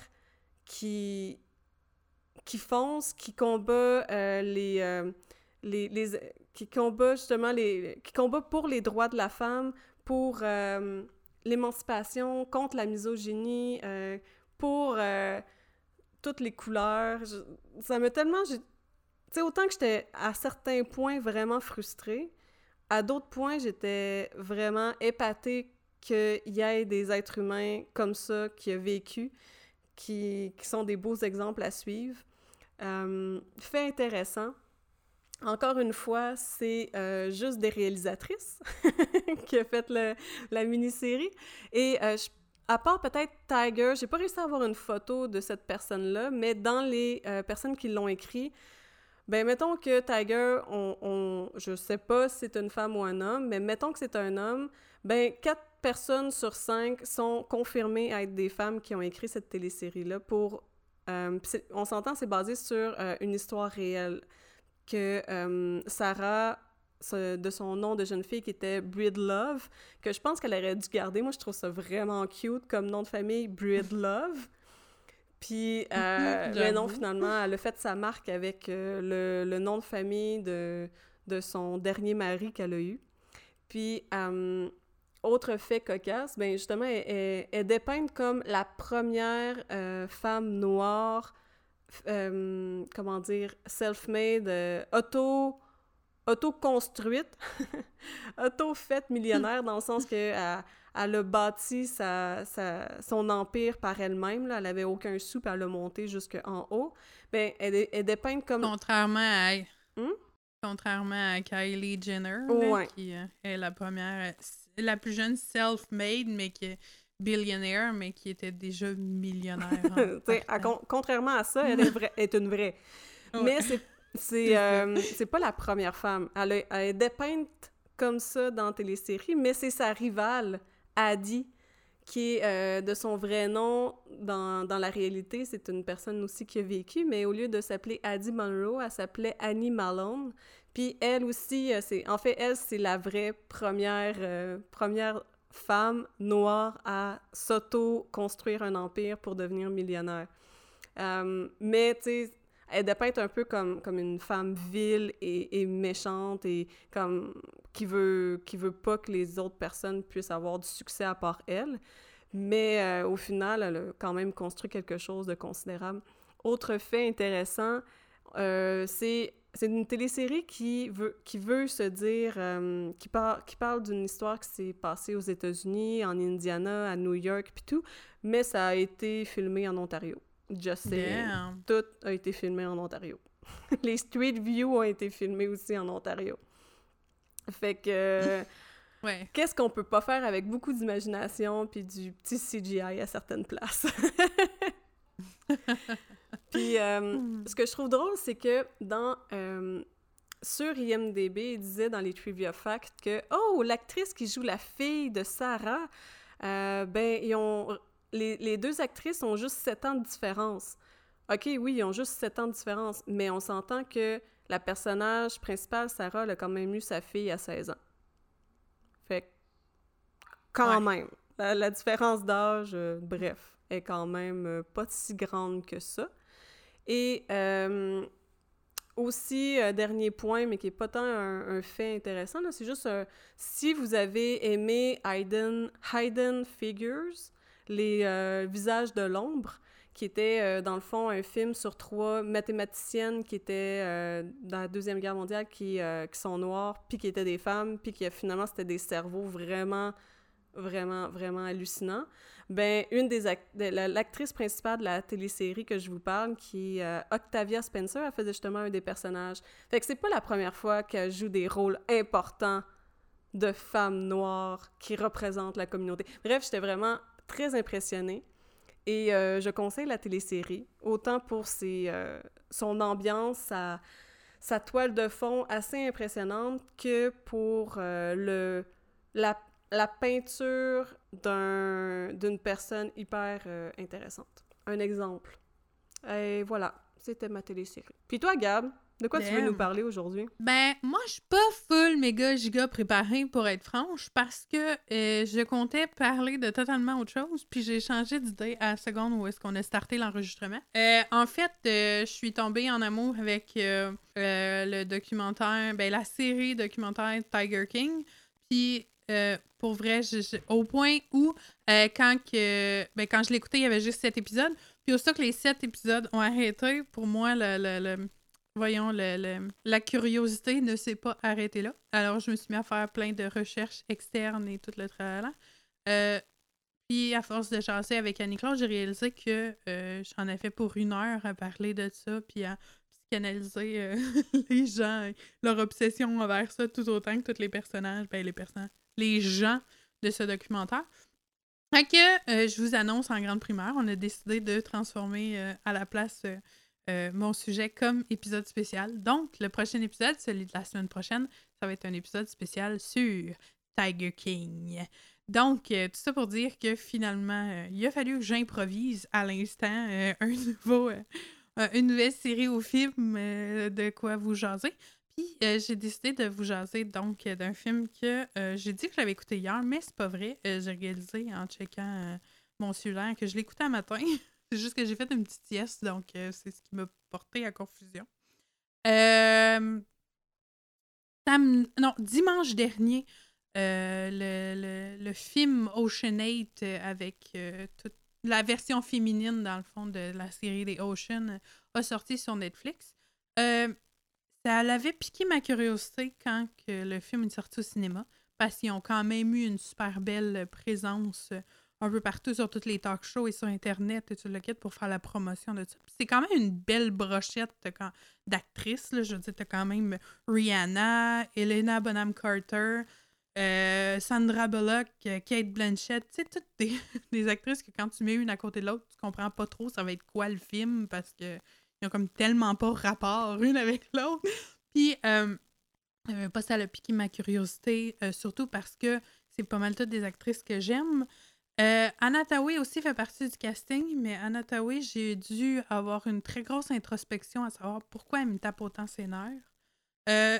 S2: qui, qui fonce, qui combat euh, les, euh, les, les... qui combat justement les... qui combat pour les droits de la femme, pour euh, l'émancipation, contre la misogynie, euh, pour euh, toutes les couleurs. Je... Ça m'a tellement... J'ai... Tu sais, autant que j'étais à certains points vraiment frustrée, à d'autres points, j'étais vraiment épatée qu'il y ait des êtres humains comme ça qui ont vécu, qui, qui sont des beaux exemples à suivre. Euh, fait intéressant. Encore une fois, c'est euh, juste des réalisatrices qui ont fait le, la mini-série. Et euh, je à part peut-être Tiger, j'ai pas réussi à avoir une photo de cette personne-là, mais dans les euh, personnes qui l'ont écrit, ben, mettons que Tiger, on, on, je sais pas si c'est une femme ou un homme, mais mettons que c'est un homme, ben, quatre personnes sur cinq sont confirmées à être des femmes qui ont écrit cette télésérie-là pour... Euh, on s'entend, c'est basé sur euh, une histoire réelle, que euh, Sarah, de son nom de jeune fille qui était Breedlove, que je pense qu'elle aurait dû garder. Moi, je trouve ça vraiment cute comme nom de famille, Breedlove. Puis, euh, mais non, finalement, elle a fait sa marque avec euh, le, le nom de famille de, de son dernier mari qu'elle a eu. Puis, euh, autre fait cocasse, ben justement, elle, elle, elle est dépeinte comme la première euh, femme noire, euh, comment dire, self-made, euh, auto... auto-construite, auto-faite millionnaire, dans le sens qu'elle elle a bâti sa, sa, son empire par elle-même, là. Elle avait aucun sou, puis elle l'a monté jusqu'en haut. Ben, elle est, elle est dépeinte comme...
S1: Contrairement à...
S2: Hmm?
S1: Contrairement à Kylie Jenner,
S2: ouais.
S1: là, qui euh, est la première, la plus jeune self-made, mais qui est billionaire, mais qui était déjà millionnaire.
S2: à, con- contrairement à ça, elle est, vra- est une vraie. Ouais. Mais c'est C'est, euh, c'est pas la première femme. Elle, a, elle est dépeinte comme ça dans la télésérie, mais c'est sa rivale, Addie, qui est euh, de son vrai nom dans, dans la réalité. C'est une personne aussi qui a vécu, mais au lieu de s'appeler Addie Monroe, elle s'appelait Annie Malone. Puis elle aussi, c'est, en fait, elle, c'est la vraie première, euh, première femme noire à s'auto-construire un empire pour devenir millionnaire. Euh, mais, tu sais, elle dépeinte un peu comme, comme une femme vile et, et méchante et comme qui veut, qui veut pas que les autres personnes puissent avoir du succès à part elle. Mais euh, au final, elle a quand même construit quelque chose de considérable. Autre fait intéressant, euh, c'est, c'est une télésérie qui veut, qui veut se dire... Euh, qui, par, qui parle d'une histoire qui s'est passée aux États-Unis, en Indiana, à New York, puis tout, mais ça a été filmé en Ontario. Just saying.
S1: Damn.
S2: Tout a été filmé en Ontario. Les street views ont été filmés aussi en Ontario. Fait que...
S1: ouais.
S2: Qu'est-ce qu'on peut pas faire avec beaucoup d'imagination puis du petit C G I à certaines places? Puis, euh, ce que je trouve drôle, c'est que dans... Euh, sur I M D B, il disait dans les Trivia Facts que « Oh, l'actrice qui joue la fille de Sarah, euh, ben, ils ont... » Les, les deux actrices ont juste sept ans de différence. OK, oui, ils ont juste sept ans de différence, mais on s'entend que la personnage principale, Sarah, elle a quand même eu sa fille à seize ans. Fait que, quand ouais. même, la, la différence d'âge, euh, bref, est quand même euh, pas si grande que ça. Et euh, aussi, euh, dernier point, mais qui est pas tant un, un fait intéressant, là, c'est juste, euh, si vous avez aimé Hidden, Hidden Figures, les euh, visages de l'ombre, qui était, euh, dans le fond, un film sur trois mathématiciennes qui étaient euh, dans la Deuxième Guerre mondiale, qui, euh, qui sont noires, puis qui étaient des femmes, puis qui finalement, c'était des cerveaux vraiment, vraiment, vraiment hallucinants. Ben, une des act- de la- l'actrice principale de la télésérie que je vous parle, qui est euh, Octavia Spencer, elle faisait justement un des personnages. Fait que c'est pas la première fois qu'elle joue des rôles importants de femmes noires qui représentent la communauté. Bref, j'étais vraiment très impressionnée. Et euh, je conseille la télésérie, autant pour ses, euh, son ambiance, sa, sa toile de fond assez impressionnante, que pour euh, le, la, la peinture d'un, d'une personne hyper euh, intéressante. Un exemple. Et voilà, c'était ma télésérie. Puis toi, Gab, de quoi Damn. tu veux nous parler aujourd'hui?
S1: Ben, moi, je suis pas full méga giga préparée, pour être franche, parce que euh, je comptais parler de totalement autre chose, puis j'ai changé d'idée à la seconde où est-ce qu'on a starté l'enregistrement. Euh, en fait, euh, je suis tombée en amour avec euh, euh, le documentaire, ben, la série documentaire Tiger King, puis euh, pour vrai, je, je, au point où, euh, quand, que, ben, quand je l'écoutais, il y avait juste sept épisodes, puis aussitôt que les sept épisodes ont arrêté, pour moi, le... le, le Voyons, le, le, la curiosité ne s'est pas arrêtée là. Alors, je me suis mis à faire plein de recherches externes et tout le travail. Euh, puis, à force de chasser avec Annie-Claude, j'ai réalisé que euh, j'en ai fait pour une heure à parler de ça, puis à psychanalyser euh, les gens, leur obsession envers ça, tout autant que tous les personnages, ben les personnages, les gens de ce documentaire. Fait que euh, je vous annonce en grande primaire, on a décidé de transformer euh, à la place... Euh, Euh, mon sujet comme épisode spécial. Donc, le prochain épisode, celui de la semaine prochaine, ça va être un épisode spécial sur Tiger King. Donc, euh, tout ça pour dire que finalement, euh, il a fallu que j'improvise à l'instant euh, un nouveau, euh, une nouvelle série au film euh, de quoi vous jaser. Puis, euh, j'ai décidé de vous jaser donc d'un film que euh, j'ai dit que j'avais écouté hier, mais c'est pas vrai. Euh, j'ai réalisé en checkant euh, mon cellulaire que je l'écoutais un matin. C'est juste que j'ai fait une petite sieste, donc euh, c'est ce qui m'a porté à confusion. Euh, tam, non, dimanche dernier, euh, le, le, le film Ocean eight avec euh, toute la version féminine, dans le fond, de la série des Ocean euh, a sorti sur Netflix. Euh, ça avait piqué ma curiosité quand que le film est sorti au cinéma, parce qu'ils ont quand même eu une super belle présence euh, un peu partout sur toutes les talk shows et sur Internet et tout le kit pour faire la promotion de ça. Puis c'est quand même une belle brochette quand, d'actrices. Là. Je veux dire, t'as quand même Rihanna, Helena Bonham Carter, euh, Sandra Bullock, Kate Blanchett. Tu sais, toutes des, des actrices que quand tu mets une à côté de l'autre, tu comprends pas trop ça va être quoi le film parce que ils ont comme tellement pas rapport une avec l'autre. Puis, euh, euh, pas ça a piqué ma curiosité, euh, surtout parce que c'est pas mal toutes des actrices que j'aime. Euh, Anna Thaoué aussi fait partie du casting, mais Anna Thaoué, j'ai dû avoir une très grosse introspection à savoir pourquoi elle me tape autant ses nerfs. Euh,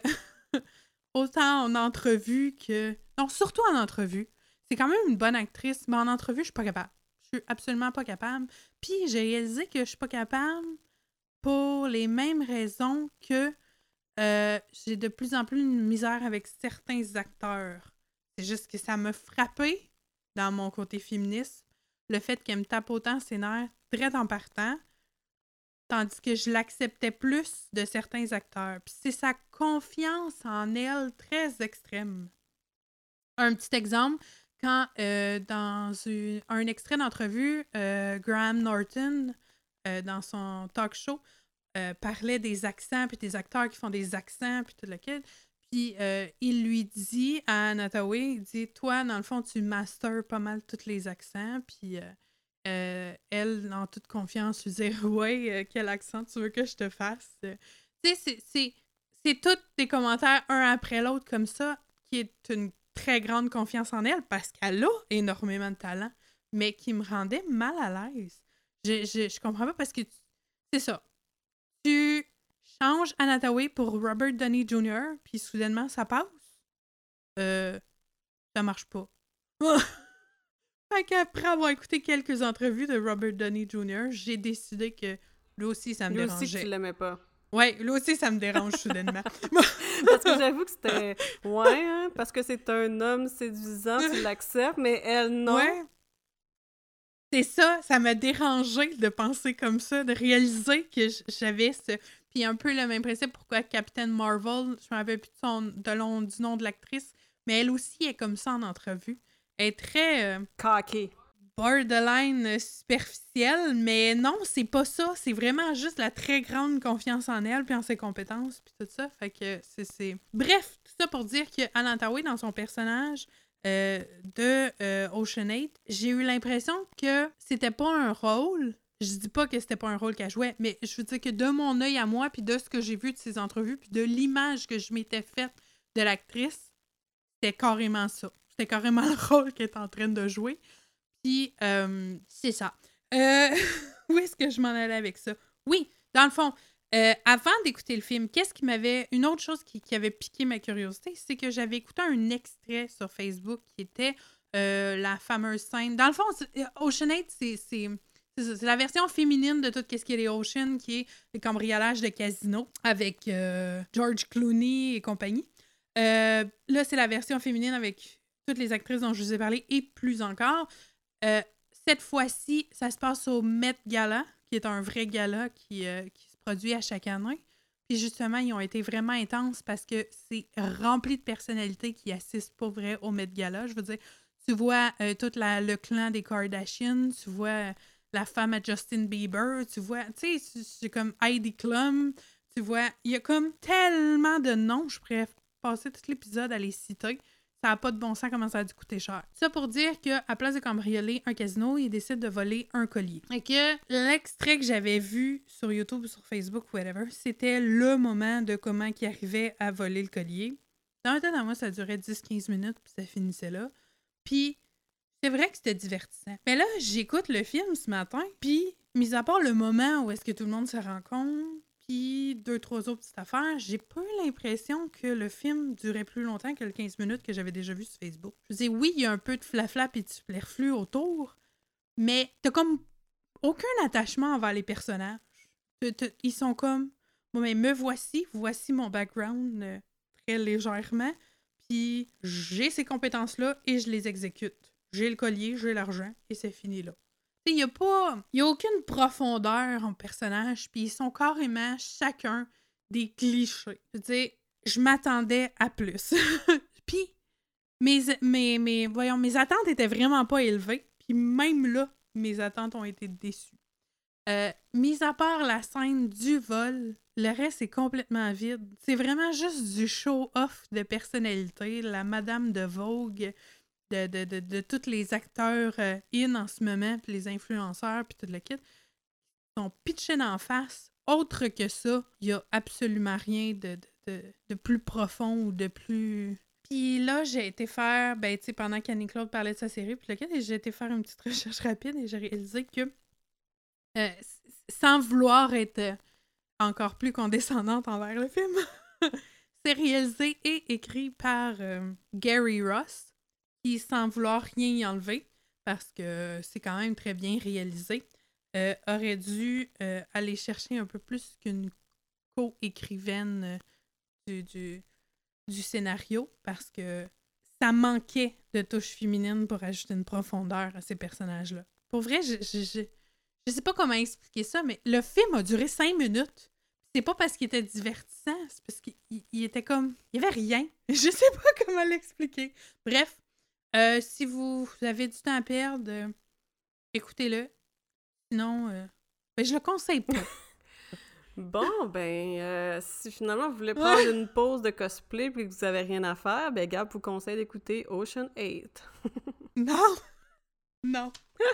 S1: autant en entrevue que... Non, surtout en entrevue. C'est quand même une bonne actrice, mais en entrevue, je suis pas capable. Je suis absolument pas capable. Puis j'ai réalisé que je suis pas capable pour les mêmes raisons que euh, j'ai de plus en plus de misère avec certains acteurs. C'est juste que ça m'a frappé dans mon côté féministe, le fait qu'elle me tape autant ses nerfs très en partant, tandis que je l'acceptais plus de certains acteurs. Puis c'est sa confiance en elle très extrême. Un petit exemple, quand euh, dans une, un extrait d'entrevue, euh, Graham Norton, euh, dans son talk show, euh, parlait des accents, puis des acteurs qui font des accents, puis tout lequel. Puis euh, il lui dit à Anna Thaoué, il dit « Toi, dans le fond, tu masters pas mal tous les accents. » Puis euh, euh, elle, en toute confiance, lui dit « Ouais, euh, quel accent tu veux que je te fasse? » Tu sais, c'est, c'est, c'est tous des commentaires un après l'autre comme ça, qui est une très grande confiance en elle, parce qu'elle a énormément de talent, mais qui me rendait mal à l'aise. Je, je, je comprends pas parce que... Tu, c'est ça. Tu... change Anna Thaoué pour Robert Downey junior, puis soudainement, ça passe. Euh, ça marche pas. Fait qu'après avoir écouté quelques entrevues de Robert Downey junior, j'ai décidé que lui aussi, ça me
S2: lui
S1: dérangeait.
S2: Lui aussi, tu l'aimais pas.
S1: Ouais, lui aussi, ça me dérange soudainement.
S2: Parce que j'avoue que c'était... Ouais, hein, parce que c'est un homme séduisant, tu l'acceptes, mais elle, non.
S1: Ouais. c'est ça, ça m'a dérangé de penser comme ça, de réaliser que j'avais ce... Puis un peu le même principe pourquoi Captain Marvel, je me rappelle plus de son, de long, du nom de l'actrice, mais elle aussi est comme ça en entrevue. Elle est très... Euh,
S2: Cocky.
S1: borderline superficielle, mais non, c'est pas ça. C'est vraiment juste la très grande confiance en elle, puis en ses compétences, puis tout ça. Fait que c'est... c'est... Bref, tout ça pour dire que Anne Hathaway, dans son personnage... Euh, de euh, Ocean eight, j'ai eu l'impression que c'était pas un rôle. Je dis pas que c'était pas un rôle qu'elle jouait, mais je veux dire que de mon œil à moi, puis de ce que j'ai vu de ses entrevues, puis de l'image que je m'étais faite de l'actrice, c'était carrément ça. C'était carrément le rôle qu'elle est en train de jouer. Puis, euh, c'est ça. Euh, où est-ce que je m'en allais avec ça? Oui, dans le fond, Euh, avant d'écouter le film, qu'est-ce qui m'avait... Une autre chose qui, qui avait piqué ma curiosité, c'est que j'avais écouté un extrait sur Facebook qui était euh, la fameuse scène... Dans le fond, Ocean eight, c'est, c'est, c'est, c'est la version féminine de tout ce qui est les Ocean, qui est le cambriolage de casino avec euh, George Clooney et compagnie. Euh, là, c'est la version féminine avec toutes les actrices dont je vous ai parlé et plus encore. Euh, cette fois-ci, ça se passe au Met Gala, qui est un vrai gala qui, euh, qui produit à chaque année. Puis justement, ils ont été vraiment intenses parce que c'est rempli de personnalités qui assistent pour vrai au Met Gala. Je veux dire, tu vois euh, tout la, le clan des Kardashians, tu vois euh, la femme à Justin Bieber, tu vois, tu sais, c'est comme Heidi Klum, tu vois, il y a comme tellement de noms, je pourrais passer tout l'épisode à les citer. Ça n'a pas de bon sens comment ça a dû coûter cher. Ça pour dire qu'à place de cambrioler un casino, ils décident de voler un collier. Et que l'extrait que j'avais vu sur YouTube ou sur Facebook, whatever, c'était le moment de comment ils arrivaient à voler le collier. Dans le temps, dans moi, ça durait dix à quinze minutes, puis ça finissait là. Puis, c'est vrai que c'était divertissant. Mais là, j'écoute le film ce matin, puis, mis à part le moment où est-ce que tout le monde se rencontre, puis deux, trois autres petites affaires, j'ai pas eu l'impression que le film durait plus longtemps que les quinze minutes que j'avais déjà vu sur Facebook. Je veux dire, oui, il y a un peu de flafla et de superflu autour, mais t'as comme aucun attachement envers les personnages. T'as, t'as, ils sont comme, bon, mais me voici, voici mon background euh, très légèrement, puis j'ai ces compétences-là et je les exécute. J'ai le collier, j'ai l'argent, et c'est fini là. Il n'y a pas... Il n'y a aucune profondeur en personnage, puis ils sont carrément chacun des clichés. Je veux dire, je m'attendais à plus. Puis, mes, mes, mes, voyons, mes attentes étaient vraiment pas élevées, puis même là, mes attentes ont été déçues. Euh, mis à part la scène du vol, le reste est complètement vide. C'est vraiment juste du show-off de personnalité. La Madame de Vogue... De, de, de, de tous les acteurs euh, in en ce moment, puis les influenceurs, puis tout le kit, sont pitchés en face. Autre que ça, il n'y a absolument rien de, de, de, de plus profond ou de plus... Puis là, j'ai été faire, ben tu sais, pendant qu'Annie-Claude parlait de sa série, puis le kit, j'ai été faire une petite recherche rapide et j'ai réalisé que, euh, sans vouloir être encore plus condescendante envers le film, c'est réalisé et écrit par euh, Gary Ross, qui, sans vouloir rien y enlever, parce que c'est quand même très bien réalisé, euh, aurait dû euh, aller chercher un peu plus qu'une co-écrivaine euh, du, du, du scénario, parce que ça manquait de touche féminine pour ajouter une profondeur à ces personnages-là. Pour vrai, je, je, je, je sais pas comment expliquer ça, mais le film a duré cinq minutes. C'est pas parce qu'il était divertissant, c'est parce qu'il il était comme... Il y avait rien. Je sais pas comment l'expliquer. Bref, Euh, si vous avez du temps à perdre, euh, écoutez-le. Sinon, euh, ben, je le conseille pas.
S2: Bon, ben, euh, si finalement vous voulez prendre une pause de cosplay et que vous avez rien à faire, ben, Gab vous conseille d'écouter Ocean eight.
S1: Non! Non!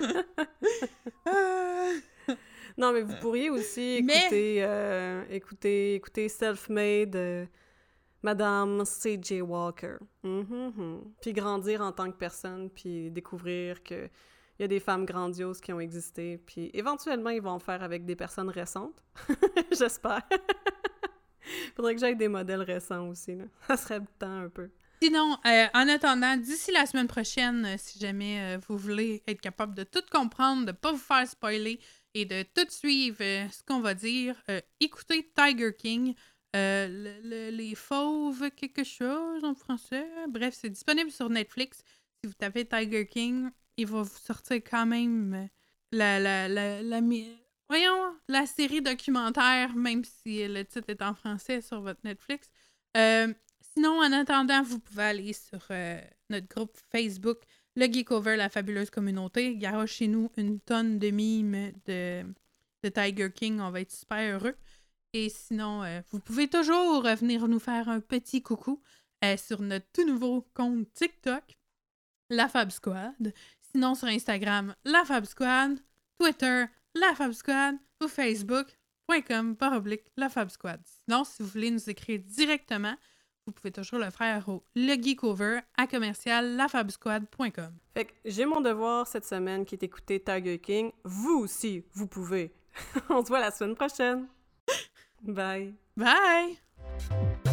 S1: euh...
S2: Non, mais vous pourriez aussi écouter, mais... euh, écouter, écouter Self-Made... Euh... Madame C J Walker. Mm-hmm. Puis grandir en tant que personne, puis découvrir qu'il y a des femmes grandioses qui ont existé, puis éventuellement, ils vont le faire avec des personnes récentes. J'espère. Faudrait que j'aille des modèles récents aussi, là. Ça serait le temps un peu.
S1: Sinon, euh, en attendant, d'ici la semaine prochaine, euh, si jamais euh, vous voulez être capable de tout comprendre, de pas vous faire spoiler et de tout suivre euh, ce qu'on va dire, euh, écoutez Tiger King. Euh, le, le, les fauves quelque chose en français. Bref, c'est disponible sur Netflix. Si vous tapez Tiger King, il va vous sortir quand même la, la, la, la, mi- voyons, la série documentaire, même si le titre est en français sur votre Netflix. Euh, sinon, en attendant, vous pouvez aller sur euh, notre groupe Facebook, le Geekover, la fabuleuse communauté. Il y aura chez nous une tonne de mimes de, de Tiger King. On va être super heureux. Et sinon, euh, vous pouvez toujours euh, venir nous faire un petit coucou euh, sur notre tout nouveau compte TikTok, La Fab Squad. Sinon, sur Instagram, La Fab Squad. Twitter, La Fab Squad. Ou Facebook.com par oblique La Fab Squad. Sinon, si vous voulez nous écrire directement, vous pouvez toujours le faire au Le Geekover à commercial lafabsquad point com.
S2: Fait que j'ai mon devoir cette semaine qui est d'écouter Tiger King. Vous aussi, vous pouvez. On se voit la semaine prochaine. Bye.
S1: Bye!